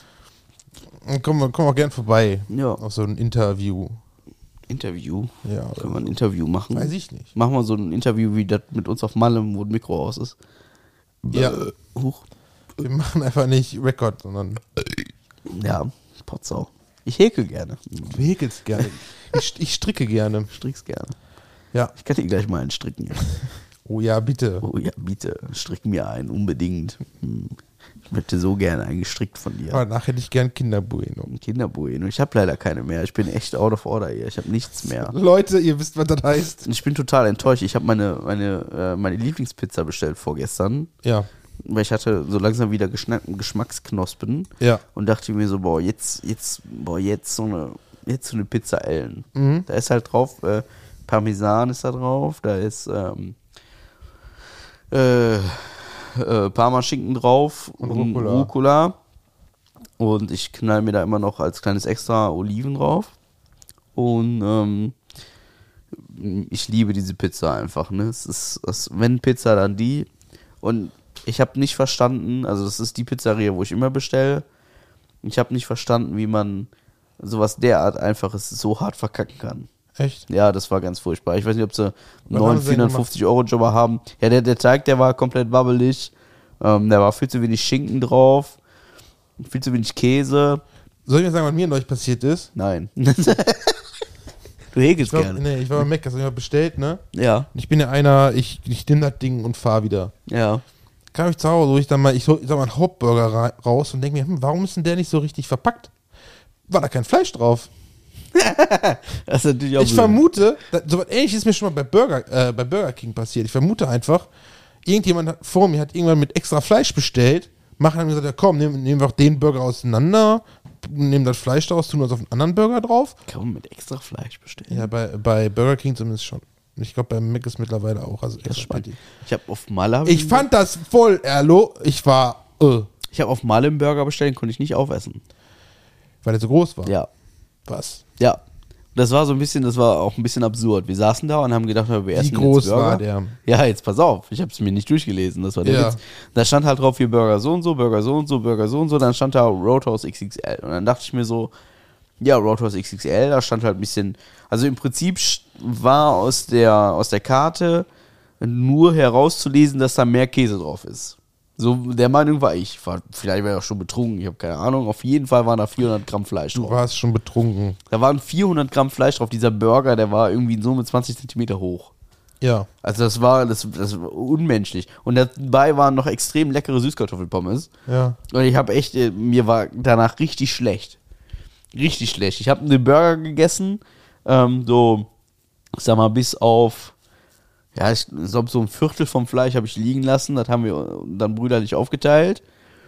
Dann kommen wir, kommen wir auch gern vorbei. ja. Auf so ein Interview. Interview. Ja. Können wir ein Interview machen? Weiß ich nicht. Machen wir so ein Interview wie das mit uns auf Malle, wo ein Mikro aus ist. Ja. Äh, Huch. Wir machen einfach nicht Record, sondern Ja, Potsau. Ich häkel gerne. du häkelst gerne. Ich, ich stricke gerne. Strick's gerne. Ja. Ich kann dir gleich mal einen stricken. Oh ja, bitte. Oh ja, bitte, strick mir einen, unbedingt. Hm. Ich möchte so gerne einen gestrickt von dir. Aber nachher hätte ich gern Kinderbueno. Ein Kinderbueno. Ich habe leider keine mehr. Ich bin echt out of order hier. Ich habe nichts mehr. Leute, ihr wisst, was das heißt. Ich bin total enttäuscht. Ich habe meine, meine, äh, meine Lieblingspizza bestellt vorgestern. Ja. Weil ich hatte so langsam wieder Geschna- Geschmacksknospen. Ja. Und dachte mir so, boah, jetzt, jetzt, boah, jetzt so eine, jetzt so eine Pizza Ellen. Mhm. Da ist halt drauf, äh, Parmesan ist da drauf, da ist ähm, äh, äh, Parmaschinken drauf Und Rucola. Rucola. Und ich knall mir da immer noch als kleines Extra Oliven drauf. Und ähm, ich liebe diese Pizza einfach. Ne? Es ist, es, wenn Pizza, dann die. Und ich habe nicht verstanden, also das ist die Pizzeria, wo ich immer bestelle. Ich habe nicht verstanden, wie man sowas derart Einfaches so hart verkacken kann. Echt? Ja, das war ganz furchtbar. Ich weiß nicht, ob sie einen Was neuen haben sie denn vierhundertfünfzig Euro Jobber haben. Ja, der, der Teig, der war komplett wabbelig. Ähm, da war viel zu wenig Schinken drauf. Viel zu wenig Käse. Soll ich mir sagen, was mir neulich passiert ist? Nein. Du häkelst Ich war, gerne. nee, ich war bei Mac, das habe ich mal bestellt, ne? Ja, Und ich bin ja einer, ich, ich nehme das Ding und fahre wieder. ja. Kam ich zu Hause, hol ich dann mal, ich hol, ich sag mal einen Hauptburger ra- raus und denke mir, hm, warum ist denn der nicht so richtig verpackt? War da kein Fleisch drauf? Das ist natürlich auch Ich blöd. vermute, da- so was ähnliches ist mir schon mal bei Burger, äh, bei Burger King passiert. Ich vermute einfach, irgendjemand hat, vor mir hat irgendwann mit extra Fleisch bestellt, machen haben gesagt, ja komm, nehmen, nehmen wir auch den Burger auseinander, nehmen das Fleisch daraus, tun das auf einen anderen Burger drauf. Kann man mit extra Fleisch bestellen? Ja, bei, bei Burger King zumindest schon. Ich glaube, bei Mac ist mittlerweile auch. Also Das ist extra spannend. Ich habe auf Malle hab Ich fand das voll, erlo. Ich war, äh, ich habe auf Malle einen Burger bestellt, konnte ich nicht aufessen. weil der so groß war. Ja. Was? Ja. Das war so ein bisschen, das war auch ein bisschen absurd. Wir saßen da und haben gedacht, wir Wie essen groß jetzt Burger. war der? Ja, jetzt pass auf, ich habe es mir nicht durchgelesen, das war der Ja. Witz. Da stand halt drauf, hier Burger so und so, Burger so und so, Burger so und so, dann stand da Roadhouse X X L. Und dann dachte ich mir so, ja, Roadhouse X X L, da stand halt ein bisschen, also im Prinzip sch- war aus der, aus der Karte nur herauszulesen, dass da mehr Käse drauf ist. So, der Meinung war ich. War, vielleicht war ich auch schon betrunken, ich habe keine Ahnung. Auf jeden Fall waren da vierhundert Gramm Fleisch Du drauf. warst schon betrunken. Da waren vierhundert Gramm Fleisch drauf. Dieser Burger, der war irgendwie so mit zwanzig Zentimeter hoch. Ja. Also das war, das, das war unmenschlich. Und dabei waren noch extrem leckere Süßkartoffelpommes. Ja. Und ich habe echt, äh, mir war danach richtig schlecht. Richtig schlecht. Ich habe einen Burger gegessen, ähm, so, ich sag mal, bis auf, ja, ich glaube, so ein Viertel vom Fleisch habe ich liegen lassen. Das haben wir dann brüderlich aufgeteilt.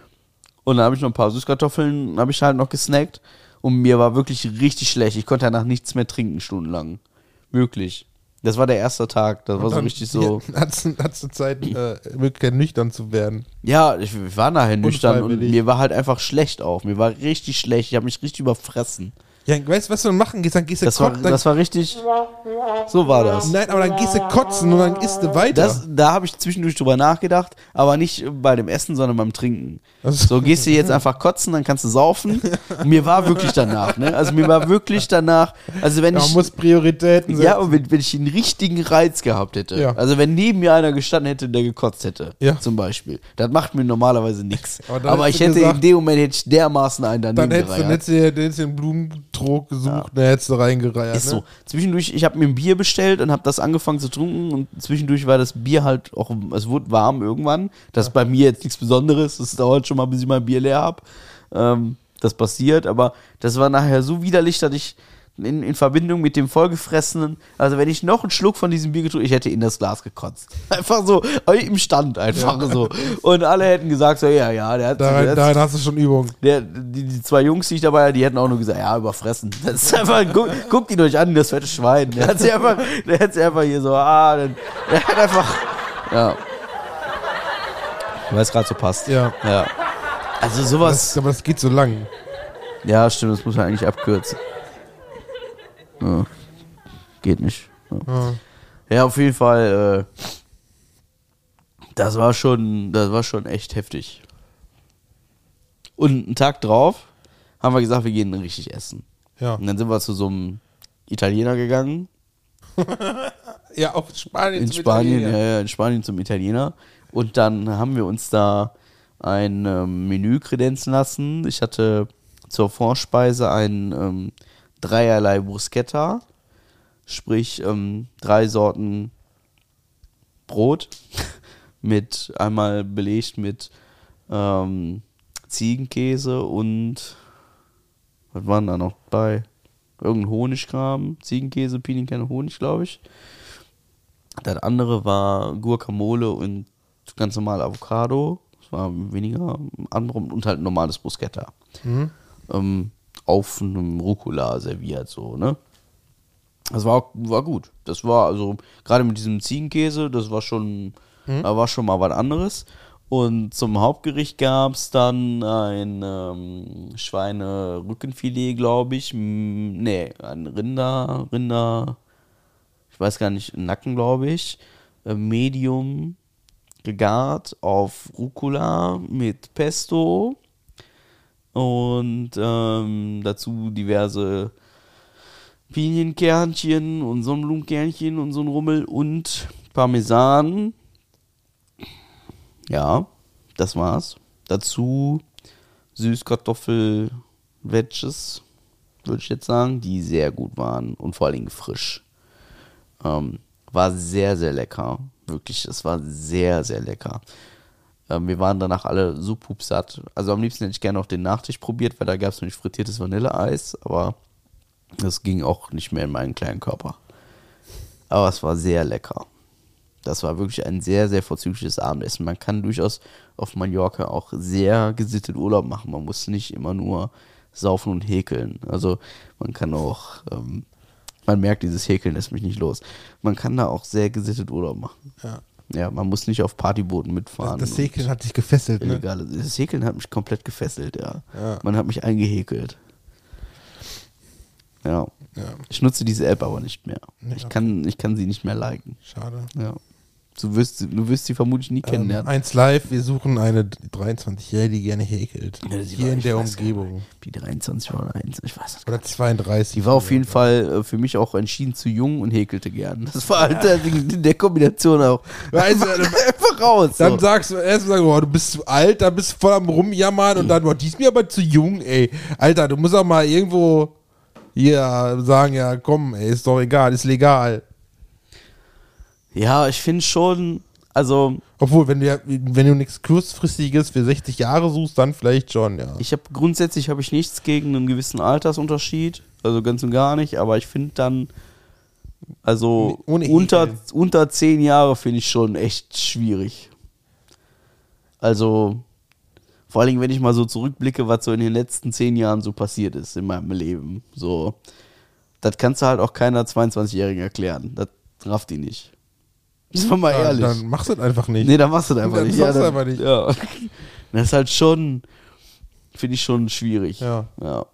Und dann habe ich noch ein paar Süßkartoffeln, habe ich halt noch gesnackt. Und mir war wirklich richtig schlecht. Ich konnte danach nichts mehr trinken, stundenlang. Wirklich. Das war der erste Tag. Das war so richtig so. Hattest du Zeit, äh, Möglichkeit nüchtern zu werden? Ja, ich, ich war nachher nüchtern und Unfreiwillig. mir war halt einfach schlecht auf. Mir war richtig schlecht. Ich habe mich richtig überfressen. Ja, weißt du, was du dann machen gehst? Dann gehst du Das war, kotzen. Dann, das war richtig. So war das. nein, aber dann gehst du kotzen und dann isst du weiter. Das, da habe ich zwischendurch drüber nachgedacht, aber nicht bei dem Essen, sondern beim Trinken. Also- So, gehst du jetzt einfach kotzen, dann kannst du saufen. Und mir war wirklich danach, ne? Also mir war wirklich danach, also wenn ja, man ich, muss Prioritäten setzen. ja, und wenn, wenn ich einen richtigen Reiz gehabt hätte, Ja. also wenn neben mir einer gestanden hätte, der gekotzt hätte, Ja. zum Beispiel, das macht mir normalerweise nichts. Aber dann Aber hättest ich du hätte gesagt- in dem Moment hätte ich dermaßen einen daneben Dann hättest du, dann gereiert. hättest du, dann hättest du den Blumentrog gesucht, dann hättest du reingereiert. Ist ne? so. Zwischendurch, ich habe mir ein Bier bestellt und habe das angefangen zu trinken und zwischendurch war das Bier halt auch, es wurde warm irgendwann. Das ist bei mir jetzt nichts Besonderes. Das dauert schon mal, bis ich mein Bier leer habe. Ähm, das passiert, aber das war nachher so widerlich, dass ich in, in Verbindung mit dem vollgefressenen, also wenn ich noch einen Schluck von diesem Bier getrunken, ich hätte in das Glas gekotzt. Einfach so, im Stand einfach so. Und alle hätten gesagt so, ja, ja, der hat, Daran, der hat daran hast du schon Übung. der, die, die zwei Jungs, die ich dabei hatte, die hätten auch nur gesagt, ja, überfressen. Das ist einfach, guck, guckt ihn euch an, das fette Schwein. Der hat sich einfach, der hat sich einfach hier so, ah, der, der hat einfach, ja. Weil es gerade so passt. Ja. Ja. Also Das, sowas, aber das geht so lang. ja, stimmt, das muss man eigentlich abkürzen. Ja. Geht nicht. Ja. Ja. Ja, auf jeden Fall, äh, das war schon, das war schon echt heftig. Und einen Tag drauf haben wir gesagt, wir gehen richtig essen. Ja. Und dann sind wir zu so einem Italiener gegangen. Ja, auf Spanien. In zum Spanien, ja, Italiener. ja, in Spanien zum Italiener. Und dann haben wir uns da ein ähm, Menü kredenzen lassen. Ich hatte zur Vorspeise ein ähm, dreierlei Bruschetta, sprich ähm, drei Sorten Brot mit einmal belegt mit ähm, Ziegenkäse und was waren da noch bei? Irgendein Honigkram, Ziegenkäse, Pinienkerne, Honig, glaube ich. Das andere war Guacamole und ganz normal Avocado. Das war weniger Anbrot und halt normales Bruschetta. Mhm. Ähm, auf einem Rucola serviert, so, ne? Das war, war gut. Das war also, gerade mit diesem Ziegenkäse, das war schon, da war schon mal was anderes. Und zum Hauptgericht gab es dann ein ähm, Schweinerückenfilet, glaube ich. M- Nee, ein Rinder, Rinder, ich weiß gar nicht, Nacken, glaube ich. Äh, Medium gegart auf Rucola mit Pesto. Und ähm, dazu diverse Pinienkernchen und Sonnenblumenkernchen und so ein Rummel und Parmesan. Ja, das war's. Dazu Süßkartoffel-Wedges, würde ich jetzt sagen, die sehr gut waren und vor allen Dingen frisch. Ähm, war sehr, sehr lecker. Wirklich, es war sehr, sehr lecker. Ähm, wir waren danach alle so pupsatt. Also am liebsten hätte ich gerne noch den Nachtisch probiert, weil da gab es nämlich frittiertes Vanilleeis, aber Das ging auch nicht mehr in meinen kleinen Körper. Aber es war sehr lecker. Das war wirklich ein sehr, sehr vorzügliches Abendessen. Man kann durchaus auf Mallorca auch sehr gesittet Urlaub machen. Man muss nicht immer nur saufen und häkeln. Also man kann auch, ähm, man merkt, dieses Häkeln lässt mich nicht los. Man kann da auch sehr gesittet Urlaub machen. Ja. Ja, man muss nicht auf Partybooten mitfahren. Das, das Häkeln hat dich gefesselt, ne? Illegale. Das Häkeln hat mich komplett gefesselt, ja. Ja. Man hat mich eingehäkelt. Ja. Ja. Ich nutze diese App aber nicht mehr. Nee, ich, kann, ich kann sie nicht mehr liken. Schade. Ja. Du wirst, du wirst sie vermutlich nie Ähm, kennenlernen. eins live, wir suchen eine dreiundzwanzigjährige, die gerne häkelt. Ja, sie Hier war- in ich der weiß gar Umgebung. nicht, Die dreiundzwanzig oder eins, ich weiß es gar Oder nicht. zweiunddreißig. Die war auf jeden Fall äh, für mich auch entschieden zu jung und häkelte gern. Das war halt der- in der Kombination auch. Weißt du, einfach, einfach raus. Dann so. sagst du erst mal, oh, du bist zu alt, dann bist du voll am Rumjammern und dann, oh, die ist mir aber zu jung, ey. Alter, du musst auch mal irgendwo hier sagen, ja, komm, ey, ist doch egal, ist legal. Ja, ich finde schon, also Obwohl, wenn du, ja- wenn du nichts kurzfristiges für sechzig Jahre suchst, dann vielleicht schon, ja. ich habe grundsätzlich habe ich nichts gegen einen gewissen Altersunterschied, also ganz und gar nicht, aber ich finde dann, also Ohne unter, Häkeln. unter zehn Jahre finde ich schon echt schwierig. Also vor allen Dingen, wenn ich mal so zurückblicke, was so in den letzten zehn Jahren so passiert ist in meinem Leben, so, das kannst du halt auch keiner zweiundzwanzigjährigen erklären, das rafft die nicht. Sind wir mal Ja, ehrlich. dann machst du das einfach nicht. Nee, dann machst du das einfach Dann nicht. machst du dann, einfach nicht. Ja. Das ist halt schon, finde ich schon schwierig. Ja. ja.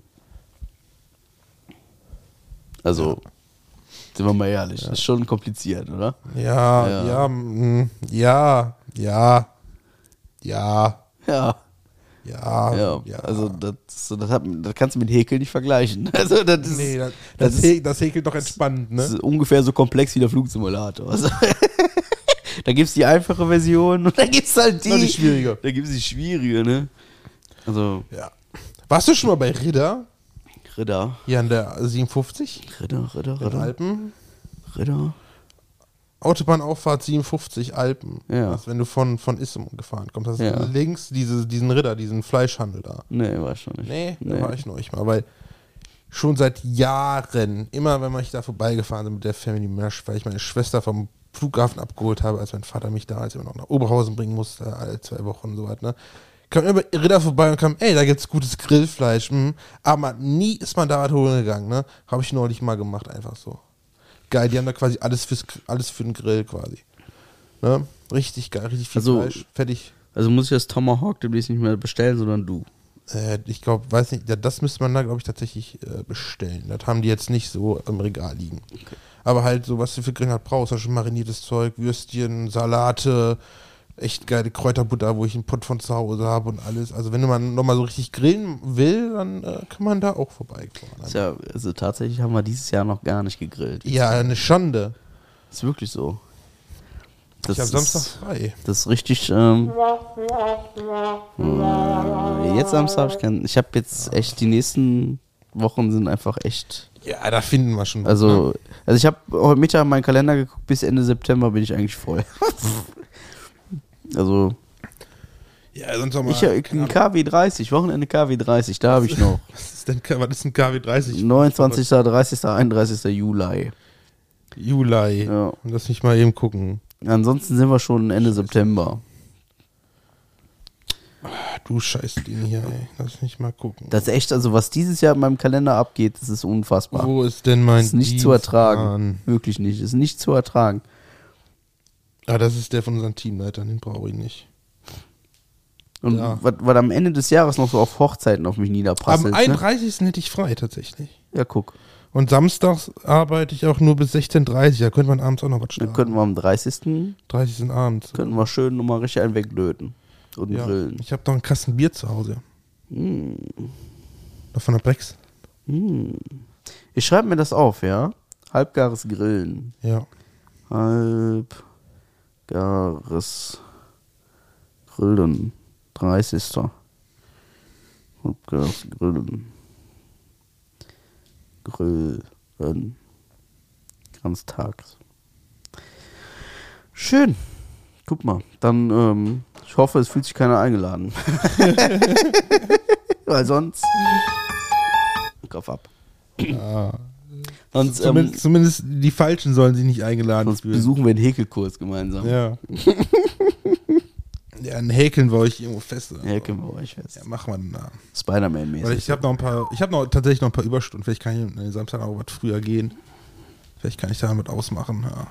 Also, sind wir mal ehrlich, das ist schon kompliziert, oder? Ja, Ja. ja, mm, ja, ja, ja, Ja. ja, Ja, ja. also das, so, das, hat, das kannst du mit Häkeln nicht vergleichen. Also das ist, Nee, das, das das, ist- Hä- das häkelt doch entspannt, das ne? ist ungefähr so komplex wie der Flugsimulator. Also, da gibt es die einfache Version und da gibt es halt die, Noch die schwierige. Da gibt es die schwierige, ne? Also, Ja. Warst du schon mal bei Ridder? Ritter, Hier an der siebenundfünfzig? Ritter, Ritter, In Ritter, Alpen? Ritter. Autobahnauffahrt siebenundfünfzig Alpen. Ja. Also wenn du von, von Issum gefahren kommst, hast du Ja. links diese, diesen Ritter, diesen Fleischhandel da. Nee, war schon nicht. Nee, da war ich noch nicht mal, weil schon seit Jahren, immer wenn ich da vorbeigefahren bin mit der Family Mesh, weil ich meine Schwester vom Flughafen abgeholt habe, als mein Vater mich da als immer noch nach Oberhausen bringen musste, alle zwei Wochen und so weiter, ne? Kam immer Ritter vorbei und kam, ey, da gibt's gutes Grillfleisch, hm. Aber nie ist man da was holen gegangen, ne? Habe ich neulich mal gemacht, einfach so. Geil, die haben da quasi alles fürs alles für den Grill quasi. Ne? Richtig geil, richtig viel Also- Fleisch, fertig. Also muss ich das Tomahawk demnächst nicht mehr bestellen, sondern du. Äh, ich glaube, weiß nicht, ja, das müsste man da, glaube ich, tatsächlich äh, bestellen. Das haben die jetzt nicht so im Regal liegen. Aber halt so, was du für Grillen halt brauchst, also schon mariniertes Zeug, Würstchen, Salate, echt geile Kräuterbutter, wo ich einen Pott von zu Hause habe und alles. Also wenn man nochmal so richtig grillen will, dann äh, kann man da auch vorbeifahren. Ist ja, also tatsächlich haben wir dieses Jahr noch gar nicht gegrillt. Ja, eine Schande. Ist wirklich so. Das Ich habe ist- Samstag frei. Das ist richtig. Ähm, äh, jetzt Samstag habe ich keinen. Ich habe jetzt echt, die nächsten Wochen sind einfach echt. Ja, da finden wir schon. was, Also, ne? also ich habe heute Mittag in meinen Kalender geguckt, bis Ende September bin ich eigentlich voll. Also, Ja, sonst noch mal. ich habe keine ein Ahnung. K W dreißig, Wochenende K W dreißig, da habe ich noch. Was ist denn, was ist ein K W dreißig? neunundzwanzigster, dreißigster, einunddreißigster Juli. Juli. Ja. Lass mich mal eben gucken. Ansonsten sind wir schon Ende September. Du scheiß Ding hier, ey. Lass mich mal gucken. Das ist echt, also was dieses Jahr in meinem Kalender abgeht, das ist unfassbar. Wo ist denn mein Das ist nicht zu Dienstplan? ertragen. Wirklich nicht. Das ist nicht zu ertragen. Ah, das ist der von unseren Teamleitern, den brauche ich nicht. Und Ja. was, was am Ende des Jahres noch so auf Hochzeiten auf mich Am niederprasselt. Ne? einunddreißigsten hätte ich frei tatsächlich. Ja, guck. Und samstags arbeite ich auch nur bis sechzehn Uhr dreißig. Da könnte man abends auch noch was Dann starten. könnten wir am dreißigsten dreißigsten abends. könnten wir schön nochmal richtig einen weglöten. Und Ja. grillen. Ich habe doch einen Kasten Bier zu Hause. Mm. Noch von der Brex. Mm. Ich schreibe mir das auf, ja? Halbgares Grillen. Ja. Halbgares Grillen. dreißigster Halbgares Grillen. Grillen. Ganztags. Schön. Guck mal, dann, ähm, ich hoffe, es fühlt sich keiner eingeladen. Weil sonst. Kopf ab. Ja. Sonst, Zumindest, ähm, zumindest die Falschen sollen sich nicht eingeladen sonst fühlen. besuchen wir einen Häkelkurs gemeinsam. Ja. Ja, ein Häkeln wir euch irgendwo fest. Oder? Häkeln wir euch fest. Ja, machen wir dann da. Spider-Man-mäßig. Weil ich habe noch ein paar, ich habe noch tatsächlich noch ein paar Überstunden. Vielleicht kann ich an Samstag auch was früher gehen. Vielleicht kann ich damit ausmachen. Ja.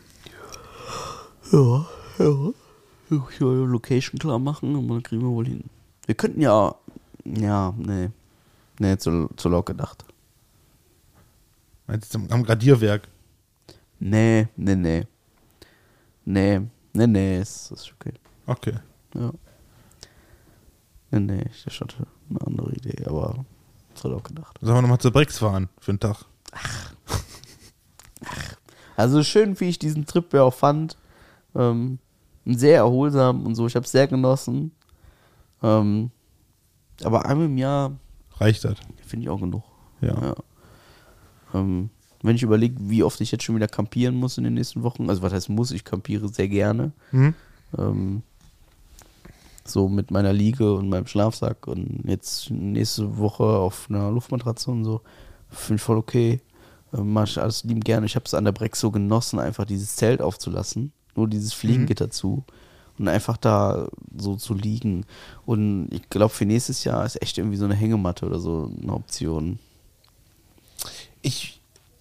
Ja, ja. Ich will Location klar machen und dann kriegen wir wohl hin. Wir könnten ja, ja, nee, nee, zu, zu laut gedacht. Meinst du am, am Gradierwerk? Nee, nee, nee. Nee, nee, nee, ist, ist okay. Okay. Ja. Nee, nee, ich hatte eine andere Idee, aber zu laut gedacht. Sollen wir nochmal zur Brex fahren für einen Tag? Also schön, wie ich diesen Trip ja auch fand. Ähm, sehr erholsam und so. Ich habe es sehr genossen. Ähm, aber einmal im Jahr Reicht das? finde ich auch genug. Ja. Ja. Ähm, wenn ich überlege, wie oft ich jetzt schon wieder campieren muss in den nächsten Wochen, also was heißt muss, ich campiere sehr gerne. Mhm. Ähm, so mit meiner Liege und meinem Schlafsack und jetzt nächste Woche auf einer Luftmatratze und so. Finde ich voll okay. Ähm, mach ich alles liebend gerne. Ich habe es an der Brex so genossen, einfach dieses Zelt aufzulassen. Nur dieses Fliegengitter zu. Und einfach da so zu liegen. Und ich glaube, für nächstes Jahr ist echt irgendwie so eine Hängematte oder so eine Option. Ich,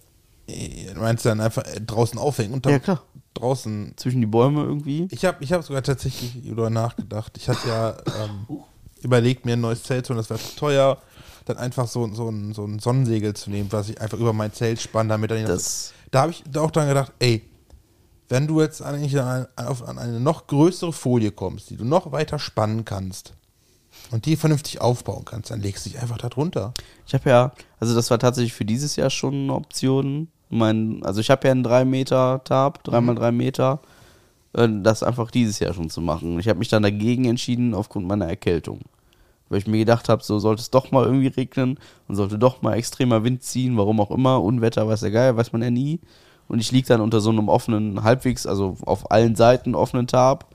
äh, du meinst dann einfach äh, draußen aufhängen und dann Ja, klar. draußen. Zwischen die Bäume irgendwie. Ich habe ich hab sogar tatsächlich darüber nachgedacht. Ich hatte ja ähm, überlegt, mir ein neues Zelt zu holen, das wäre zu teuer. Dann einfach so, so, ein, so ein Sonnensegel zu nehmen, was ich einfach über mein Zelt spanne, damit dann Das, Da habe ich da auch dran gedacht, ey, wenn du jetzt eigentlich an, auf, an eine noch größere Folie kommst, die du noch weiter spannen kannst und die vernünftig aufbauen kannst, dann legst du dich einfach da drunter. ich habe ja, also das war tatsächlich für dieses Jahr schon eine Option. Mein, also ich habe ja einen drei Meter Tarp, drei mal drei Meter, äh, das einfach dieses Jahr schon zu machen. Ich habe mich dann dagegen entschieden aufgrund meiner Erkältung. Weil ich mir gedacht habe, so sollte es doch mal irgendwie regnen und sollte doch mal extremer Wind ziehen, warum auch immer, Unwetter, weiß der Geil, weiß man ja nie. Und ich liege dann unter so einem offenen, halbwegs, also auf allen Seiten offenen Tarp.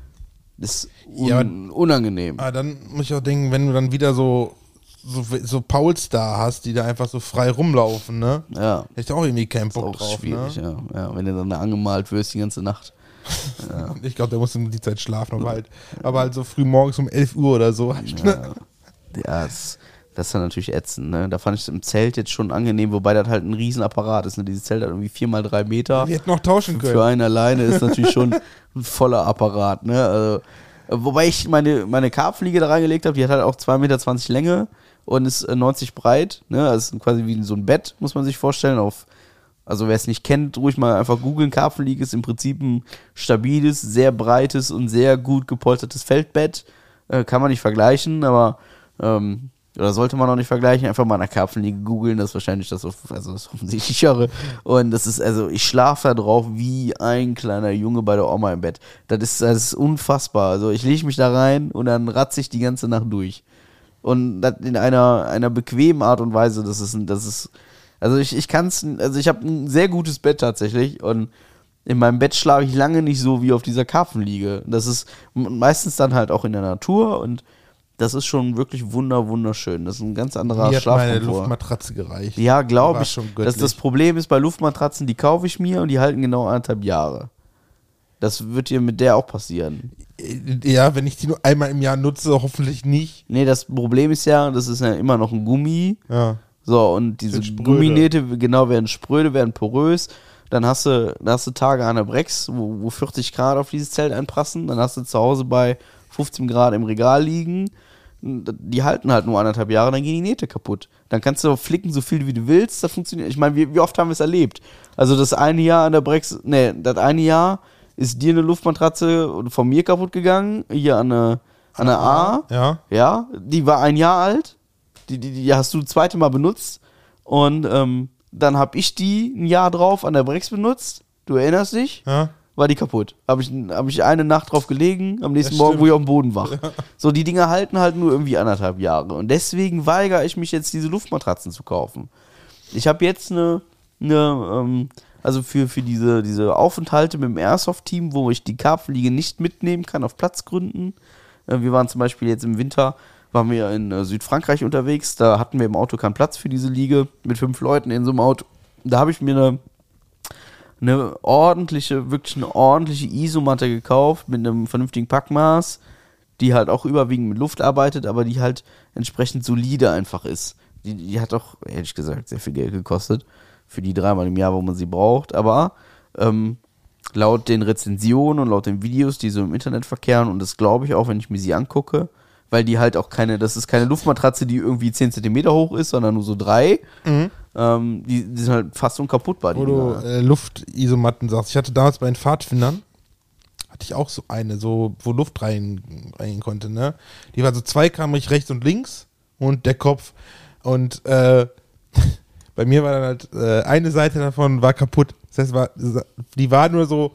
Das ist un- Ja, unangenehm. Aber dann muss ich auch denken, wenn du dann wieder so, so, so Pauls da hast, die da einfach so frei rumlaufen, ne? Ja, Hätte ich auch irgendwie keinen ist Bock auch drauf, schwierig, ne? ja. ja. Wenn du dann da angemalt wirst die ganze Nacht. Ja. Ich glaube, der muss um die Zeit schlafen, aber halt, aber halt so früh morgens um elf Uhr oder so. Ja, ja das, das ist dann natürlich ätzend, ne? Da fand ich es im Zelt jetzt schon angenehm, wobei das halt ein Riesenapparat ist, ne? Dieses Zelt hat irgendwie vier mal drei Meter. Wir hätten noch tauschen können. Für einen alleine ist natürlich schon ein voller Apparat, ne? Also, wobei ich meine, meine Karpfenliege da reingelegt habe, die hat halt auch zwei Meter zwanzig Länge und ist äh, neunzig breit, ne? Das ist quasi wie so ein Bett, muss man sich vorstellen. Auf, also wer es nicht kennt, ruhig mal einfach googeln. Karpfenliege ist im Prinzip ein stabiles, sehr breites und sehr gut gepolstertes Feldbett. Äh, kann man nicht vergleichen, aber ähm, oder sollte man auch nicht vergleichen, einfach mal nach Karpfenliege googeln, das ist wahrscheinlich das, also das offensichtlichere. Und das ist, also ich schlafe da drauf wie ein kleiner Junge bei der Oma im Bett. Das ist, das ist unfassbar. Also ich lege mich da rein und dann ratze ich die ganze Nacht durch. Und das in einer, einer bequemen Art und Weise, das ist, das ist, also ich, ich kann es, also ich habe ein sehr gutes Bett tatsächlich und in meinem Bett schlafe ich lange nicht so wie auf dieser Karpfenliege. Das ist meistens dann halt auch in der Natur und das ist schon wirklich wunder, wunderschön. Das ist ein ganz anderer Mir hat meine Schlafkomfort. Luftmatratze gereicht. Ja, glaube War ich. schon Das, göttlich. das Problem ist bei Luftmatratzen, die kaufe ich mir und die halten genau anderthalb Jahre. Das wird dir mit der auch passieren. Ja, wenn ich die nur einmal im Jahr nutze, hoffentlich nicht. Nee, das Problem ist ja, das ist ja immer noch ein Gummi. Ja. So, und diese Wird spröde. Gumminähte, genau, werden spröde, werden porös. Dann hast du, dann hast du Tage an der Brex, wo, wo vierzig Grad auf dieses Zelt einprassen. Dann hast du zu Hause bei fünfzehn Grad im Regal liegen. Die halten halt nur anderthalb Jahre, dann gehen die Nähte kaputt. Dann kannst du flicken, so viel wie du willst, das funktioniert. Ich meine, wie, wie oft haben wir es erlebt? Also das eine Jahr an der Brex, nee, das eine Jahr ist dir eine Luftmatratze von mir kaputt gegangen, hier an der, an der A. Ja. Ja, die war ein Jahr alt. Die, die, die hast du das zweite Mal benutzt. Und ähm, dann habe ich die ein Jahr drauf an der Brex benutzt. Du erinnerst dich? Ja. War die kaputt. Habe ich, hab ich eine Nacht drauf gelegen, am nächsten Das Morgen, stimmt. wo ich auf dem Boden wach. So, die Dinger halten halt nur irgendwie anderthalb Jahre. Und deswegen weigere ich mich jetzt, diese Luftmatratzen zu kaufen. Ich habe jetzt eine, eine ähm, also für, für diese, diese Aufenthalte mit dem Airsoft-Team, wo ich die Karpfenliege nicht mitnehmen kann, auf Platzgründen. Äh, wir waren zum Beispiel jetzt im Winter, waren wir in äh, Südfrankreich unterwegs. Da hatten wir im Auto keinen Platz für diese Liege mit fünf Leuten in so einem Auto. Da habe ich mir eine, eine ordentliche, wirklich eine ordentliche Isomatte gekauft mit einem vernünftigen Packmaß, die halt auch überwiegend mit Luft arbeitet, aber die halt entsprechend solide einfach ist. Die, die hat auch, ehrlich gesagt, sehr viel Geld gekostet für die dreimal im Jahr, wo man sie braucht. Aber ähm, laut den Rezensionen und laut den Videos, die so im Internet verkehren, und das glaube ich auch, wenn ich mir sie angucke, weil die halt auch keine, das ist keine Luftmatratze, die irgendwie zehn Zentimeter hoch ist, sondern nur so drei. Mhm. Ähm, die, die sind halt fast unkaputtbar. Wo du äh, Luftisomatten sagst. Ich hatte damals bei den Pfadfindern, hatte ich auch so eine, so wo Luft rein, rein konnte, ne? Die war so zweikammerig rechts und links und der Kopf. Und äh, bei mir war dann halt, äh, eine Seite davon war kaputt. Das heißt, war, die war nur so,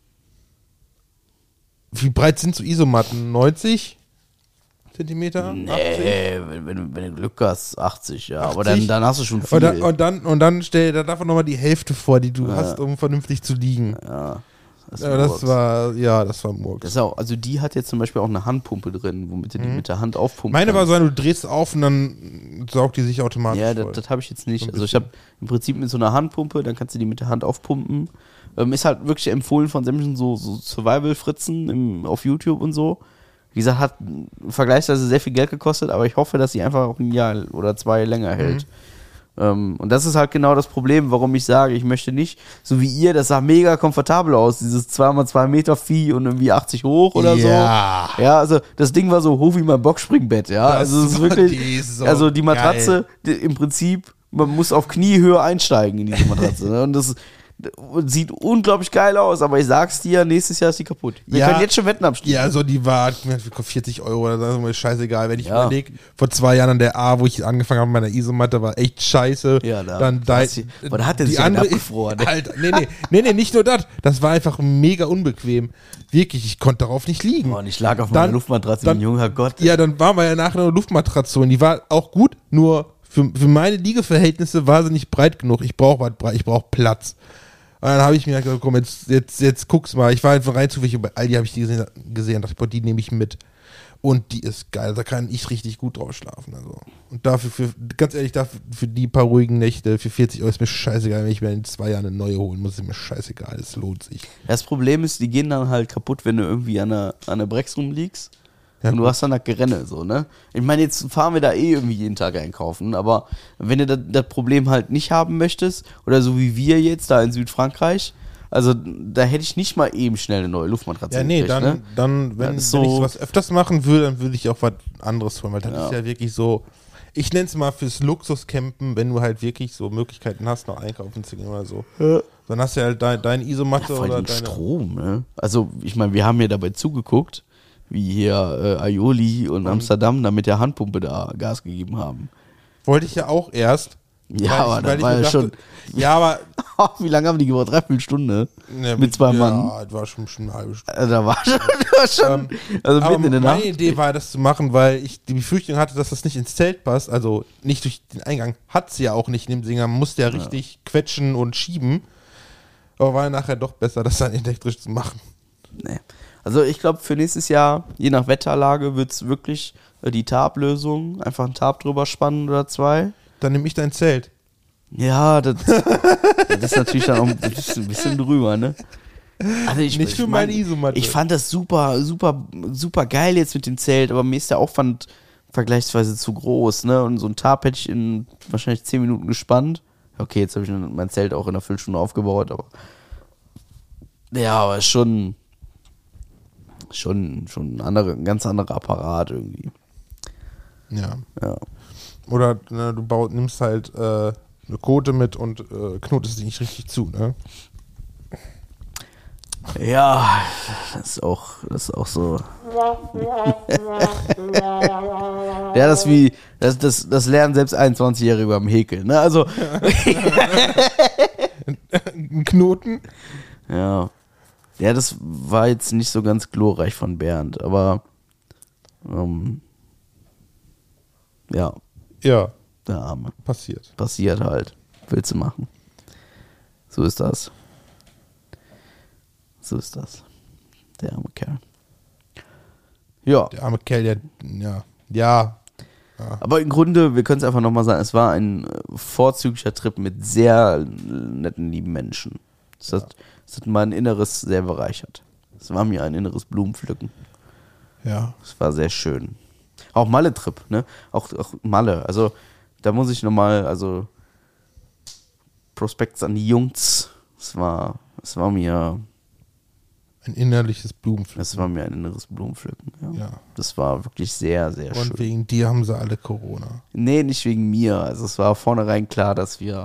wie breit sind so Isomatten? neunzig Zentimeter? Nee, achtzig? wenn, wenn, wenn du Glück hast, achtzig, ja. achtzig? Aber dann, dann hast du schon viel. Und dann, und dann, und dann stell dir davon nochmal die Hälfte vor, die du ja. hast, um vernünftig zu liegen. Ja. Das, ja, das war, ja, das war Murks. Das ist auch, also die hat jetzt zum Beispiel auch eine Handpumpe drin, womit du die mhm. mit der Hand aufpumpen Meine kannst. war so, du drehst auf und dann saugt die sich automatisch Ja, voll. das, das habe ich jetzt nicht. So also ich habe im Prinzip mit so einer Handpumpe, dann kannst du die mit der Hand aufpumpen. Ähm, ist halt wirklich empfohlen von sämtlichen so, so Survival-Fritzen im, auf YouTube und so. Wie gesagt, hat vergleichsweise sehr viel Geld gekostet, aber ich hoffe, dass sie einfach auch ein Jahr oder zwei länger hält. Mhm. Um, und das ist halt genau das Problem, warum ich sage, ich möchte nicht, so wie ihr, das sah mega komfortabel aus, dieses zwei mal zwei Meter Vieh und irgendwie achtzig hoch oder ja. so. Ja, also das Ding war so hoch wie mein Boxspringbett, ja. Das also es ist wirklich, die so also die Matratze, die, im Prinzip, man muss auf Kniehöhe einsteigen in diese Matratze. Ne? Und das sieht unglaublich geil aus, aber ich sag's dir, nächstes Jahr ist die kaputt. Wir ja, können jetzt schon Wetten abschließen. Ja, so die war vierzig Euro oder so, das ist mir scheißegal. Wenn ich ja. überlege, vor zwei Jahren an der A, wo ich angefangen habe mit meiner Isomatte, war echt scheiße. Ja, da, dann da, da hat der sich andere abgefroren. Alter, nee, nee, nee, nee, nicht nur das. Das war einfach mega unbequem. Wirklich, ich konnte darauf nicht liegen. Boah, und ich lag auf meiner Luftmatratze wie ein junger Gott. Ja, dann waren wir ja nachher eine Luftmatratze und die war auch gut, nur für, für meine Liegeverhältnisse war sie nicht breit genug. Ich brauche ich brauch Platz. Und dann habe ich mir gesagt, komm, jetzt, jetzt, jetzt guck's mal. Ich war einfach rein zufällig, bei Aldi habe ich die gesehen, gesehen dachte ich, boah, die nehme ich mit. Und die ist geil, da kann ich richtig gut drauf schlafen. Also. Und dafür, für, ganz ehrlich, dafür, für die paar ruhigen Nächte, für vierzig Euro ist mir scheißegal, wenn ich mir in zwei Jahren eine neue holen muss, ist mir scheißegal, es lohnt sich. Das Problem ist, die gehen dann halt kaputt, wenn du irgendwie an der, an der Brex rumliegst. Ja, und du gut. hast dann das Gerenne, so, ne? Ich meine, jetzt fahren wir da eh irgendwie jeden Tag einkaufen, aber wenn du das, das Problem halt nicht haben möchtest, oder so wie wir jetzt da in Südfrankreich, also da hätte ich nicht mal eben schnell eine neue Luftmatratze Ja, nee, gekriegt, dann, ne? dann wenn, so wenn ich sowas öfters machen würde, dann würde ich auch was anderes holen, weil das ja. ist ja wirklich so, ich nenne es mal fürs Luxuscampen, wenn du halt wirklich so Möglichkeiten hast, noch einkaufen zu gehen oder so. Ja. Dann hast du halt deine dein Isomatte ja, voll oder den deine Strom, ne? Also, ich meine, wir haben ja dabei zugeguckt, wie hier äh, Aioli und Amsterdam da mit der Handpumpe da Gas gegeben haben. Wollte ich ja auch erst. Ja, aber das war ja dachte, schon... Ja, aber... Wie lange haben die gebraucht? Dreiviertel Stunde? Ja, mit zwei ja, Mann? Ja, das war schon, schon eine halbe Stunde. Also, da war schon... Da war schon ähm, also aber mitten in der meine Nacht. Idee war, das zu machen, weil ich die Befürchtung hatte, dass das nicht ins Zelt passt. Also nicht durch den Eingang. Hat sie ja auch nicht in dem Singer. Man musste ja richtig ja. quetschen und schieben. Aber war ja nachher doch besser, das dann elektrisch zu machen. Nee. Also ich glaube, für nächstes Jahr, je nach Wetterlage, wird es wirklich äh, die Tarp-Lösung, einfach ein Tarp drüber spannen oder zwei. Dann nehme ich dein Zelt. Ja, das, das ist natürlich dann auch ein bisschen, ein bisschen drüber, ne? Also ich, Nicht für ich meine mein, Isomatte. Ich fand das super, super, super geil jetzt mit dem Zelt, aber mir ist der Aufwand vergleichsweise zu groß, ne? Und so ein Tarp hätte ich in wahrscheinlich zehn Minuten gespannt. Okay, jetzt habe ich mein Zelt auch in einer Viertelstunde aufgebaut, aber ja, aber ist schon... Schon, schon ein, andere, ein ganz anderer Apparat irgendwie. Ja. ja. Oder ne, du baut, nimmst halt äh, eine Kote mit und äh, knotest die nicht richtig zu, ne? Ja, das ist auch, das ist auch so. Ja, das wie, das, das, das lernen selbst einundzwanzigjährige beim Häkeln, ne? Also. Ein Knoten? Ja. Ja, das war jetzt nicht so ganz glorreich von Bernd, aber ähm, ja. Ja. Der Arme. Passiert. Passiert halt. Willst du machen. So ist das. So ist das. Der arme Kerl. Ja. Der arme Kerl, der, ja. Ja. Ja. Aber im Grunde, wir können es einfach nochmal sagen, es war ein vorzüglicher Trip mit sehr netten, lieben Menschen. Das, hat, das hat mein Inneres sehr bereichert. Es war mir ein inneres Blumenpflücken. Ja. Es war sehr schön. Auch Malle-Trip, ne? Auch, auch Malle. Also, da muss ich nochmal, also Prospekts an die Jungs. Es war, es war mir ein innerliches Blumenpflücken. Es war mir ein inneres Blumenpflücken. Ja. Ja. Das war wirklich sehr, sehr Und schön. Und wegen dir haben sie alle Corona. Nee, nicht wegen mir. Also es war vornherein klar, dass wir...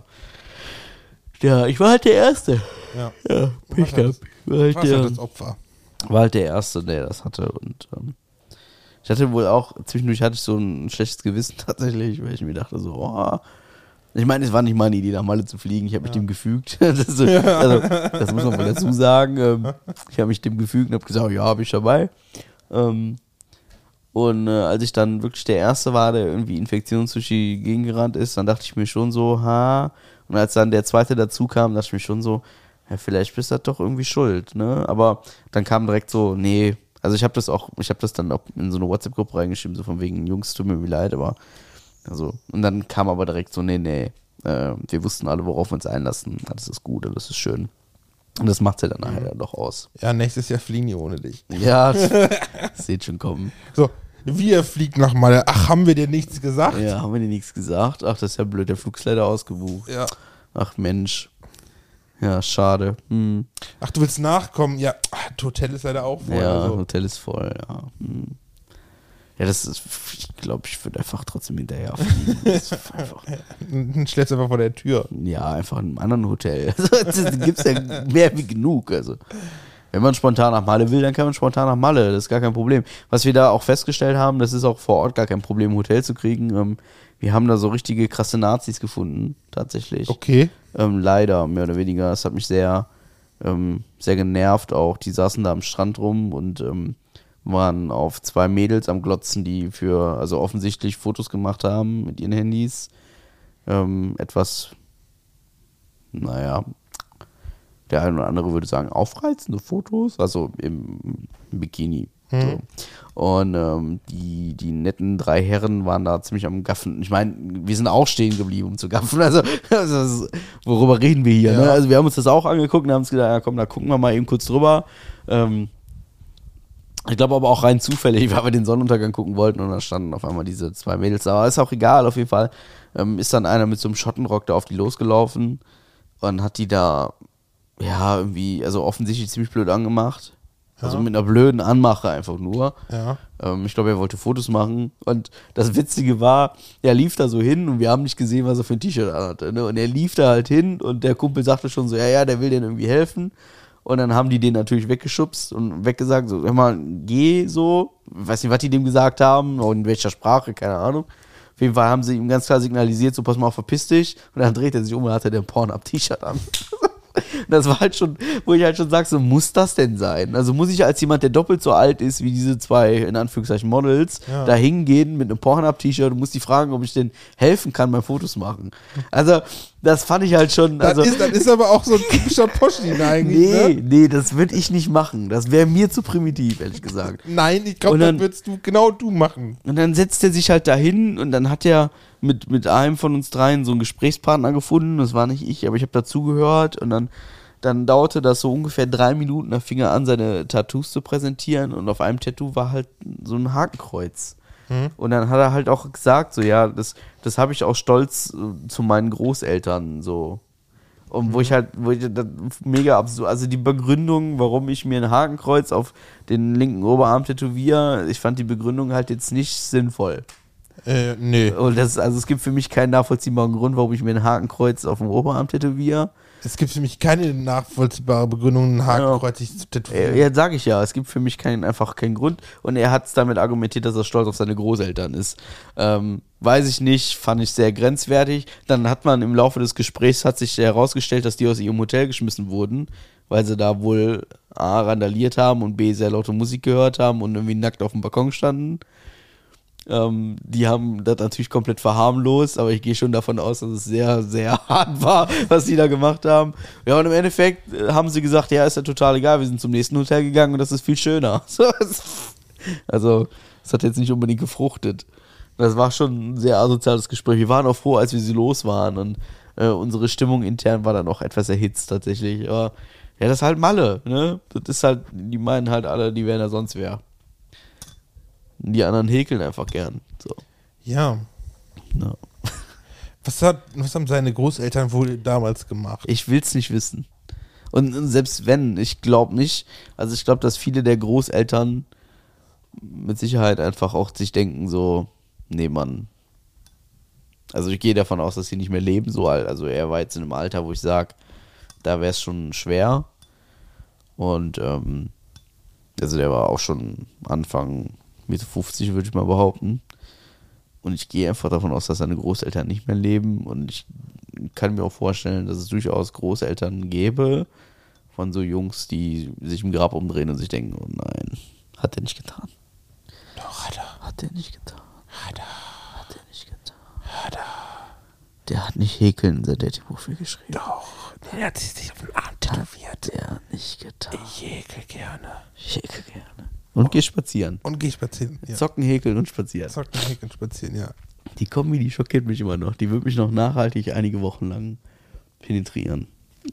Ja, ich war halt der Erste. Ja. Ja, Pech gehabt. Ich war halt Was der, hat das Opfer? war halt der Erste, der das hatte. Und ähm, ich hatte wohl auch, zwischendurch hatte ich so ein schlechtes Gewissen tatsächlich, weil ich mir dachte so, oh... Ich meine, es war nicht meine Idee, nach Malle zu fliegen. Ich habe mich Ja. dem gefügt. Das, ist, also, das muss man mal dazu sagen. Ähm, ich habe mich dem gefügt und habe gesagt, ja, bin ich dabei. Ähm, und äh, als ich dann wirklich der Erste war, der irgendwie Infektions durch die Gegend gerannt ist, dann dachte ich mir schon so, ha. Und als dann der Zweite dazu kam, dachte ich mir schon so, ja, vielleicht bist du doch irgendwie schuld, ne? Aber dann kam direkt so, nee. Also ich habe das auch, ich habe das dann auch in so eine WhatsApp-Gruppe reingeschrieben, so von wegen, Jungs, tut mir leid, aber also, und dann kam aber direkt so, nee, nee, äh, wir wussten alle, worauf wir uns einlassen. Das ist gut, das ist schön. Und das macht ja dann nachher dann doch aus. Ja, nächstes Jahr fliegen die ohne dich. Ja, das seht schon kommen. So, wir fliegen nach Malle. Ach, haben wir dir nichts gesagt? Ja, haben wir dir nichts gesagt? Ach, das ist ja blöd, der Flug ist leider ausgebucht. Ja. Ach Mensch. Ja, schade. Hm. Ach, du willst nachkommen? Ja, ach, das Hotel ist leider auch voll. Ja, also. Hotel ist voll, ja. Hm. Ja, das ist, ich glaube, ich würde einfach trotzdem hinterher fliegen. Das ist einfach, Dann stellst du einfach vor der Tür. ja, einfach in einem anderen Hotel. Also, das gibt's ja mehr wie genug. Also, wenn man spontan nach Malle will, dann kann man spontan nach Malle. Das ist gar kein Problem. Was wir da auch festgestellt haben, das ist auch vor Ort gar kein Problem, ein Hotel zu kriegen. Ähm, wir haben da so richtige krasse Nazis gefunden, tatsächlich. Okay. Ähm, leider, mehr oder weniger. Das hat mich sehr, ähm, sehr genervt auch. Die saßen da am Strand rum und ähm, waren auf zwei Mädels am Glotzen, die für, also offensichtlich Fotos gemacht haben mit ihren Handys. Ähm, etwas, naja, der eine oder andere würde sagen, aufreizende Fotos, also im, im Bikini. Hm. So. Und ähm, die, die netten drei Herren waren da ziemlich am Gaffen. Ich meine, wir sind auch stehen geblieben, um zu gaffen. Also, also worüber reden wir hier? Ja. Ne? Also wir haben uns das auch angeguckt und haben uns gedacht, ja komm, da gucken wir mal eben kurz drüber. Ähm, ich glaube aber auch rein zufällig, weil wir den Sonnenuntergang gucken wollten und da standen auf einmal diese zwei Mädels da. Aber ist auch egal, auf jeden Fall ähm, ist dann einer mit so einem Schottenrock da auf die losgelaufen und hat die da, ja, irgendwie, also offensichtlich ziemlich blöd angemacht. Ja. Also mit einer blöden Anmache einfach nur. Ja. Ähm, ich glaube, er wollte Fotos machen. Und das Witzige war, er lief da so hin und wir haben nicht gesehen, was er für ein T-Shirt anhatte. Ne? Und er lief da halt hin und der Kumpel sagte schon so, ja, ja, der will denen irgendwie helfen. Und dann haben die den natürlich weggeschubst und weggesagt, so, hör mal, geh so. Ich weiß nicht, was die dem gesagt haben, oder in welcher Sprache, keine Ahnung. Auf jeden Fall haben sie ihm ganz klar signalisiert, so, pass mal auf, verpiss dich. Und dann dreht er sich um und hatte den Porn-Up-T-Shirt an. Das war halt schon, wo ich halt schon sag, so muss das denn sein? Also muss ich als jemand, der doppelt so alt ist wie diese zwei, in Anführungszeichen, Models, Ja. da hingehen mit einem Porn-Up-T-Shirt und muss die fragen, ob ich denen helfen kann beim Fotos machen. Also, das fand ich halt schon, Das, also, ist, das ist aber auch so ein typischer Poschin eigentlich, nee, ne? nee, das würde ich nicht machen. Das wäre mir zu primitiv, ehrlich gesagt. Nein, ich glaube, Und das dann- würdest du, genau du machen. Und dann setzt er sich halt dahin und dann hat er mit, mit einem von uns dreien so einen Gesprächspartner gefunden. Das war nicht ich, aber ich habe dazugehört. Und dann, dann dauerte das so ungefähr drei Minuten. Da fing er an, seine Tattoos zu präsentieren. Und auf einem Tattoo war halt so ein Hakenkreuz. Mhm. Und dann hat er halt auch gesagt, so ja, das, das habe ich auch stolz äh, zu meinen Großeltern so. Und wo ich halt, wo ich das mega absurd, also die Begründung, warum ich mir ein Hakenkreuz auf den linken Oberarm tätowiere, ich fand die Begründung halt jetzt nicht sinnvoll. Äh, nee. Und das, also es gibt für mich keinen nachvollziehbaren Grund, warum ich mir ein Hakenkreuz auf dem Oberarm tätowiere. Es gibt für mich keine nachvollziehbare Begründung, ein Hakenkreuz sich zu tätowieren. Äh, Ja, sag ich ja, es gibt für mich keinen, einfach keinen Grund. Und er hat es damit argumentiert, dass er stolz auf seine Großeltern ist. Ähm, weiß ich nicht, fand ich sehr grenzwertig. Dann hat man im Laufe des Gesprächs hat sich herausgestellt, dass die aus ihrem Hotel geschmissen wurden, weil sie da wohl A, randaliert haben und B, sehr laute Musik gehört haben und irgendwie nackt auf dem Balkon standen. Ähm, die haben das natürlich komplett verharmlost, aber ich gehe schon davon aus, dass es sehr, sehr hart war, was die da gemacht haben. Ja, und im Endeffekt äh, haben sie gesagt, ja, ist ja total egal, wir sind zum nächsten Hotel gegangen und das ist viel schöner. So, es- also, es hat jetzt nicht unbedingt gefruchtet. Das war schon ein sehr asoziales Gespräch. Wir waren auch froh, als wir sie los waren und äh, unsere Stimmung intern war dann auch etwas erhitzt tatsächlich. Aber ja, das ist halt Malle, ne? Das ist halt, die meinen halt alle, die wären ja sonst wer. Die anderen häkeln einfach gern. So. Ja. Ja. Was, hat, was haben seine Großeltern wohl damals gemacht? Ich will's nicht wissen. Und selbst wenn, ich glaube nicht, also ich glaube, dass viele der Großeltern mit Sicherheit einfach auch sich denken so, nee, Mann. Also ich gehe davon aus, dass sie nicht mehr leben, so alt. Also er war jetzt in einem Alter, wo ich sage, da wäre es schon schwer. Und ähm, also der war auch schon Anfang Mitte fünfzig, würde ich mal behaupten. Und ich gehe einfach davon aus, dass seine Großeltern nicht mehr leben. Und ich kann mir auch vorstellen, dass es durchaus Großeltern gäbe von so Jungs, die sich im Grab umdrehen und sich denken, oh nein, hat er nicht getan. Doch, hat er. Hat er nicht getan. Hat er. Hat er nicht getan. Hat er. Der hat nicht häkeln in sein Dating-Profil geschrieben. Doch. Der hat sich auf den Arm tätowiert. Der hat nicht getan. Ich häkel gerne. Ich häkel gerne. Und geh spazieren. Und geh spazieren. Ja. Zocken, häkeln und spazieren. Zocken, häkeln, spazieren, ja. Die Kombi, die schockiert mich immer noch. Die wird mich noch nachhaltig einige Wochen lang penetrieren.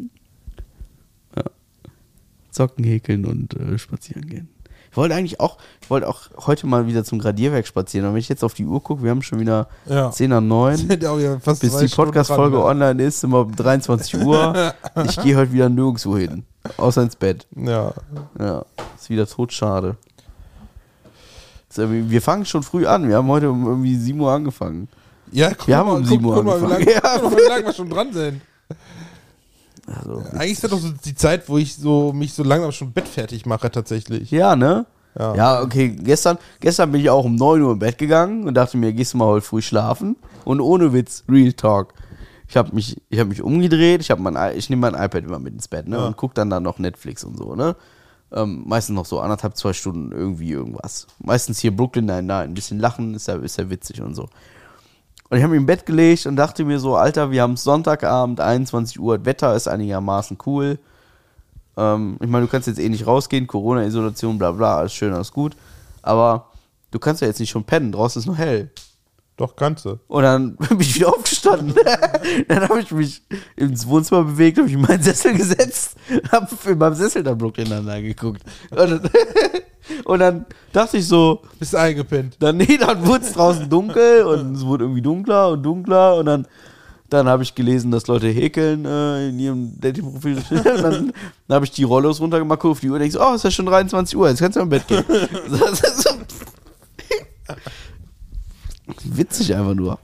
Ja. Zocken, häkeln und äh, spazieren gehen. Ich wollte eigentlich auch, ich wollte auch heute mal wieder zum Gradierwerk spazieren. Und wenn ich jetzt auf die Uhr gucke, wir haben schon wieder Ja. zehn nach neun. Sind auch wieder fast Bis zwei die Podcast-Folge Stunden dran, online ist, sind wir um dreiundzwanzig Uhr. Ich gehe heute wieder nirgendwo hin. Außer ins Bett. Ja. Ja, ist wieder totschade. Ist irgendwie- Wir fangen schon früh an. Wir haben heute um irgendwie sieben Uhr angefangen. Ja, guck Wir haben mal, um guck, sieben Uhr guck mal, wie lange, angefangen. Ja. guck mal, wie lange wir schon dran sind. Also, Eigentlich ist das doch so die Zeit, wo ich so mich so langsam schon bettfertig mache tatsächlich. ja, ne? Ja. Ja, okay. Gestern, gestern bin ich auch um neun Uhr im Bett gegangen und dachte mir, gehst du mal heute früh schlafen? Und ohne Witz, Real Talk. Ich habe mich, ich hab mich umgedreht, ich, hab mein, I- ich nehme mein iPad immer mit ins Bett, ne? Ja. Und guck dann da noch Netflix und so, ne? Ähm, meistens noch so anderthalb, zwei Stunden irgendwie irgendwas. Meistens hier Brooklyn Nine-Nine. Ein bisschen lachen, ist ja, ist ja witzig und so. Und ich habe mich im Bett gelegt und dachte mir so, Alter, wir haben Sonntagabend, einundzwanzig Uhr, das Wetter ist einigermaßen cool. Ähm, ich meine, du kannst jetzt eh nicht rausgehen, Corona-Isolation, bla bla, alles schön, alles gut. Aber du kannst ja jetzt nicht schon pennen, draußen ist noch hell. Doch, kannst du. Und dann bin ich wieder aufgestanden. Dann habe ich mich ins Wohnzimmer bewegt, habe mich in meinen Sessel gesetzt, habe in meinem Sessel dann Brooklyn Nine-Nine geguckt. Und dann, und dann dachte ich so, Bist du eingepennt. dann, nee, dann wurde es draußen dunkel und es wurde irgendwie dunkler und dunkler und dann, dann habe ich gelesen, dass Leute häkeln äh, in ihrem Dating-Profil. Und dann, dann habe ich die Rollos runtergemacht, guck auf die Uhr und denke so, oh, es ist ja schon dreiundzwanzig Uhr, jetzt kannst du im Bett gehen. Das ist so witzig einfach nur.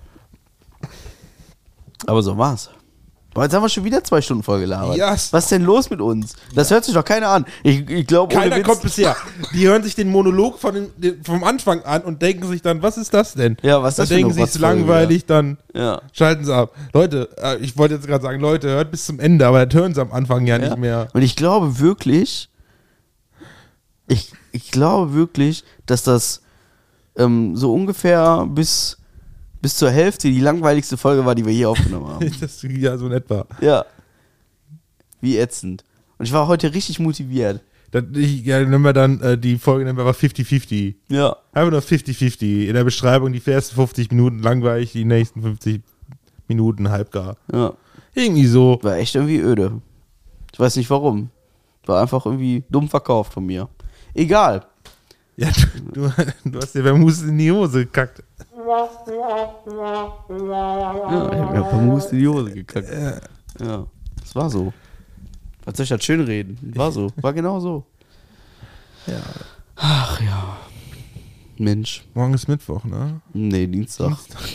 Aber so war's. Boah, jetzt haben wir schon wieder zwei Stunden voll gelabert. Yes. Was ist denn los mit uns? Das hört sich doch keiner an. Ich, ich glaube, Keiner kommt bisher. Die hören sich den Monolog von den, den, vom Anfang an und denken sich dann, was ist das denn? Ja, was ist dann das für denken eine sie, es ist Rotzfolge, langweilig, dann Ja. schalten sie ab. Leute, äh, ich wollte jetzt gerade sagen, Leute, hört bis zum Ende, aber das hören sie am Anfang ja, Ja. nicht mehr. Und ich glaube wirklich, ich, ich glaube wirklich, dass das ähm, so ungefähr bis, bis zur Hälfte die langweiligste Folge war, die wir hier aufgenommen haben. Das, ja, so in etwa. Ja. Wie ätzend. Und ich war heute richtig motiviert. Dann, ich, ja, nennen wir dann äh, die Folge nennen wir aber fifty fifty. Ja. Einfach nur fifty fifty. In der Beschreibung die ersten fünfzig Minuten langweilig, die nächsten fünfzig Minuten halbgar. Ja. Irgendwie so. War echt irgendwie öde. Ich weiß nicht warum. War einfach irgendwie dumm verkauft von mir. Egal. Ja, du, du, du hast dir beim Husten in die Hose gekackt. Ja, ich hab mir vom Husten in die Hose gekackt. Ja. Das war so. Was soll ich das schön reden? War so. War genau so. Ja. Ach ja. Mensch. Morgen ist Mittwoch, ne? Nee, Dienstag.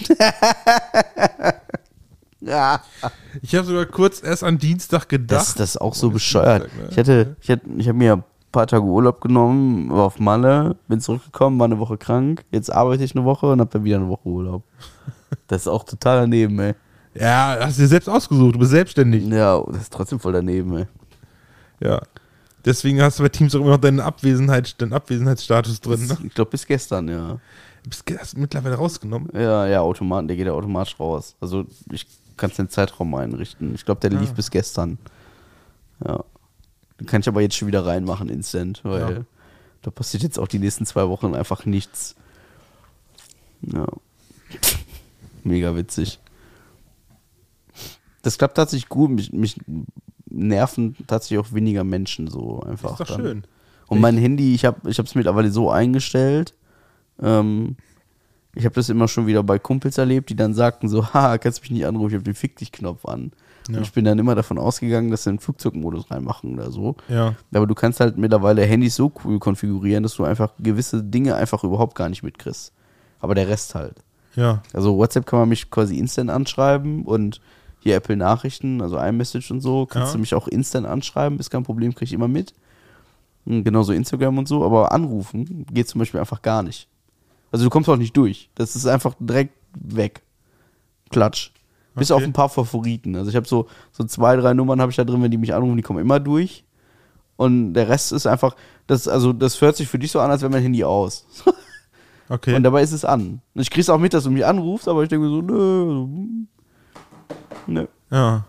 Ja. Ich habe sogar kurz erst an Dienstag gedacht. Das, das ist auch so Morgen ist bescheuert. Dienstag, ne? Ich hätte, ich hätte, ich habe mir ein paar Tage Urlaub genommen, war auf Malle, bin zurückgekommen, war eine Woche krank. Jetzt arbeite ich eine Woche und habe dann wieder eine Woche Urlaub. Das ist auch total daneben, ey. Ja, hast du dir selbst ausgesucht, du bist selbstständig. Ja, das ist trotzdem voll daneben, ey. Ja. Deswegen hast du bei Teams auch immer noch deinen, Abwesenheit, deinen Abwesenheitsstatus drin. Ne? Ich glaube bis gestern, ja. Bist du hast du mittlerweile rausgenommen? Ja, ja, Automat, der geht ja automatisch raus. Also ich kann den Zeitraum einrichten. Ich glaube, der lief Ah. bis gestern. Ja. Den kann ich aber jetzt schon wieder reinmachen, instant, weil Ja. da passiert jetzt auch die nächsten zwei Wochen einfach nichts. Ja. Mega witzig. Das klappt tatsächlich gut. Mich, mich nerven tatsächlich auch weniger Menschen so einfach. Ist doch dann. schön. Und mein Handy, ich habe ich es mittlerweile so eingestellt, ähm, ich habe das immer schon wieder bei Kumpels erlebt, die dann sagten so, haha, kannst du mich nicht anrufen, ich habe den Fick-dich-Knopf an. Ja. Und ich bin dann immer davon ausgegangen, dass sie einen Flugzeugmodus reinmachen oder so. Ja. Aber du kannst halt mittlerweile Handys so cool konfigurieren, dass du einfach gewisse Dinge einfach überhaupt gar nicht mitkriegst. Aber der Rest halt. Ja. Also WhatsApp kann man mich quasi instant anschreiben und hier Apple Nachrichten, also iMessage und so, kannst Ja. du mich auch instant anschreiben, ist kein Problem, krieg ich immer mit. Und genauso Instagram und so, aber anrufen geht zum Beispiel einfach gar nicht. Also du kommst auch nicht durch. Das ist einfach direkt weg. Klatsch. Bis Okay. auf ein paar Favoriten. Also ich habe so, so zwei, drei Nummern habe ich da drin, wenn die mich anrufen, die kommen immer durch. Und der Rest ist einfach, das, also das hört sich für dich so an, als wäre mein Handy aus. Okay. Und dabei ist es an. Und ich krieg's auch mit, dass du mich anrufst, aber ich denke mir so, nö. Nö. Ja.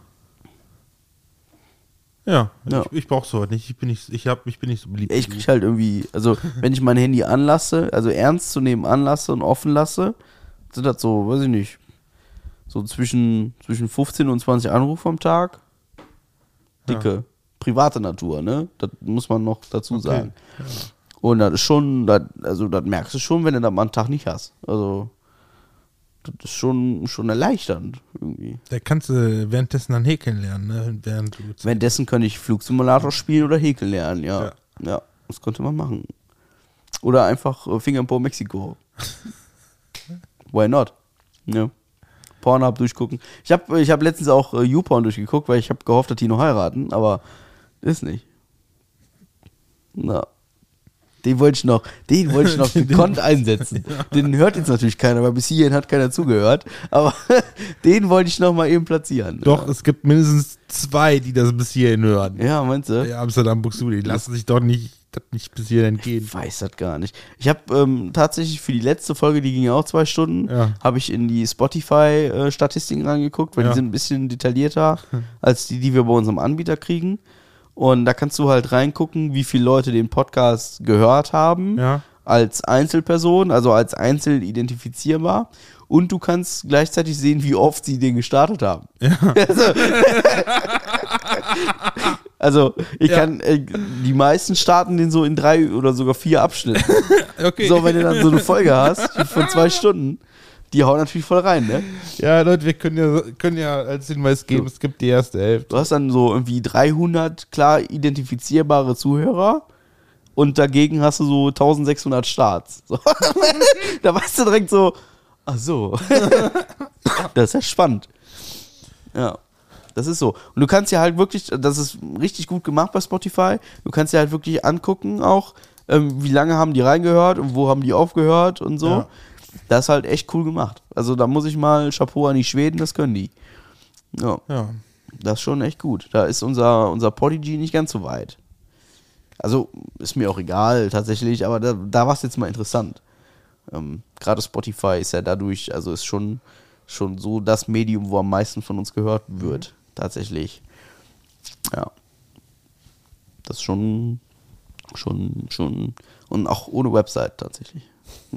Ja, Ja. ich, ich brauch sowas nicht. Ich bin nicht, ich hab, ich bin nicht so beliebt. Ich wie krieg du. halt irgendwie, also wenn ich mein Handy anlasse, also ernst zu nehmen anlasse und offen lasse, sind das so, weiß ich nicht, so zwischen, zwischen fünfzehn und zwanzig Anrufe am Tag. Dicke, private Natur, ne? Das muss man noch dazu sagen. Ja. Und das ist schon, das, also das merkst du schon, wenn du das mal einen Tag nicht hast. Also das ist schon, schon erleichternd irgendwie. Da kannst du währenddessen dann häkeln lernen, ne? Während du Währenddessen könnte ich Flugsimulator spielen oder häkeln lernen, ja. Ja. Ja, das könnte man machen. Oder einfach äh, Finger in Po Mexiko. Why not? Ja. Pornhub durchgucken. Ich habe ich hab letztens auch äh, YouPorn durchgeguckt, weil ich habe gehofft, dass die noch heiraten, aber ist nicht. Na. Den wollte ich noch, den wollte ich noch gekonnt einsetzen. Den hört jetzt natürlich keiner, weil bis hierhin hat keiner zugehört. Aber den wollte ich noch mal eben platzieren. Doch, es gibt mindestens zwei, die das bis hierhin hören. Ja, meinst du? Ja, Amsterdam Buxtehude, die lassen sich doch nicht, das nicht bis hierhin entgehen. Ich weiß das gar nicht. Ich habe ähm, tatsächlich für die letzte Folge, die ging ja auch zwei Stunden, Ja. habe ich in die Spotify-Statistiken reingeguckt, weil Ja. die sind ein bisschen detaillierter als die, die wir bei unserem Anbieter kriegen. Und da kannst du halt reingucken, wie viele Leute den Podcast gehört haben, Ja. als Einzelperson, also als einzeln identifizierbar. Und du kannst gleichzeitig sehen, wie oft sie den gestartet haben. Ja. Also, also ich Ja. kann, äh, die meisten starten den so in drei oder sogar vier Abschnitten. Okay. So, wenn du dann so eine Folge hast von zwei Stunden, die hauen natürlich voll rein, ne? Ja, Leute, wir können ja, können ja als Hinweis geben, es gibt die erste Hälfte. Du hast dann so irgendwie dreihundert klar identifizierbare Zuhörer und dagegen hast du so eintausendsechshundert Starts. So. Da weißt du direkt so, ach so. Das ist ja spannend. Ja, das ist so. Und du kannst ja halt wirklich, das ist richtig gut gemacht bei Spotify, du kannst ja halt wirklich angucken auch, ähm, wie lange haben die reingehört und wo haben die aufgehört und so. Ja. Das ist halt echt cool gemacht. Also da muss ich mal Chapeau an die Schweden, das können die. Ja. Ja. Das ist schon echt gut. Da ist unser, unser Podigy nicht ganz so weit. Also ist mir auch egal tatsächlich, aber da, da war es jetzt mal interessant. Ähm, Gerade Spotify ist ja dadurch, also ist schon, schon so das Medium, wo am meisten von uns gehört wird. Tatsächlich. Ja. Das ist schon, schon, schon. Und auch ohne Website tatsächlich.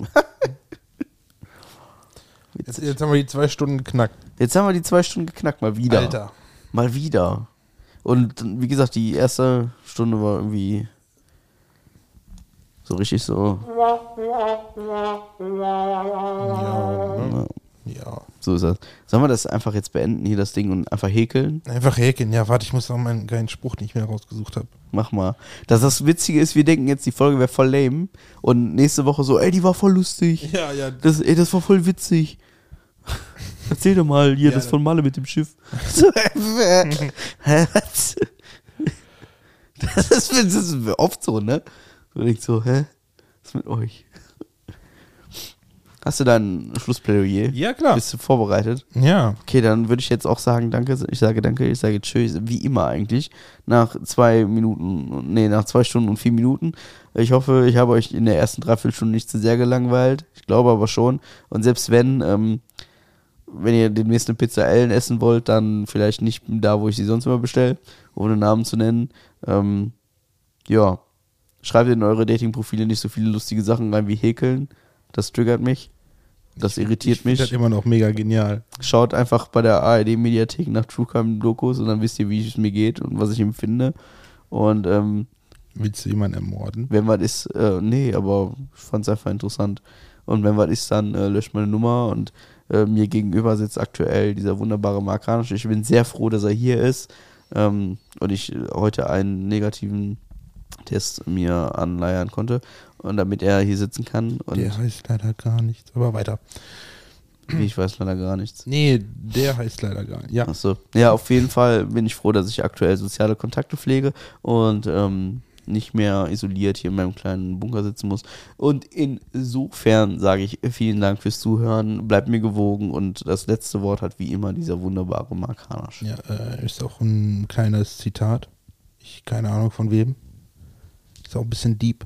Jetzt, jetzt haben wir die zwei Stunden geknackt. Jetzt haben wir die zwei Stunden geknackt, mal wieder. Alter. Mal wieder. Und wie gesagt, die erste Stunde war irgendwie so richtig so. Ja, ne? Ja. So ist das. Sollen wir das einfach jetzt beenden, hier das Ding, und einfach häkeln? Einfach häkeln. Ja, warte, ich muss noch meinen geilen Spruch, den ich mir rausgesucht habe. Mach mal. Dass das Witzige ist, wir denken jetzt, die Folge wäre voll lame. Und nächste Woche so, ey, die war voll lustig. Ja, ja. Das, ey, das war voll witzig. Erzähl doch mal hier, Ja, das das- von Malle mit dem Schiff. So, äh, hä, was? Das ist, das ist oft so, ne? Du denkst so, hä? Was ist mit euch? Hast du dein Schlussplädoyer? Ja, klar. Bist du vorbereitet? Ja. Okay, dann würde ich jetzt auch sagen, danke. Ich sage danke, ich sage tschüss, wie immer eigentlich. Nach zwei Minuten, nee, nach zwei Stunden und vier Minuten. Ich hoffe, ich habe euch in der ersten Dreiviertelstunde nicht zu sehr gelangweilt. Ich glaube aber schon. Und selbst wenn, ähm, wenn ihr demnächst eine Pizza Ellen essen wollt, dann vielleicht nicht da, wo ich sie sonst immer bestelle, ohne Namen zu nennen. Ähm, ja, schreibt in eure Dating-Profile nicht so viele lustige Sachen rein wie häkeln. Das triggert mich. Das irritiert ich finde mich. das immer noch mega genial. Schaut einfach bei der A R D-Mediathek nach True Crime-Dokus und dann wisst ihr, wie es mir geht und was ich empfinde. Und ähm, Willst du jemanden ermorden? wenn was ist, äh, nee, aber ich fand es einfach interessant. Und wenn was ist, dann äh, löscht meine Nummer und äh, mir gegenüber sitzt aktuell dieser wunderbare Mark Hanisch. Ich bin sehr froh, dass er hier ist ähm, und ich äh, heute einen negativen Test mir anleiern konnte und damit er hier sitzen kann. Und Der heißt leider gar nichts, aber weiter. wie, ich weiß leider gar nichts. Nee, der heißt leider gar nicht. Ja, Achso. Ja, auf jeden Fall bin ich froh, dass ich aktuell soziale Kontakte pflege und ähm, nicht mehr isoliert hier in meinem kleinen Bunker sitzen muss. Und insofern sage ich vielen Dank fürs Zuhören, bleibt mir gewogen und das letzte Wort hat wie immer dieser wunderbare Mark Hanasch. ja äh, ist auch ein kleines Zitat. Ich keine Ahnung von wem. Ist auch ein bisschen deep.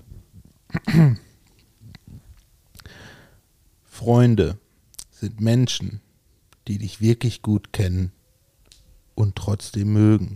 Freunde sind Menschen, die dich wirklich gut kennen und trotzdem mögen.